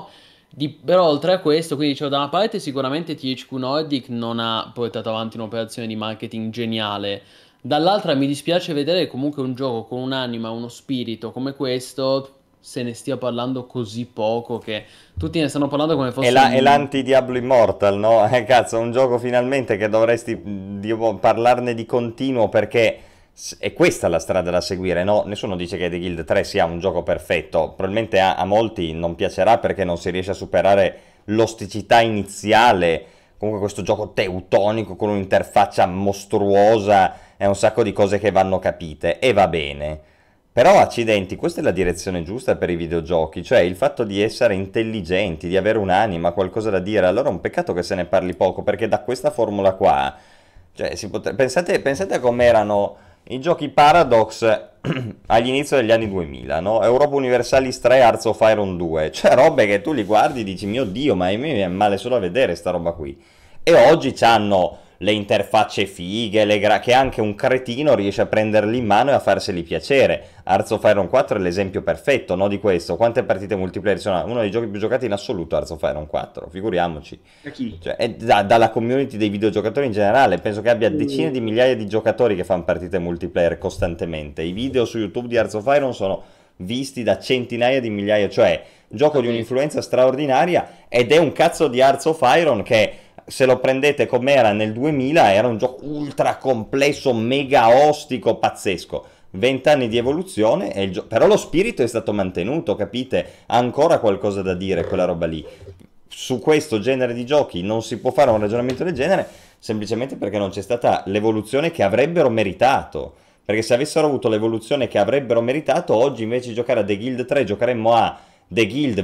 però oltre a questo, quindi dicevo, da una parte sicuramente THQ Nordic non ha portato avanti un'operazione di marketing geniale, dall'altra mi dispiace vedere che comunque un gioco con un'anima, uno spirito come questo se ne stia parlando così poco, che tutti ne stanno parlando come fosse
È l'anti-Diablo Immortal, no? Cazzo, un gioco finalmente che dovresti parlarne di continuo perché è questa la strada da seguire, no? Nessuno dice che The Guild 3 sia un gioco perfetto, probabilmente a molti non piacerà perché non si riesce a superare l'osticità iniziale. Comunque questo gioco teutonico con un'interfaccia mostruosa e un sacco di cose che vanno capite, e va bene. Però accidenti, questa è la direzione giusta per i videogiochi, cioè il fatto di essere intelligenti, di avere un'anima, qualcosa da dire. Allora è un peccato che se ne parli poco, perché da questa formula qua, cioè, pensate a com'erano i giochi Paradox agli inizi degli anni 2000, no? Europa Universalis 3, Hearts of Iron 2, cioè robe che tu li guardi e dici, mio Dio, ma a me mi viene male solo a vedere sta roba qui. E oggi c'hanno le interfacce fighe, che anche un cretino riesce a prenderli in mano e a farseli piacere. Hearts of Iron 4 è l'esempio perfetto, no, di questo. Quante partite multiplayer sono? Uno dei giochi più giocati in assoluto, Hearts of Iron 4, figuriamoci.
Da chi?
Cioè, è dalla community dei videogiocatori in generale, penso che abbia decine di migliaia di giocatori che fanno partite multiplayer costantemente. I video su YouTube di Hearts of Iron sono visti da centinaia di migliaia, cioè gioco di un'influenza straordinaria, ed è un cazzo di Hearts of Iron che, se lo prendete com'era nel 2000, era un gioco ultra complesso, mega ostico, pazzesco. 20 anni di evoluzione, però lo spirito è stato mantenuto, capite? Ha ancora qualcosa da dire quella roba lì. Su questo genere di giochi non si può fare un ragionamento del genere, semplicemente perché non c'è stata l'evoluzione che avrebbero meritato. Perché se avessero avuto l'evoluzione che avrebbero meritato, oggi invece di giocare a The Guild 3 giocheremmo a The Guild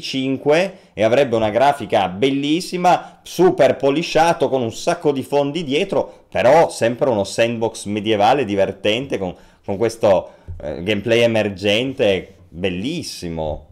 25 e avrebbe una grafica bellissima, super polisciato, con un sacco di fondi dietro, però sempre uno sandbox medievale divertente con questo gameplay emergente bellissimo.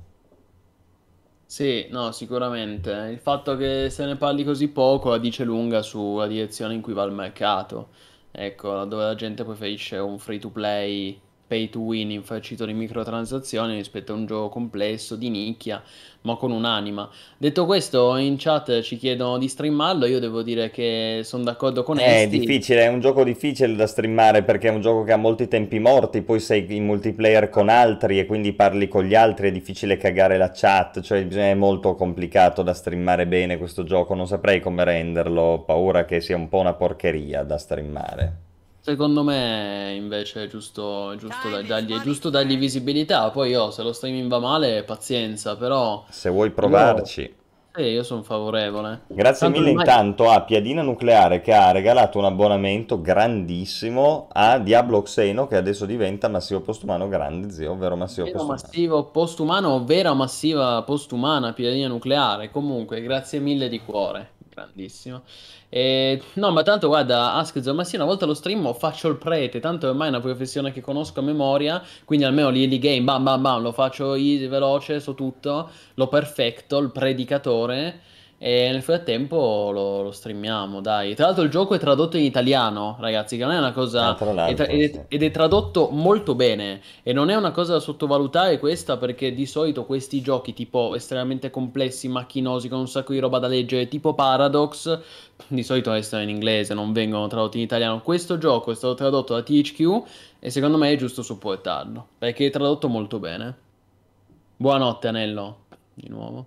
Sì, no, sicuramente. Il fatto che se ne parli così poco la dice lunga sulla direzione in cui va il mercato. Ecco, dove la gente preferisce un free to play pay to win infarcito di microtransazioni rispetto a un gioco complesso di nicchia, ma con un'anima. Detto questo, in chat ci chiedono di streamarlo, io devo dire che sono d'accordo con
È
Esti.
difficile, è un gioco difficile da streamare perché è un gioco che ha molti tempi morti, poi sei in multiplayer con altri e quindi parli con gli altri, è difficile cagare la chat, cioè è molto complicato da streamare bene questo gioco, non saprei come renderlo, ho paura che sia un po' una porcheria da streamare.
Secondo me invece è
Time is
giusto
money,
dargli
friend.
visibilità, poi se lo streaming va male, pazienza, però
Se vuoi
io,
provarci.
io sono favorevole.
Grazie
Tanto
mille
ormai...
intanto a Piadina Nucleare che ha regalato un abbonamento grandissimo a Diablo Xeno che adesso diventa Massimo Postumano grande zio, ovvero Massimo
Vero
Postumano.
massivo postumano, vera massiva postumana, piadina nucleare. Comunque, grazie mille di cuore. Grandissimo. No, ma tanto guarda, Askzo, ma sì, una volta lo stream faccio il prete. Tanto ormai è una professione che conosco a memoria. Quindi almeno l'early game, bam bam bam, lo faccio easy, veloce, so tutto. Lo perfetto, il predicatore. E nel frattempo lo streamiamo, dai. Tra l'altro il gioco è tradotto in italiano, ragazzi, che non è una
Ah,
cosa...
tra l'altro, sì.
ed è tradotto molto bene. E non è una cosa da sottovalutare questa perché di solito questi giochi tipo estremamente complessi, macchinosi, con un sacco di roba da leggere, tipo Paradox, di solito restano in inglese, non vengono tradotti in italiano. Questo gioco è stato tradotto da THQ e secondo me è giusto supportarlo, perché è tradotto molto bene. Buonanotte, Anello, di nuovo.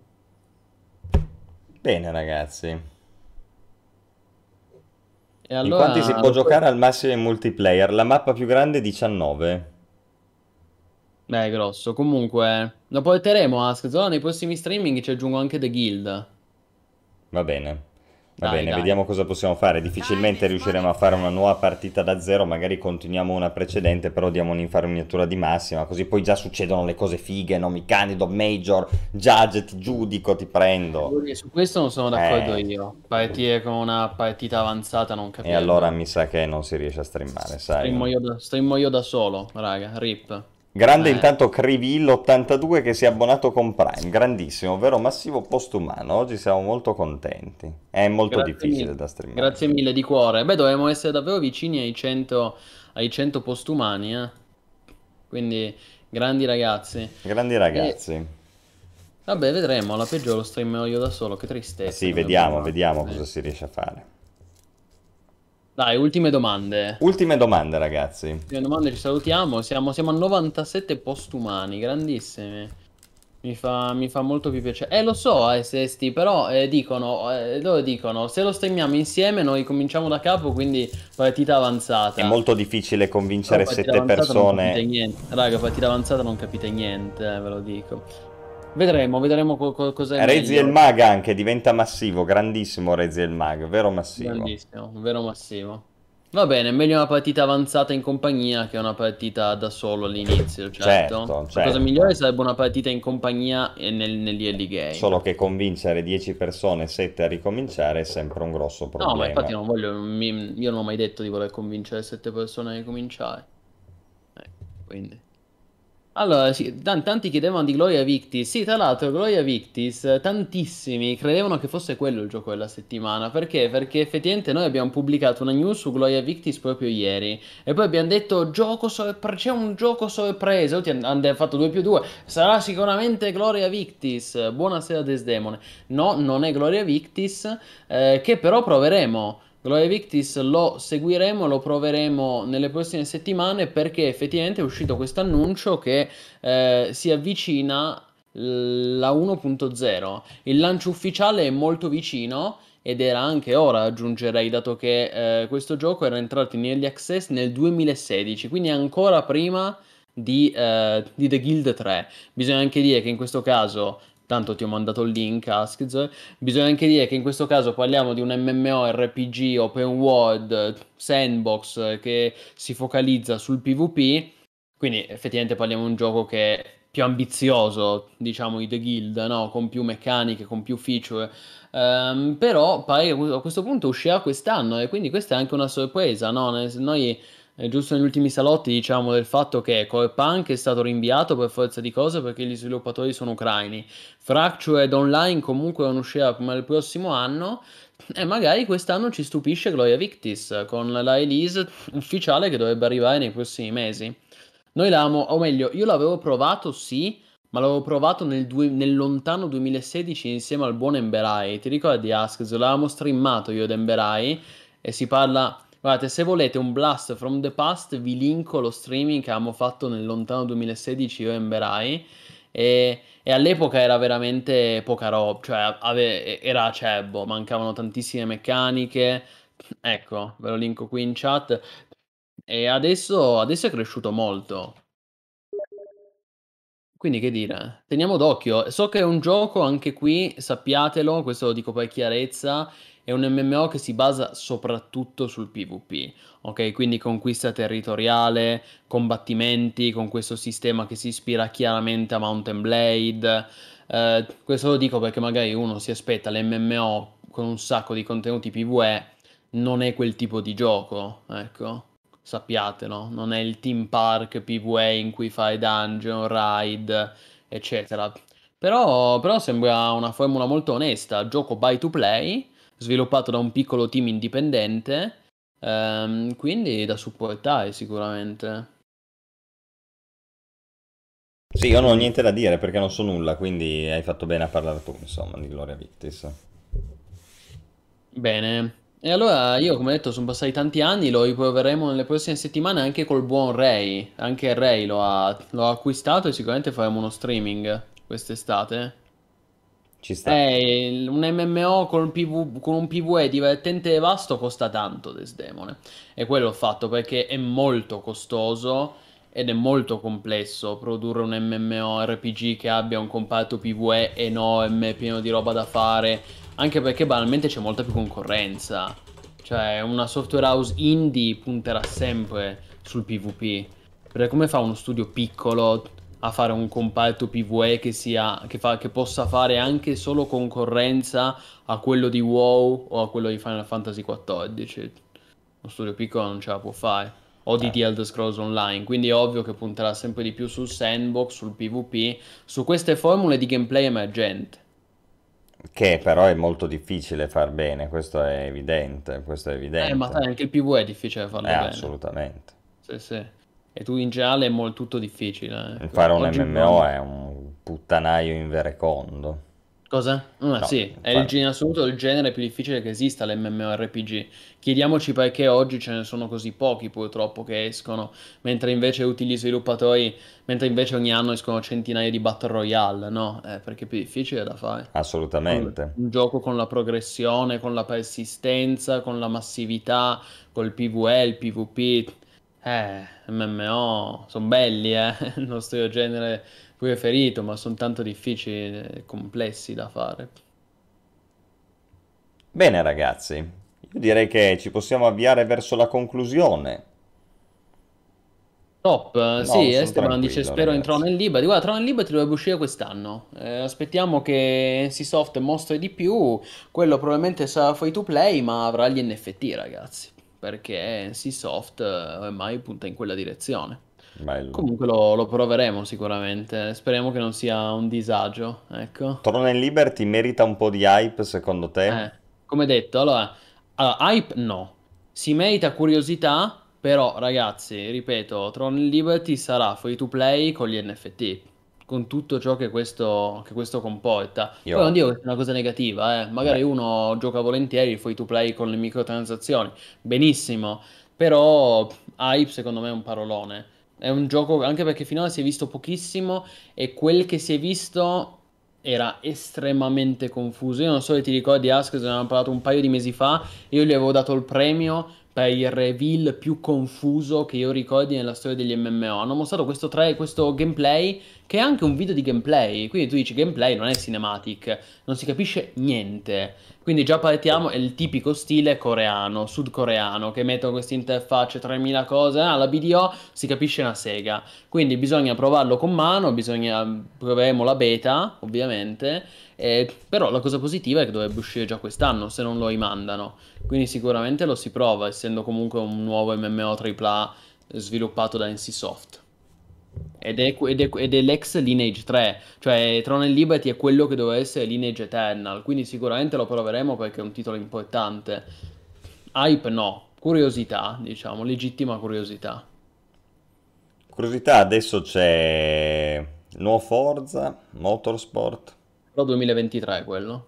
Bene ragazzi.
E
In quanti si
allora,
può giocare al massimo in multiplayer? La mappa più grande è 19.
beh, è grosso. Comunque, lo porteremo a Askzone. Nei prossimi streaming ci aggiungo anche The Guild.
Va bene. Va
Dai,
bene,
dai.
vediamo cosa possiamo fare.
Time
Difficilmente
is
riusciremo
money,
a fare una
friend.
nuova partita da zero, magari continuiamo una precedente, però diamo un'infarinatura di massima, così poi già succedono le cose fighe, no? Mi candido major, judge, ti giudico, ti prendo.
Su questo non sono d'accordo
Eh,
io. Partire con una partita avanzata non
e allora
capirlo.
mi sa che non si riesce a streamare, sai?
Streammo io da solo, raga. Rip.
Grande
Eh,
intanto Crivillo82 che si è abbonato con Prime, grandissimo, vero massivo postumano, oggi siamo molto contenti, è molto
grazie
difficile
mille.
da streamare.
Grazie mille di cuore. Beh, dovremmo essere davvero vicini ai 100 postumani, eh. Quindi, grandi ragazzi.
Grandi
E,
ragazzi.
vabbè, vedremo. Alla peggio lo streamerò io da solo. Che tristezza
Sì,
che mi abbiamo
vediamo,
dato.
vediamo cosa si riesce a fare.
Dai, ultime domande.
Ultime domande ragazzi.
Ultime domande, ci salutiamo. Siamo a 97 postumani, grandissimi. Mi fa molto più piacere. Lo so, SST, però loro dicono, se lo streamiamo insieme noi cominciamo da capo, quindi partita
È
avanzata.
molto difficile
Però
convincere
partita
7
avanzata non capite
persone.
niente. Raga, partita avanzata non capite niente, ve lo dico. Vedremo cosa è
Rezi il
meglio.
Mag anche diventa massivo, grandissimo Rezi il Mag, vero massivo.
Grandissimo, vero Massimo. Va bene, meglio una partita avanzata in compagnia che una partita da solo all'inizio, certo.
Certo,
La cosa migliore
certo.
sarebbe una partita in compagnia e negli early
Solo
game.
che convincere 10 persone, 7 a ricominciare è sempre un grosso
No, ma infatti
problema.
non voglio, io non ho mai detto di voler convincere 7 persone a ricominciare. Quindi. Allora, sì, tanti chiedevano di Gloria Victis. Sì, tra l'altro, Gloria Victis, tantissimi credevano che fosse quello il gioco della settimana. Perché? Perché effettivamente noi abbiamo pubblicato una news su Gloria Victis proprio ieri. E poi abbiamo detto, c'è un gioco sorpresa. Tutti hanno fatto 2 più 2. Sarà sicuramente Gloria Victis. Buonasera, Desdemone. No, non è Gloria Victis, che però proveremo. Gloria Victis lo seguiremo, lo proveremo nelle prossime settimane perché effettivamente è uscito questo annuncio che si avvicina la 1.0. Il lancio ufficiale è molto vicino ed era anche ora, aggiungerei, dato che questo gioco era entrato in Early Access nel 2016, quindi ancora prima di The Guild 3. Bisogna anche dire che in questo caso, tanto ti ho mandato il link, Askz. Bisogna anche dire che in questo caso parliamo di un MMORPG open world sandbox che si focalizza sul PvP, quindi effettivamente parliamo di un gioco che è più ambizioso, diciamo, di The Guild, no? Con più meccaniche, con più feature. Però pare che a questo punto uscirà quest'anno e quindi questa è anche una sorpresa, no? Noi giusto negli ultimi salotti diciamo del fatto che Core Punk è stato rinviato per forza di cose perché gli sviluppatori sono ucraini. Fractured Online comunque non uscirà prima del prossimo anno e magari quest'anno ci stupisce Gloria Victis con la release ufficiale che dovrebbe arrivare nei prossimi mesi. Noi l'avevamo, o meglio, io l'avevo provato, sì, ma l'avevo provato nel lontano 2016 insieme al buon Emberai. Ti ricordi, Askz? L'avevamo streamato io ed Emberai e si parla... Guardate, se volete un blast from the past, vi linko lo streaming che avevamo fatto nel lontano 2016 io e Emberai. E all'epoca era veramente poca roba, cioè era acerbo, mancavano tantissime meccaniche. Ecco, ve lo linko qui in chat. E adesso è cresciuto molto. Quindi che dire, teniamo d'occhio. So che è un gioco, anche qui, sappiatelo, questo lo dico per chiarezza, è un MMO che si basa soprattutto sul PvP, ok? Quindi conquista territoriale, combattimenti, con questo sistema che si ispira chiaramente a Mount and Blade. Questo lo dico perché magari uno si aspetta l'MMO con un sacco di contenuti PvE, non è quel tipo di gioco, ecco. Sappiatelo, non è il team park PvE in cui fai dungeon, raid, eccetera. Però sembra una formula molto onesta, gioco buy to play, sviluppato da un piccolo team indipendente, quindi da supportare sicuramente.
Sì, io non ho niente da dire perché non so nulla, quindi hai fatto bene a parlare tu, insomma, di Gloria Victis.
Bene. E allora io, come detto, sono passati tanti anni, lo riproveremo nelle prossime settimane anche col buon Ray. Anche Ray l'ho acquistato e sicuramente faremo uno streaming quest'estate.
Ci sta.
Un MMO con un PvE divertente e vasto costa tanto, Desdemone. E quello ho fatto perché è molto costoso ed è molto complesso produrre un MMORPG che abbia un comparto PvE enorme, pieno di roba da fare, anche perché banalmente c'è molta più concorrenza. Cioè, una software house indie punterà sempre sul PvP. Perché come fa uno studio piccolo a fare un comparto PvE che possa fare anche solo concorrenza a quello di WoW o a quello di Final Fantasy XIV? Uno studio piccolo non ce la può fare. O di The Elder Scrolls Online, quindi è ovvio che punterà sempre di più sul sandbox, sul PvP, su queste formule di gameplay emergente.
Che però è molto difficile far bene, questo è
Ma
evidente.
sai, anche il PvE è difficile farlo bene.
Assolutamente.
Sì, sì. E tu in generale è tutto difficile. Ecco.
Fare un MMO
Oggigiorno.
è un puttanaio inverecondo.
Cosa?
No,
Sì, è in assoluto il genere più difficile che esista, l'MMORPG. Chiediamoci perché oggi ce ne sono così pochi purtroppo che escono, mentre invece utili sviluppatori, mentre invece ogni anno escono centinaia di Battle Royale, no? Perché è più difficile da fare.
assolutamente.
Un gioco con la progressione, con la persistenza, con la massività, col PvE, il PvP. MMO, sono belli, il nostro genere preferito, ma sono tanto difficili e complessi da fare.
Bene ragazzi, io direi che ci possiamo avviare verso la conclusione.
Top,
No,
sì,
sono
Esteban dice
tranquillo
spero in
ragazzi.
Tron and Liberty. Guarda, Tron and Liberty dovrebbe uscire quest'anno. Aspettiamo che NCSoft mostri di più. Quello probabilmente sarà free to play, ma avrà gli NFT, ragazzi. Perché NCSoft ormai punta in quella direzione.
Bello.
Comunque lo proveremo sicuramente. Speriamo che non sia un disagio, ecco.
Tron and Liberty merita un po' di hype secondo te?
Come detto, allora, hype no. Si merita curiosità, però ragazzi, ripeto, Tron Liberty sarà free to play con gli NFT, con tutto ciò che questo comporta. Poi non
Io
dico che sia una cosa negativa, magari
Beh,
uno gioca volentieri free to play con le microtransazioni, benissimo, però hype secondo me è un parolone. È un gioco, anche perché finora si è visto pochissimo e quel che si è visto era estremamente confuso. Io non so se ti ricordi, Ask, se ne avevamo parlato un paio di mesi fa, io gli avevo dato il premio per il reveal più confuso che io ricordi nella storia degli MMO. Hanno mostrato questo gameplay che è anche un video di gameplay, quindi tu dici gameplay non è cinematic, non si capisce niente. Quindi già partiamo, è il tipico stile coreano, sudcoreano, che mettono queste interfacce, 3000 cose, la BDO si capisce una sega. Quindi bisogna provarlo con mano, proveremo la beta, ovviamente, però la cosa positiva è che dovrebbe uscire già quest'anno, se non lo rimandano. Quindi sicuramente lo si prova, essendo comunque un nuovo MMO AAA sviluppato da NCSoft. Ed è l'ex Lineage 3, cioè Tron and Liberty è quello che doveva essere Lineage Eternal, quindi sicuramente lo proveremo perché è un titolo importante. Hype no, curiosità, diciamo, legittima curiosità.
Curiosità, adesso c'è il nuovo Forza Motorsport,
Però 2023 quello.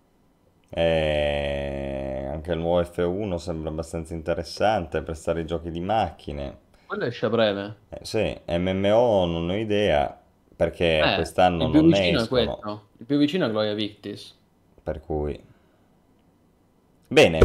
e anche il nuovo F1 sembra abbastanza interessante per stare ai giochi di macchine.
Quello esce a breve.
Sì, MMO non ho idea perché quest'anno
Il più
non ne
vicino è
escono,
questo. Il più vicino è Gloria Victis.
per cui... Bene,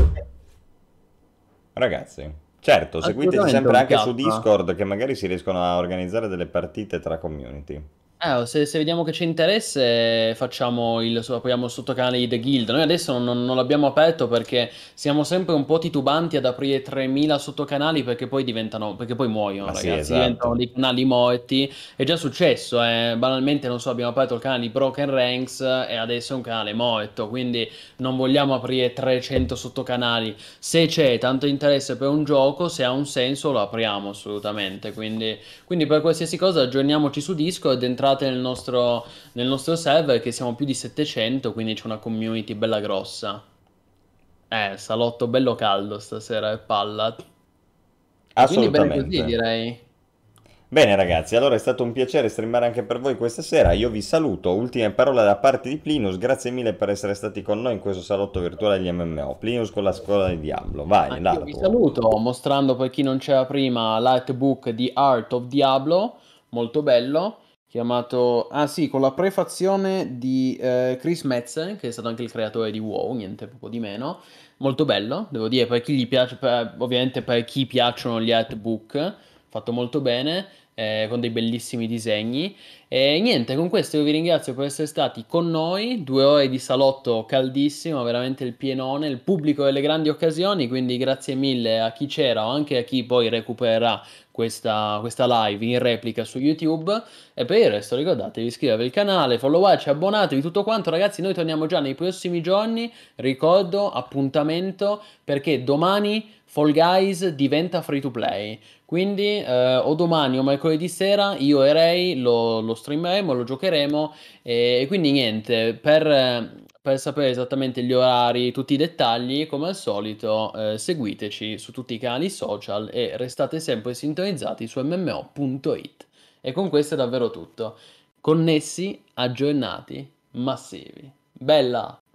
ragazzi. Certo, seguiteci
Assolutamente
sempre
un
anche su
piatto.
Discord che magari si riescono a organizzare delle partite tra community.
Se vediamo che c'è interesse, apriamo il sottocanale di The Guild. Noi adesso non l'abbiamo aperto perché siamo sempre un po' titubanti ad aprire 3000 sottocanali perché poi muoiono,
Ma sì,
ragazzi, diventano
esatto.
dei canali morti. È già successo, banalmente, non so, abbiamo aperto il canale di Broken Ranks e adesso è un canale morto, quindi non vogliamo aprire 300 sottocanali. Se c'è tanto interesse per un gioco, se ha un senso, lo apriamo assolutamente, quindi per qualsiasi cosa aggiorniamoci su Discord, entrate nel nostro server che siamo più di 700, quindi c'è una community bella grossa. Salotto bello caldo stasera e palla. E quindi bene così
Assolutamente.
direi.
Bene ragazzi, allora è stato un piacere streamare anche per voi questa sera. Io vi saluto. Ultime parole da parte di Plinus. Grazie mille per essere stati con noi in questo salotto virtuale degli MMO. Plinus con la scuola di Diablo. Vai,
Anch'io vi
Largo.
saluto mostrando per chi non c'era prima l'artbook di Art of Diablo, molto bello, chiamato, ah sì, con la prefazione di Chris Metzen, che è stato anche il creatore di WoW, niente poco di meno, molto bello, devo dire, per chi gli piace, ovviamente per chi piacciono gli artbook, fatto molto bene, con dei bellissimi disegni. E niente, con questo io vi ringrazio per essere stati con noi, 2 ore di salotto caldissimo, veramente il pienone, il pubblico delle grandi occasioni, quindi grazie mille a chi c'era o anche a chi poi recupererà questa live in replica su YouTube. E per il resto ricordatevi di iscrivervi al canale, followarci, abbonatevi, tutto quanto. Ragazzi, noi torniamo già nei prossimi giorni, ricordo, appuntamento, perché domani Fall Guys diventa free to play. Quindi o domani o mercoledì sera io e Ray lo streameremo, lo giocheremo e quindi niente, per sapere esattamente gli orari, tutti i dettagli, come al solito, seguiteci su tutti i canali social e restate sempre sintonizzati su mmo.it. E con questo è davvero tutto. Connessi, aggiornati, massivi. Bella!